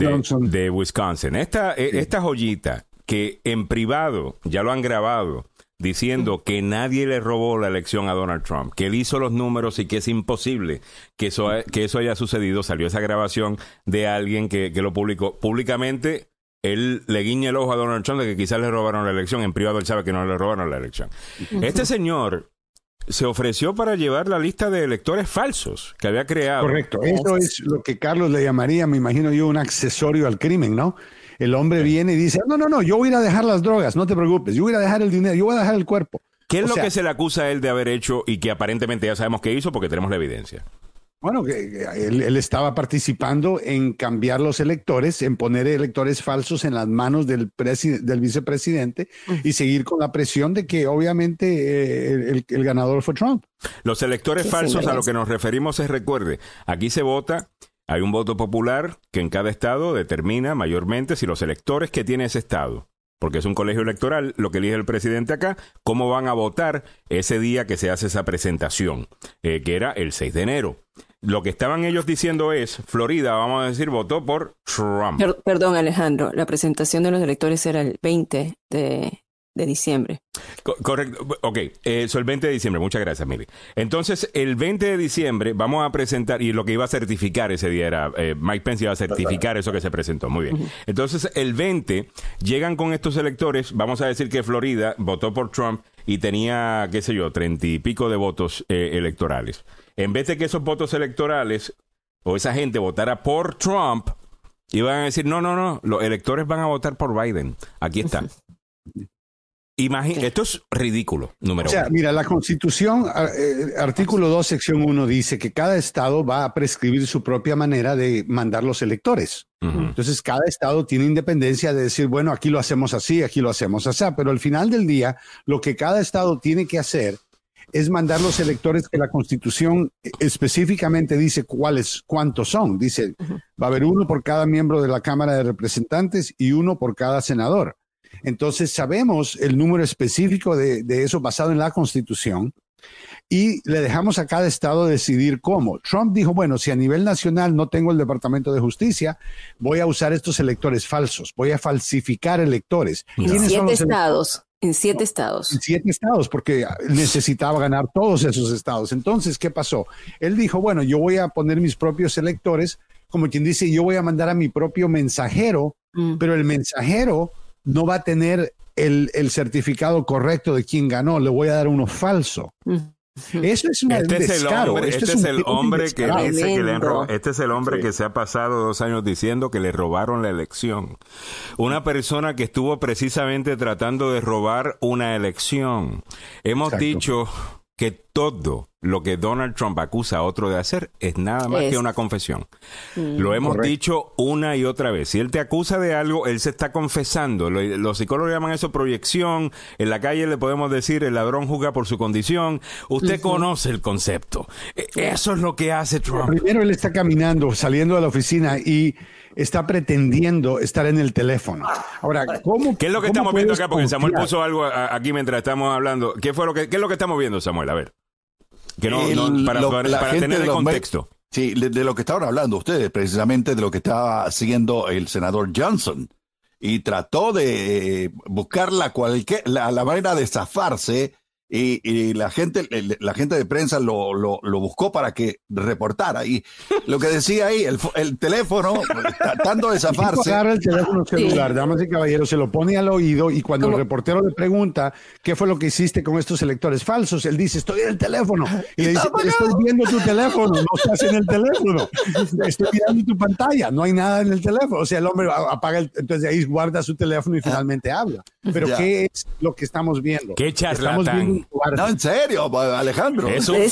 de Wisconsin. Esta joyita que en privado ya lo han grabado, diciendo que nadie le robó la elección a Donald Trump, que él hizo los números y que es imposible que eso haya sucedido. Salió esa grabación de alguien que lo publicó públicamente. Él le guiña el ojo a Donald Trump de que quizás le robaron la elección. En privado él sabe que no le robaron la elección. Este señor se ofreció para llevar la lista de electores falsos que había creado. Correcto. Eso es lo que Carlos le llamaría, me imagino yo, un accesorio al crimen, ¿no? El hombre viene y dice, no, yo voy a ir a dejar las drogas, no te preocupes, yo voy a ir a dejar el dinero, yo voy a dejar el cuerpo. ¿Qué es lo que se le acusa a él de haber hecho y que aparentemente ya sabemos que hizo porque tenemos la evidencia? Bueno, que él estaba participando en cambiar los electores, en poner electores falsos en las manos del vicepresidente y seguir con la presión de que obviamente el ganador fue Trump. Los electores falsos a lo que nos referimos es, recuerde, aquí se vota. Hay un voto popular que en cada estado determina mayormente si los electores que tiene ese estado, porque es un colegio electoral lo que elige el presidente acá, cómo van a votar ese día que se hace esa presentación, que era el 6 de enero. Lo que estaban ellos diciendo es, Florida, vamos a decir, votó por Trump. Perdón, Alejandro, la presentación de los electores era el 20 de diciembre. Correcto. Ok, eso el 20 de diciembre. Muchas gracias, Miri. Entonces, el 20 de diciembre vamos a presentar, y lo que iba a certificar ese día era, Mike Pence iba a certificar eso que se presentó. Muy bien. Entonces, el 20 llegan con estos electores, vamos a decir que Florida votó por Trump y tenía, qué sé yo, 30 y pico de votos electorales. En vez de que esos votos electorales o esa gente votara por Trump, iban a decir, no, los electores van a votar por Biden. Aquí está. Esto es ridículo, número uno. Mira, la Constitución, artículo 2, sección 1, dice que cada estado va a prescribir su propia manera de mandar los electores. Entonces, cada estado tiene independencia de decir, bueno, aquí lo hacemos así, aquí lo hacemos así. Pero al final del día, lo que cada estado tiene que hacer es mandar los electores que la Constitución específicamente dice cuántos son. Dice, va a haber uno por cada miembro de la Cámara de Representantes y uno por cada senador. Entonces sabemos el número específico de eso basado en la Constitución y le dejamos a cada estado decidir cómo. Trump dijo, bueno, si a nivel nacional no tengo el Departamento de Justicia, voy a usar estos electores falsos, voy a falsificar electores. En 7 estados. En 7 estados. En 7 estados, porque necesitaba ganar todos esos estados. Entonces, ¿qué pasó? Él dijo, bueno, yo voy a poner mis propios electores, como quien dice, yo voy a mandar a mi propio mensajero, pero el mensajero no va a tener el certificado correcto de quién ganó, le voy a dar uno falso. Eso es un descaro. Este es el hombre que dice que le han robado. Este es el hombre que se ha pasado 2 años diciendo que le robaron la elección. Una persona que estuvo precisamente tratando de robar una elección. Hemos dicho que todo lo que Donald Trump acusa a otro de hacer es nada más que una confesión. Lo hemos dicho una y otra vez. Si él te acusa de algo, él se está confesando. Los psicólogos llaman eso proyección. En la calle le podemos decir el ladrón juzga por su condición. Usted conoce el concepto. Eso es lo que hace Trump. Primero él está caminando, saliendo de la oficina y está pretendiendo estar en el teléfono. Ahora, ¿qué es lo que estamos viendo acá? Porque Samuel puso algo aquí mientras estamos hablando. ¿Qué es lo que estamos viendo, Samuel? A ver. Que para tener el contexto. Sí, de lo que estaban hablando ustedes, precisamente de lo que estaba haciendo el senador Johnson. Y trató de buscar la manera de zafarse. Y la gente de prensa lo buscó para que reportara. Y lo que decía ahí, el teléfono, tratando de zafarse. Agarra el teléfono celular, damas y caballeros, se lo pone al oído y cuando el reportero le pregunta qué fue lo que hiciste con estos electores falsos, él dice, estoy en el teléfono. Y le dice, estoy viendo tu teléfono, no estás en el teléfono. Estoy mirando tu pantalla, no hay nada en el teléfono. O sea, el hombre apaga, entonces ahí guarda su teléfono y finalmente habla. Pero ¿qué es lo que estamos viendo? ¿Qué charlatán? No, en serio, Alejandro. Es un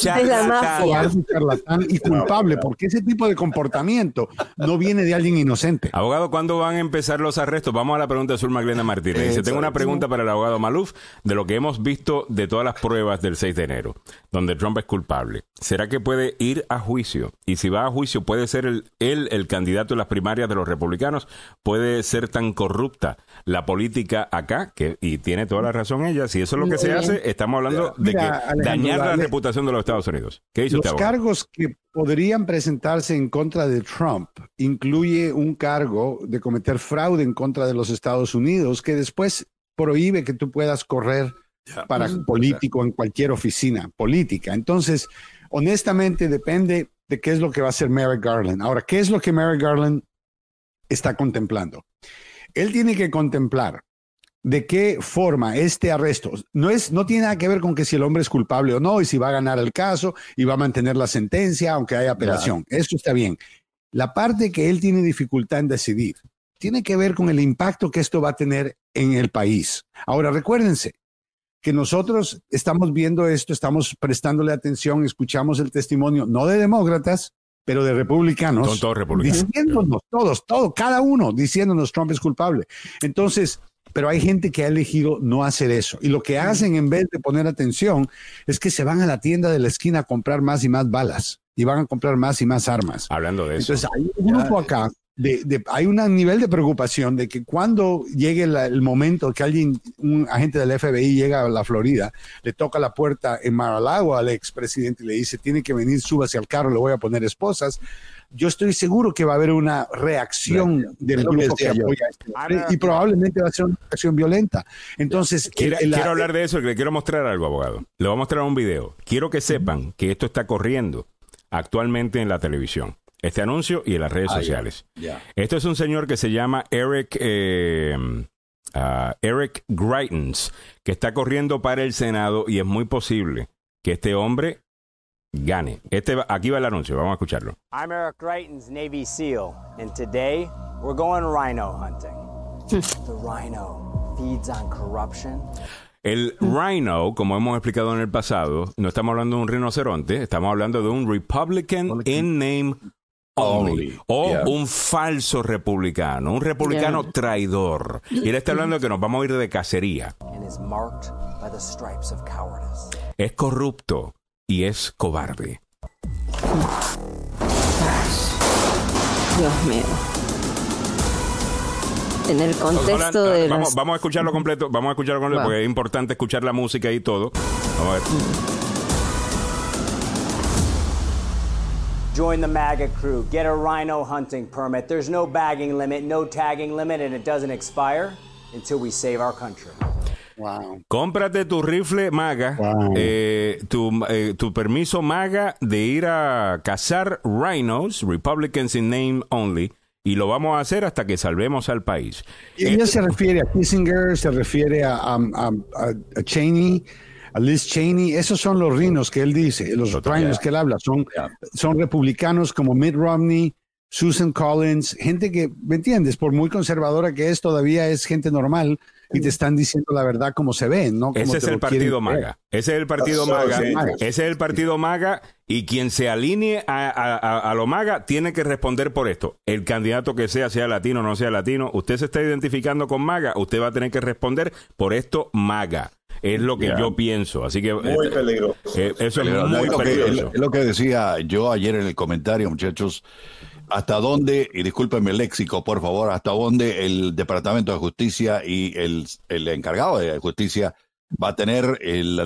charlatán y culpable, porque ese tipo de comportamiento no viene de alguien inocente. Abogado, ¿cuándo van a empezar los arrestos? Vamos a la pregunta de Zulma Glenda Martínez. Dice, tengo una pregunta para el abogado Maluf de lo que hemos visto de todas las pruebas del 6 de enero, donde Trump es culpable. ¿Será que puede ir a juicio? Y si va a juicio, ¿puede ser él el candidato en las primarias de los republicanos? ¿Puede ser tan corrupta la política acá? Y tiene toda la razón ella. Si eso es lo que se hace, estamos hablando de dañar la reputación de los Estados Unidos. ¿Qué dice usted, abogado? Los cargos que podrían presentarse en contra de Trump incluye un cargo de cometer fraude en contra de los Estados Unidos que después prohíbe que tú puedas correr para político en cualquier oficina política. Entonces, honestamente, depende de qué es lo que va a hacer Merrick Garland. Ahora, ¿qué es lo que Merrick Garland está contemplando? Él tiene que contemplar de qué forma este arresto no tiene nada que ver con que si el hombre es culpable o no y si va a ganar el caso y va a mantener la sentencia aunque haya apelación. Eso está bien. La parte que él tiene dificultad en decidir tiene que ver con el impacto que esto va a tener en el país. Ahora, recuérdense que nosotros estamos viendo esto, estamos prestándole atención, escuchamos el testimonio, no de demócratas, pero de republicanos. Son todos republicanos. Diciéndonos, cada uno diciéndonos Trump es culpable. Entonces, pero hay gente que ha elegido no hacer eso. Y lo que hacen en vez de poner atención es que se van a la tienda de la esquina a comprar más y más balas y van a comprar más y más armas. Hablando de eso. Entonces hay un grupo acá, hay un nivel de preocupación de que cuando llegue el momento que un agente del FBI llega a la Florida, le toca la puerta en Mar-a-Lago al expresidente y le dice, tiene que venir, súbase al carro, le voy a poner esposas. Yo estoy seguro que va a haber una reacción del grupo que apoya esto y probablemente va a ser una reacción violenta. Entonces, quiero hablar de eso, que le quiero mostrar algo, abogado. Le voy a mostrar un video. Quiero que sepan que esto está corriendo actualmente en la televisión. Este anuncio y en las redes sociales. Esto es un señor que se llama Eric Greitens, que está corriendo para el Senado y es muy posible que este hombre gane. Aquí va el anuncio, vamos a escucharlo. I'm Eric Greitens, Navy SEAL, and today we're going rhino hunting. The rhino feeds on corruption. El rhino, como hemos explicado en el pasado, no estamos hablando de un rinoceronte, estamos hablando de un Republican in name only. O un falso republicano, un republicano traidor. Y él está hablando de que nos vamos a ir de cacería. Es corrupto y es cobarde. Dios mío. En el contexto de vamos a escucharlo completo, porque es importante escuchar la música y todo. Vamos a ver. Join the MAGA crew. Get a rhino hunting permit. There's no bagging limit, no tagging limit, and it doesn't expire until we save our country. Wow. Cómprate tu rifle MAGA, tu permiso MAGA de ir a cazar rhinos, Republicans in name only, y lo vamos a hacer hasta que salvemos al país. Y ella se refiere a Kissinger, se refiere a Cheney, a Liz Cheney. Esos son los rhinos que él dice, los rhinos que él habla. Son republicanos como Mitt Romney, Susan Collins, gente que, ¿me entiendes? Por muy conservadora que es, todavía es gente normal y te están diciendo la verdad como se ve, ¿no? Como ese es el partido MAGA. Ese es el partido MAGA. Ese es el partido MAGA. Y quien se alinee a lo MAGA tiene que responder por esto. El candidato que sea latino o no sea latino, usted se está identificando con MAGA, usted va a tener que responder por esto MAGA. Es lo que yo pienso. Así que muy peligroso. Eso es muy peligroso. Es lo que decía yo ayer en el comentario, muchachos. ¿Hasta dónde, y discúlpenme el léxico, por favor, hasta dónde el Departamento de Justicia y el encargado de justicia va a tener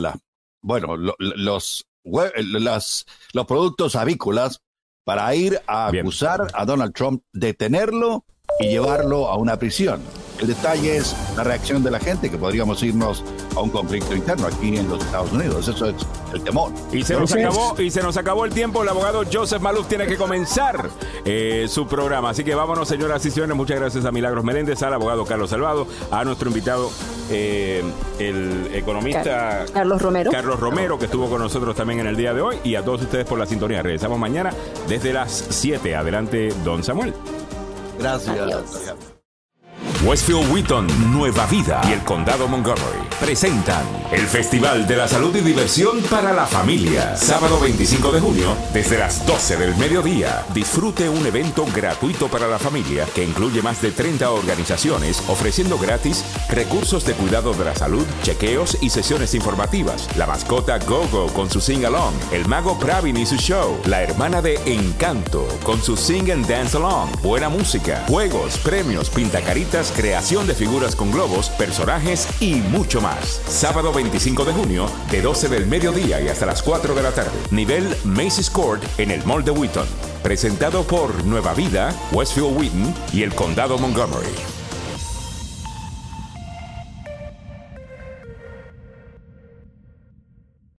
los productos avícolas para ir a acusar a Donald Trump, detenerlo y llevarlo a una prisión? El detalle es la reacción de la gente, que podríamos irnos a un conflicto interno aquí en los Estados Unidos. Eso es el temor. Y se nos acabó el tiempo. El abogado Joseph Maluf tiene que comenzar su programa. Así que vámonos, señoras y señores. Muchas gracias a Milagros Meléndez, al abogado Carlos Salvado, a nuestro invitado, el economista Carlos Romero, que estuvo con nosotros también en el día de hoy, y a todos ustedes por la sintonía. Regresamos mañana desde las 7. Adelante, don Samuel. Gracias. Adiós. Westfield Wheaton, Nueva Vida y el Condado Montgomery presentan el Festival de la Salud y Diversión para la Familia. Sábado 25 de junio, desde las 12 del mediodía. Disfrute un evento gratuito para la familia que incluye más de 30 organizaciones ofreciendo gratis recursos de cuidado de la salud, chequeos y sesiones informativas. La mascota Gogo con su Sing Along, el mago Pravin y su show, la hermana de Encanto con su Sing and Dance Along, buena música, juegos, premios, pintacaritas, creación de figuras con globos, personajes y mucho más. Sábado 25 de junio, de 12 del mediodía y hasta las 4 de la tarde. Nivel Macy's Court en el Mall de Wheaton. Presentado por Nueva Vida, Westfield Wheaton y el Condado Montgomery.